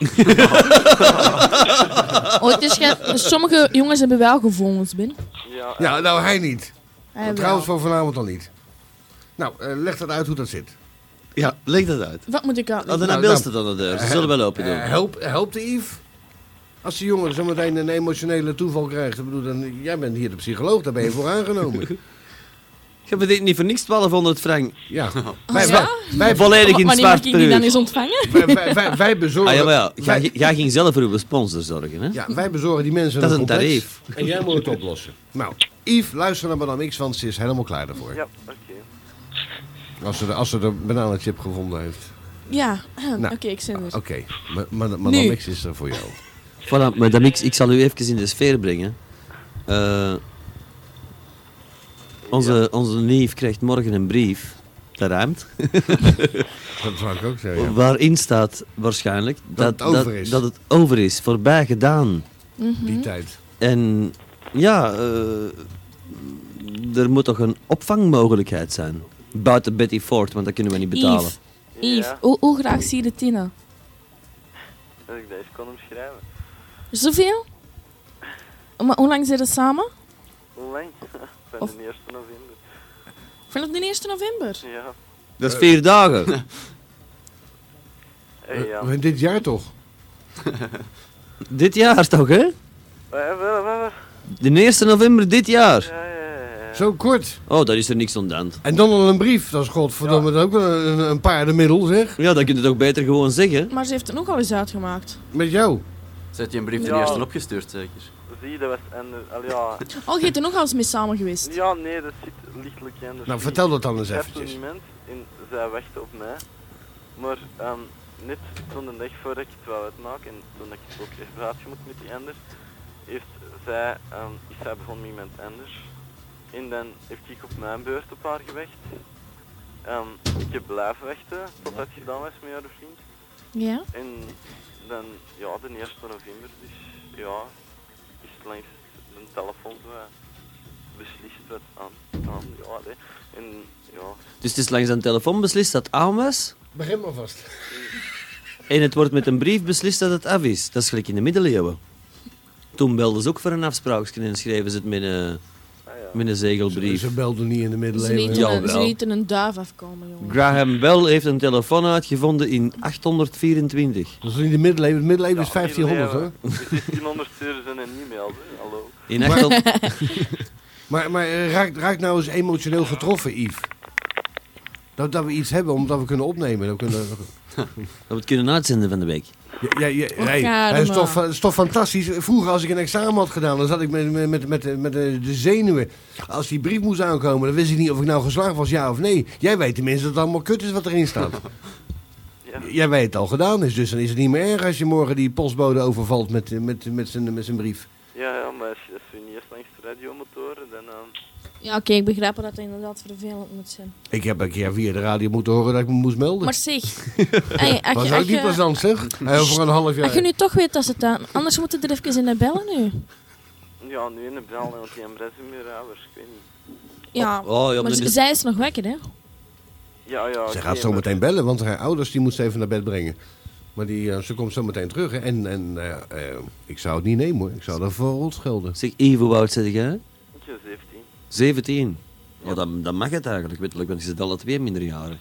Speaker 5: Sommige jongens hebben wel gevoelens, Ben.
Speaker 2: Ja, nou hij niet.
Speaker 5: Hij
Speaker 2: Trouwens
Speaker 5: wel.
Speaker 2: voor vanavond dan niet. Nou, leg dat uit hoe dat zit.
Speaker 3: Ja, leg dat uit.
Speaker 5: Wat moet ik aan?
Speaker 3: De Nabilste dan aan de deur. Ze zullen wel open doen.
Speaker 2: Helpt de Yves? Als die jongen zo meteen een emotionele toeval krijgt. Ik bedoel, jij bent hier de psycholoog, daar ben je voor aangenomen.
Speaker 3: Je verdient niet voor niks 1200 frank.
Speaker 2: Ja.
Speaker 3: Wij volledig in
Speaker 5: Wanneer
Speaker 3: zwart
Speaker 5: mag ik
Speaker 3: per
Speaker 5: die dan
Speaker 3: uur.
Speaker 5: eens ontvangen?
Speaker 2: Wij bezorgen...
Speaker 3: Ah, ja, jij ging zelf voor uw sponsor zorgen, hè?
Speaker 2: Ja, wij bezorgen die mensen
Speaker 3: Dat is
Speaker 2: een
Speaker 3: een
Speaker 2: complex.
Speaker 3: tarief.
Speaker 2: En jij moet het oplossen. Nou, Yves, luister naar Madame X, want ze is helemaal klaar daarvoor.
Speaker 12: Ja, oké.
Speaker 2: Als ze de bananenchip gevonden heeft.
Speaker 5: Ja,
Speaker 2: Nou,
Speaker 5: oké, ik zit er.
Speaker 2: Oké, Madame X is er voor jou.
Speaker 3: Voilà, Madame X, ik zal u even in de sfeer brengen. Onze neef krijgt morgen een brief. Dat ruimt.
Speaker 2: Dat zou ik ook zeggen. Ja.
Speaker 3: Waarin staat waarschijnlijk
Speaker 2: Dat het over is.
Speaker 3: dat het over is, voorbij gedaan.
Speaker 2: Die tijd.
Speaker 3: En ja, er moet toch een opvangmogelijkheid zijn. Buiten Betty Ford, want dat kunnen we niet betalen.
Speaker 5: Yves, hoe graag zie je Tina?
Speaker 12: Dat ik deze kon omschrijven.
Speaker 5: Zoveel? Maar hoe lang zijn ze samen?
Speaker 12: Hoe lang? Van de 1 november.
Speaker 5: Vanaf de 1 november?
Speaker 12: Ja.
Speaker 3: Dat is 4 dagen.
Speaker 12: Hey, ja.
Speaker 2: Dit jaar toch?
Speaker 3: Dit jaar toch, hè? De 1 november dit jaar.
Speaker 2: Zo kort.
Speaker 3: Oh, daar is er niks aan.
Speaker 2: En dan al een brief. Dat is godverdomme ook een paardenmiddel, zeg.
Speaker 3: Ja, dan kun je het ook beter gewoon zeggen.
Speaker 5: Maar ze heeft het ook al eens uitgemaakt.
Speaker 2: Met jou?
Speaker 11: Ze heeft je een brief ten
Speaker 12: Ja.
Speaker 11: eerste opgestuurd, zeker?
Speaker 12: Zie, dat was... En, ja.
Speaker 5: Oh, je hebt er nog al eens mee samen geweest?
Speaker 12: Ja, nee, dat zit lichtelijk anders.
Speaker 2: Nou, vertel dat dan eens
Speaker 12: Ik heb
Speaker 2: eventjes.
Speaker 12: toen iemand en zij wachtte op mij. Maar net zo'n dag voordat ik het wou uitmaken, en toen ik het ook even uitgemoet met die ander, is zij begonnen met iemand anders. En dan heeft ik op mijn beurt op haar gewacht. Ik heb blijven wachten totdat het gedaan was met haar vriend.
Speaker 5: Ja?
Speaker 12: En dan, ja, de 1 november, dus ja, is het langs de telefoon beslist wat aan. Ja, nee. En ja.
Speaker 3: Dus het is langs een telefoon beslist dat het aan was.
Speaker 2: Begin maar vast.
Speaker 3: En het wordt met een brief beslist dat het af is. Dat is gelijk in de middeleeuwen. Toen belden ze ook voor een afspraakje en schreven ze het met een zegelbrief.
Speaker 2: Ze belden niet in de
Speaker 5: Ze
Speaker 2: middeleeuwen.
Speaker 5: lieten een duif afkomen, jongen.
Speaker 3: Graham Bell heeft een telefoon uitgevonden in 824.
Speaker 2: Dat is in de middeleeuwen. Het middeleeuwen is 1500, hoor.
Speaker 12: 1600 sturen ze een e-mail, hè? Hallo.
Speaker 3: In 800...
Speaker 2: Maar raakt nou eens emotioneel getroffen, Yves? Dat we iets hebben omdat we kunnen opnemen. Dat we
Speaker 3: het kunnen uitzenden van de week.
Speaker 2: Het is toch fantastisch. Vroeger als ik een examen had gedaan, dan zat ik met de zenuwen. Als die brief moest aankomen, dan wist ik niet of ik nou geslaagd was, ja of nee. Jij weet tenminste dat het allemaal kut is wat erin staat.
Speaker 12: Ja.
Speaker 2: Jij weet het al gedaan is, dus dan is het niet meer erg als je morgen die postbode overvalt met zijn brief.
Speaker 12: Ja, maar als we niet eens langs de radiomotoren, dan...
Speaker 5: Ja, oké, ik begrijp dat het inderdaad vervelend moet zijn.
Speaker 2: Ik heb een keer via de radio moeten horen dat ik me moest melden.
Speaker 5: Maar zeg... Hey,
Speaker 2: was ook niet plezant, zeg. Over een half jaar.
Speaker 5: Als je nu toch weet dat ze het aan... Anders moeten we er even in de bellen nu.
Speaker 12: Ja, nu in de bel, want die hebben meer ouders, ik weet niet.
Speaker 5: Ja,
Speaker 3: ja,
Speaker 5: maar
Speaker 3: dus-
Speaker 5: zij is nog wakker, hè?
Speaker 12: Ja,
Speaker 2: Ze gaat zo meteen bellen, want haar ouders die moet ze even naar bed brengen. Maar ze komt zo meteen terug. Hè. En ik zou het niet nemen hoor. Ik zou dat voor rot schelden.
Speaker 3: Zeg, Yves, hoe oud zit jij?
Speaker 12: Ik ben 17.
Speaker 3: 17? Ja, dan mag het eigenlijk, wettelijk, want je zit alle 2 minderjaren.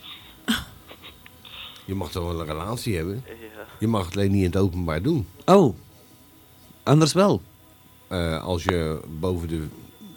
Speaker 2: Je mag toch wel een relatie hebben?
Speaker 12: Ja.
Speaker 2: Je mag het alleen niet in het openbaar doen.
Speaker 3: Oh, anders wel?
Speaker 2: Als je boven de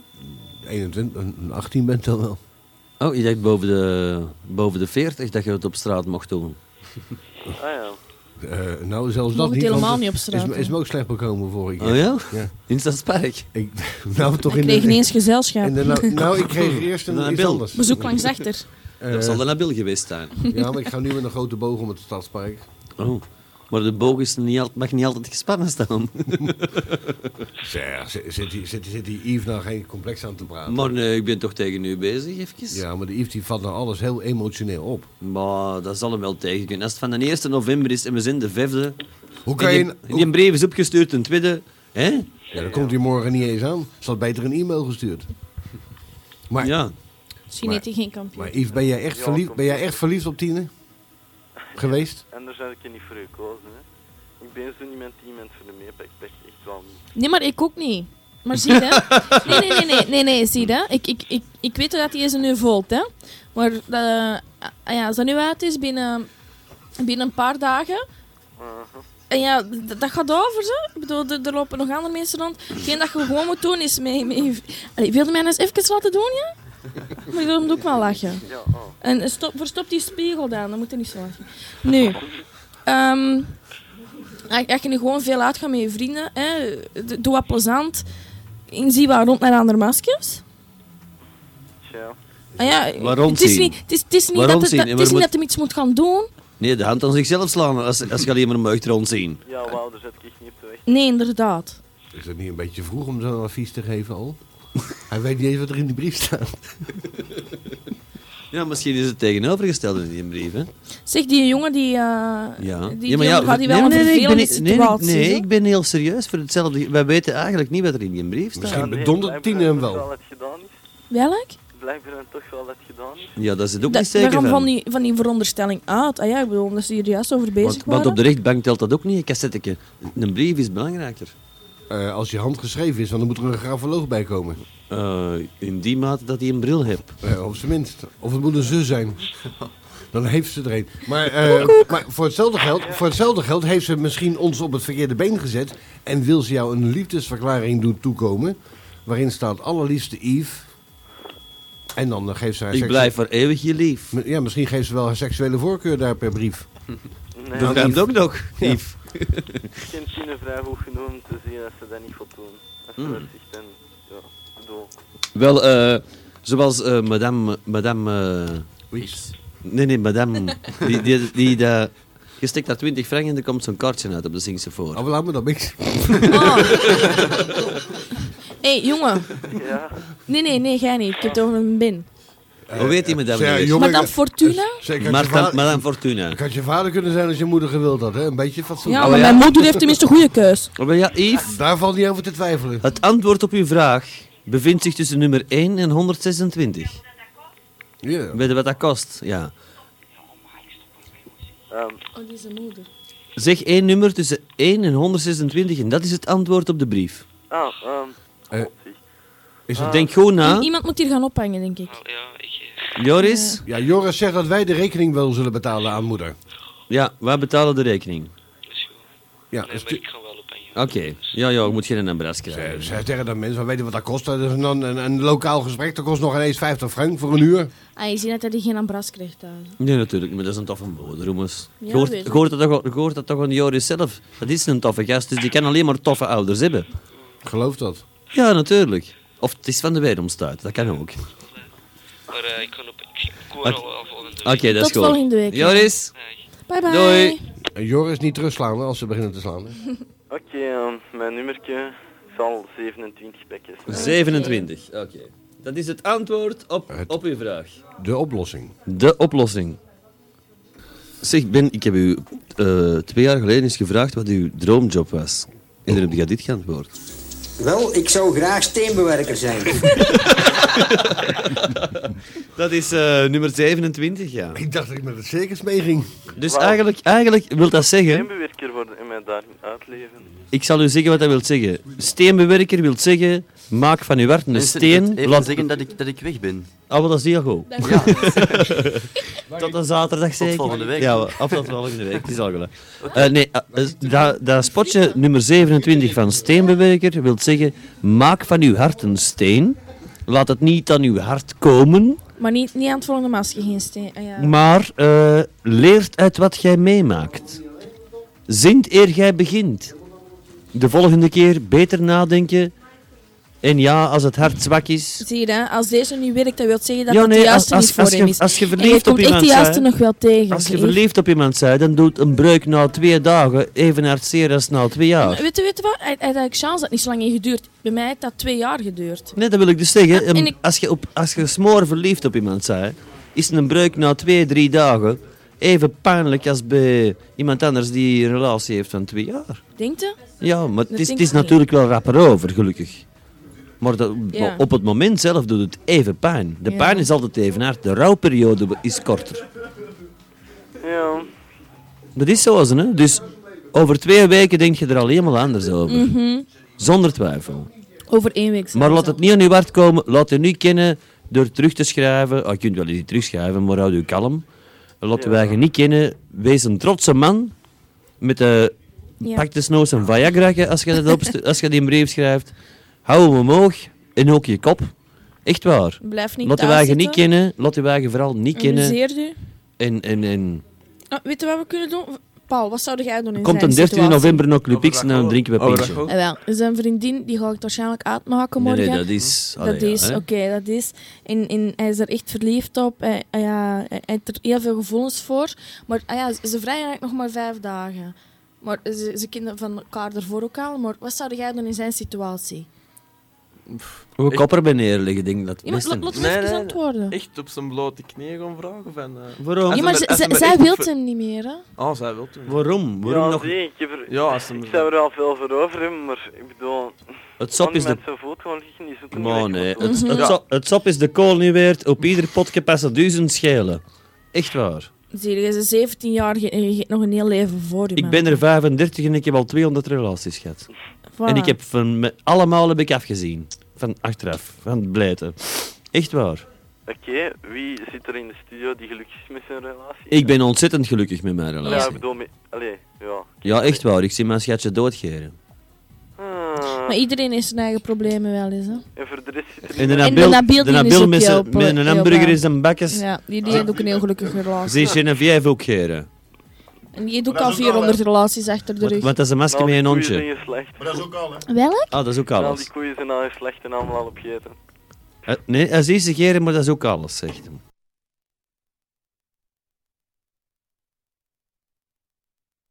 Speaker 2: 18 bent dan wel.
Speaker 3: Oh, je dacht boven de 40 dat je het op straat mocht doen.
Speaker 12: Ah ja.
Speaker 2: Nou, zelfs
Speaker 5: Je
Speaker 2: dat
Speaker 5: mag het
Speaker 2: niet.
Speaker 5: helemaal
Speaker 2: want
Speaker 5: niet op straat,
Speaker 2: Is me ook slecht bekomen vorige keer.
Speaker 3: Oh ja?
Speaker 2: Ja.
Speaker 3: In Stadspark?
Speaker 2: Nou, toch
Speaker 5: Ik kreeg ineens gezelschap.
Speaker 2: Nou, ik kreeg eerst iets
Speaker 3: Nabil.
Speaker 2: anders.
Speaker 5: Bezoek langs achter.
Speaker 3: Dat zal de Nabil geweest zijn.
Speaker 2: Ja, maar ik ga nu met een grote boog om het stadspark.
Speaker 3: Oh, maar de boog is mag niet altijd gespannen staan.
Speaker 2: Zeg, zit die Yves nou geen complex aan te praten?
Speaker 3: Maar nee, ik ben toch tegen u bezig, even.
Speaker 2: Ja, maar de Yves die vat nou alles heel emotioneel op.
Speaker 3: Maar dat zal hem wel tegen kunnen. Als het van de 1 november is en we zijn de 5e...
Speaker 2: Hoe kan je...
Speaker 3: Die brief is opgestuurd ten 2e... Hè?
Speaker 2: Ja, dan komt hij morgen niet eens aan. Ze had beter een e-mail gestuurd. Maar,
Speaker 3: ja.
Speaker 5: Misschien heeft hij geen kampioen.
Speaker 2: Maar Yves, ben jij echt verliefd op Tine? Geweest?
Speaker 12: Anders had ik er niet voor gekozen, hè. Ik ben zo niet met iemand voor de meepak, echt wel niet.
Speaker 5: Nee, maar ik ook niet. Maar zie je? Nee, zie je? Ik weet dat hij is nu volt, hè. Maar als dat nu uit is binnen een paar dagen... En ja, dat gaat over, zo. Ik bedoel, er lopen nog andere mensen rond. Hetgeen dat je gewoon moet doen is wilde mij eens even laten doen, ja? Maar ik wil hem ook wel lachen.
Speaker 12: Ja,
Speaker 5: En verstop die spiegel dan, dan moet hij niet zo lachen. Nu, als je nu gewoon veel uitgaat met je vrienden, hè, doe wat plezant. En zie wat rond naar andere maskers.
Speaker 12: Ja.
Speaker 5: Ja,
Speaker 3: Maar
Speaker 5: het is niet, het is niet dat hij iets moet gaan doen.
Speaker 3: Nee, de hand aan zichzelf slaan als je alleen maar mag rondzien.
Speaker 12: Ja, wauw, daar zet ik echt niet op de weg.
Speaker 5: Nee, inderdaad.
Speaker 2: Is het niet een beetje vroeg om zo'n advies te geven al? Hij weet niet eens wat er in die brief staat.
Speaker 3: Ja, misschien is het tegenovergestelde in die brief, hè?
Speaker 5: Zeg, die jongen die...
Speaker 3: Ja.
Speaker 5: Die gaat die wel een vervelende situatie.
Speaker 3: Nee, ik ben heel serieus voor hetzelfde. Wij weten eigenlijk niet wat er in die brief staat.
Speaker 2: Misschien bedondert Tine hem wel.
Speaker 5: Welk?
Speaker 12: Blijkbaar dan toch wel dat gedaan is.
Speaker 3: Ja, dat is het ook niet zeker
Speaker 5: daar
Speaker 3: van.
Speaker 5: gaan van die veronderstelling uit. Ah ja, ik bedoel, omdat ze hier juist over bezig waren.
Speaker 3: Want op de rechtbank telt dat ook niet, een cassetteke. Een brief is belangrijker.
Speaker 2: Als je handgeschreven is, dan moet er een grafoloog bij komen.
Speaker 3: In die mate dat hij een bril heeft.
Speaker 2: Op zijn minst. Of het moet een zus zijn. Dan heeft ze er een. Maar voor hetzelfde geld heeft ze misschien ons op het verkeerde been gezet. En wil ze jou een liefdesverklaring doen toekomen. Waarin staat allerliefste Yves. En dan geeft ze haar
Speaker 3: Ik blijf voor eeuwig je lief.
Speaker 2: Ja, misschien geeft ze wel haar seksuele voorkeur daar per brief.
Speaker 12: Nee,
Speaker 3: dat ruimt ook nog, Yves.
Speaker 12: Ik ken Tine vrij goed genoeg om te zien dat ze dat niet voldoen. Als ze dat zegt, en ja, bedoel.
Speaker 3: Wel, zoals madame...
Speaker 2: Weeks.
Speaker 3: Nee, madame... je stikt daar 20 frank en er komt zo'n kaartje uit op de Zingse voor.
Speaker 2: Oh, laat me dat niks.
Speaker 5: Hé, jongen.
Speaker 12: Ja.
Speaker 5: Nee, jij niet. Ik heb toch een bin.
Speaker 3: Hoe weet hij madame?
Speaker 5: Madame Fortuna?
Speaker 3: Madame Fortuna.
Speaker 2: Het had je vader kunnen zijn als je moeder gewild had, hè? Een beetje fatsoen.
Speaker 5: Ja, maar mijn moeder heeft tenminste een goede keus.
Speaker 3: Maar ja, Yves,
Speaker 2: daar valt niet over te twijfelen.
Speaker 3: Het antwoord op uw vraag bevindt zich tussen nummer 1 en 126.
Speaker 2: Ja.
Speaker 3: Weet je wat dat kost? Ja.
Speaker 5: Oh, die is een moeder.
Speaker 3: Zeg één nummer tussen 1 en 126 en dat is het antwoord op de brief. Denk goed na.
Speaker 5: Iemand moet hier gaan ophangen, denk ik.
Speaker 3: Joris?
Speaker 2: Ja, Joris zegt dat wij de rekening wel zullen betalen aan moeder.
Speaker 3: Ja, wij betalen de rekening.
Speaker 2: Ja,
Speaker 3: Oké. Ja, je moet geen ambras krijgen.
Speaker 2: Zij zeggen dat mensen, we weten wat dat kost. Dat is een lokaal gesprek, dat kost nog ineens 50 frank voor een uur.
Speaker 5: Ah, je ziet dat hij geen ambras krijgt thuis.
Speaker 3: Nee, natuurlijk, maar dat is een toffe moeder, jongens.
Speaker 5: Ja,
Speaker 3: Je hoort dat toch aan Joris zelf? Dat is een toffe gast, dus die kan alleen maar toffe ouders hebben.
Speaker 2: Geloof dat?
Speaker 3: Ja, natuurlijk. Of het is van de weeromstuit, dat kan ook.
Speaker 7: Maar ik kan hoor al volgende week.
Speaker 3: Oké, dat is goed.
Speaker 5: Tot volgende week.
Speaker 3: Joris?
Speaker 5: Bye bye.
Speaker 3: Doei.
Speaker 2: En Joris niet terugslaan hè, als ze beginnen te slaan.
Speaker 12: Oké, mijn nummertje zal 27 bekjes zijn.
Speaker 3: 27, oké. Dat is het antwoord op uw vraag.
Speaker 2: De oplossing.
Speaker 3: De oplossing. Zeg Ben, ik heb u 2 jaar geleden eens gevraagd wat uw droomjob was. En dan heb je dit geantwoord.
Speaker 13: Wel, ik zou graag steenbewerker zijn.
Speaker 3: Dat is nummer 27, ja.
Speaker 2: Ik dacht dat ik met het circus meeging.
Speaker 3: Dus eigenlijk wil dat zeggen...
Speaker 12: Steenbewerker worden en mij daarin uitleven.
Speaker 3: Ik zal u zeggen wat dat wil zeggen. Steenbewerker wil zeggen, maak van uw hart een steen...
Speaker 11: Even zeggen dat ik weg ben.
Speaker 3: Ah, wel, dat is heel goed.
Speaker 11: Ja.
Speaker 3: Tot een zaterdag zeker?
Speaker 11: Tot volgende week.
Speaker 3: Ja, of tot volgende week. Het is al goed. Dat spotje nummer 27 van steenbewerker wil zeggen, maak van uw hart een steen. Laat het niet aan uw hart komen.
Speaker 5: Maar niet aan het volgende masker geen steen. Ah, ja.
Speaker 3: Maar leert uit wat jij meemaakt. Zint eer jij begint. De volgende keer beter nadenken. En ja, als het hart zwak is...
Speaker 5: Zie je dat? Als deze niet werkt, dat wil zeggen dat
Speaker 3: Ja,
Speaker 5: het
Speaker 3: nee,
Speaker 5: de juiste niet voor hem is.
Speaker 3: Als je
Speaker 5: En
Speaker 3: verliefd op
Speaker 5: komt echt
Speaker 3: iemand
Speaker 5: de juiste
Speaker 3: bent...
Speaker 5: nog wel tegen.
Speaker 3: Als je verliefd op iemand bent, dan doet een breuk na 2 dagen even hard zeer als na 2 jaar.
Speaker 5: Weet je wat? Eigenlijk chance dat het niet zo lang heeft geduurd. Bij mij heeft dat 2 jaar geduurd.
Speaker 3: Nee, dat wil ik dus zeggen.
Speaker 5: En
Speaker 3: Als je smoor verliefd op iemand bent, is een breuk na 2-3 dagen even pijnlijk als bij iemand anders die een relatie heeft van 2 jaar.
Speaker 5: Denkt je?
Speaker 3: Ja, maar
Speaker 5: Dat
Speaker 3: het
Speaker 5: denk
Speaker 3: is
Speaker 5: ik niet.
Speaker 3: natuurlijk wel rapper over, gelukkig. Maar
Speaker 5: Ja.
Speaker 3: op het moment zelf doet het even pijn. De
Speaker 5: Ja.
Speaker 3: pijn is altijd even hard. De rouwperiode is korter.
Speaker 12: Ja.
Speaker 3: Dat is zo, hè? Dus over 2 weken denk je er al helemaal anders over.
Speaker 5: Mhm.
Speaker 3: Zonder twijfel.
Speaker 5: Over 1 week.
Speaker 3: Maar laat het niet aan je hart komen. Laat je niet kennen door terug te schrijven. Je kunt wel eens terugschrijven, maar houd je kalm. Laat wij je niet kennen. Wees een trotse man. Met de...
Speaker 5: Ja.
Speaker 3: Pak desnoods een Viagra als je die een brief schrijft. Hou hem omhoog en ook je kop. Echt waar.
Speaker 5: Blijf niet
Speaker 3: Laten
Speaker 5: thuis
Speaker 3: wij je niet
Speaker 5: zitten.
Speaker 3: kennen. Laten wij je vooral niet kennen.
Speaker 5: Amuseer u.
Speaker 3: En
Speaker 5: Weet je wat we kunnen doen? Paul, wat zou jij doen in
Speaker 3: komt
Speaker 5: zijn
Speaker 3: een 13
Speaker 5: situatie?
Speaker 3: november nog Club X en dan drinken we pintje.
Speaker 5: Wel, zijn vriendin die ga ik waarschijnlijk uitmaken morgen.
Speaker 3: Nee, dat is...
Speaker 5: Dat
Speaker 3: allee,
Speaker 5: is,
Speaker 3: ja, hè.
Speaker 5: oké, dat is. En hij is er echt verliefd op. Hij heeft er heel veel gevoelens voor. Maar ze vrijen eigenlijk nog maar 5 dagen. Maar ze kennen van elkaar ervoor ook al. Maar wat zou jij doen in zijn situatie?
Speaker 3: Hoe kopper bij neerleggen, denk ik dat het
Speaker 5: Ja, maar
Speaker 3: beste
Speaker 5: laat
Speaker 3: is.
Speaker 5: me even antwoorden.
Speaker 10: Echt op zijn blote knieën gaan vragen van...
Speaker 3: Waarom?
Speaker 5: Ja, maar zij wil hem niet meer, hè?
Speaker 10: Oh, zij wil hem.
Speaker 3: Waarom?
Speaker 12: Ja,
Speaker 3: nog?
Speaker 12: zie, ik
Speaker 10: ik
Speaker 12: zou er al veel voor over hebben, maar ik bedoel...
Speaker 3: Het sop is de...
Speaker 12: Met zijn voet gewoon liggen, die zoeken
Speaker 3: Maar
Speaker 12: niet
Speaker 3: nee,
Speaker 12: weg.
Speaker 3: het sop is de kool niet waard. Op ieder potje passen 1000 schelen. Echt waar.
Speaker 5: Zie je, je is 17 jaar en je hebt nog een heel leven voor je.
Speaker 3: Ik ben er 35 en ik heb al 200 relaties gehad.
Speaker 5: Voilà.
Speaker 3: En ik heb allemaal heb ik afgezien. Van achteraf, van het blijten. Echt waar.
Speaker 12: Oké, wie zit er in de studio die gelukkig is met zijn relatie?
Speaker 3: Ik ben ontzettend gelukkig met mijn
Speaker 12: Ja,
Speaker 3: relatie.
Speaker 12: ik bedoel, allee, ja.
Speaker 3: Ja, echt waar. Ik zie mijn schatje doodgeren.
Speaker 5: Maar iedereen heeft zijn eigen problemen wel eens, hè?
Speaker 12: En voor de rest zit er
Speaker 3: En de
Speaker 5: En de Nabil die is
Speaker 3: Nabil
Speaker 5: ook
Speaker 3: met
Speaker 5: heel
Speaker 3: een hamburger
Speaker 5: blij.
Speaker 3: in zijn bakjes.
Speaker 5: Ja, die heeft ook een heel gelukkige relatie.
Speaker 3: Zie Geneviève ook geren.
Speaker 5: En die heeft ook al 400 relaties achter de rug.
Speaker 3: Want dat is een masker met een hondje.
Speaker 12: Maar
Speaker 14: dat is ook al, hè?
Speaker 5: Welk?
Speaker 3: Ah, dat is ook
Speaker 12: Al
Speaker 3: alles.
Speaker 12: die koeien zijn al slecht en allemaal al opgegeten.
Speaker 3: Nee, hij ziet ze geren, maar dat is ook alles, zegt hem.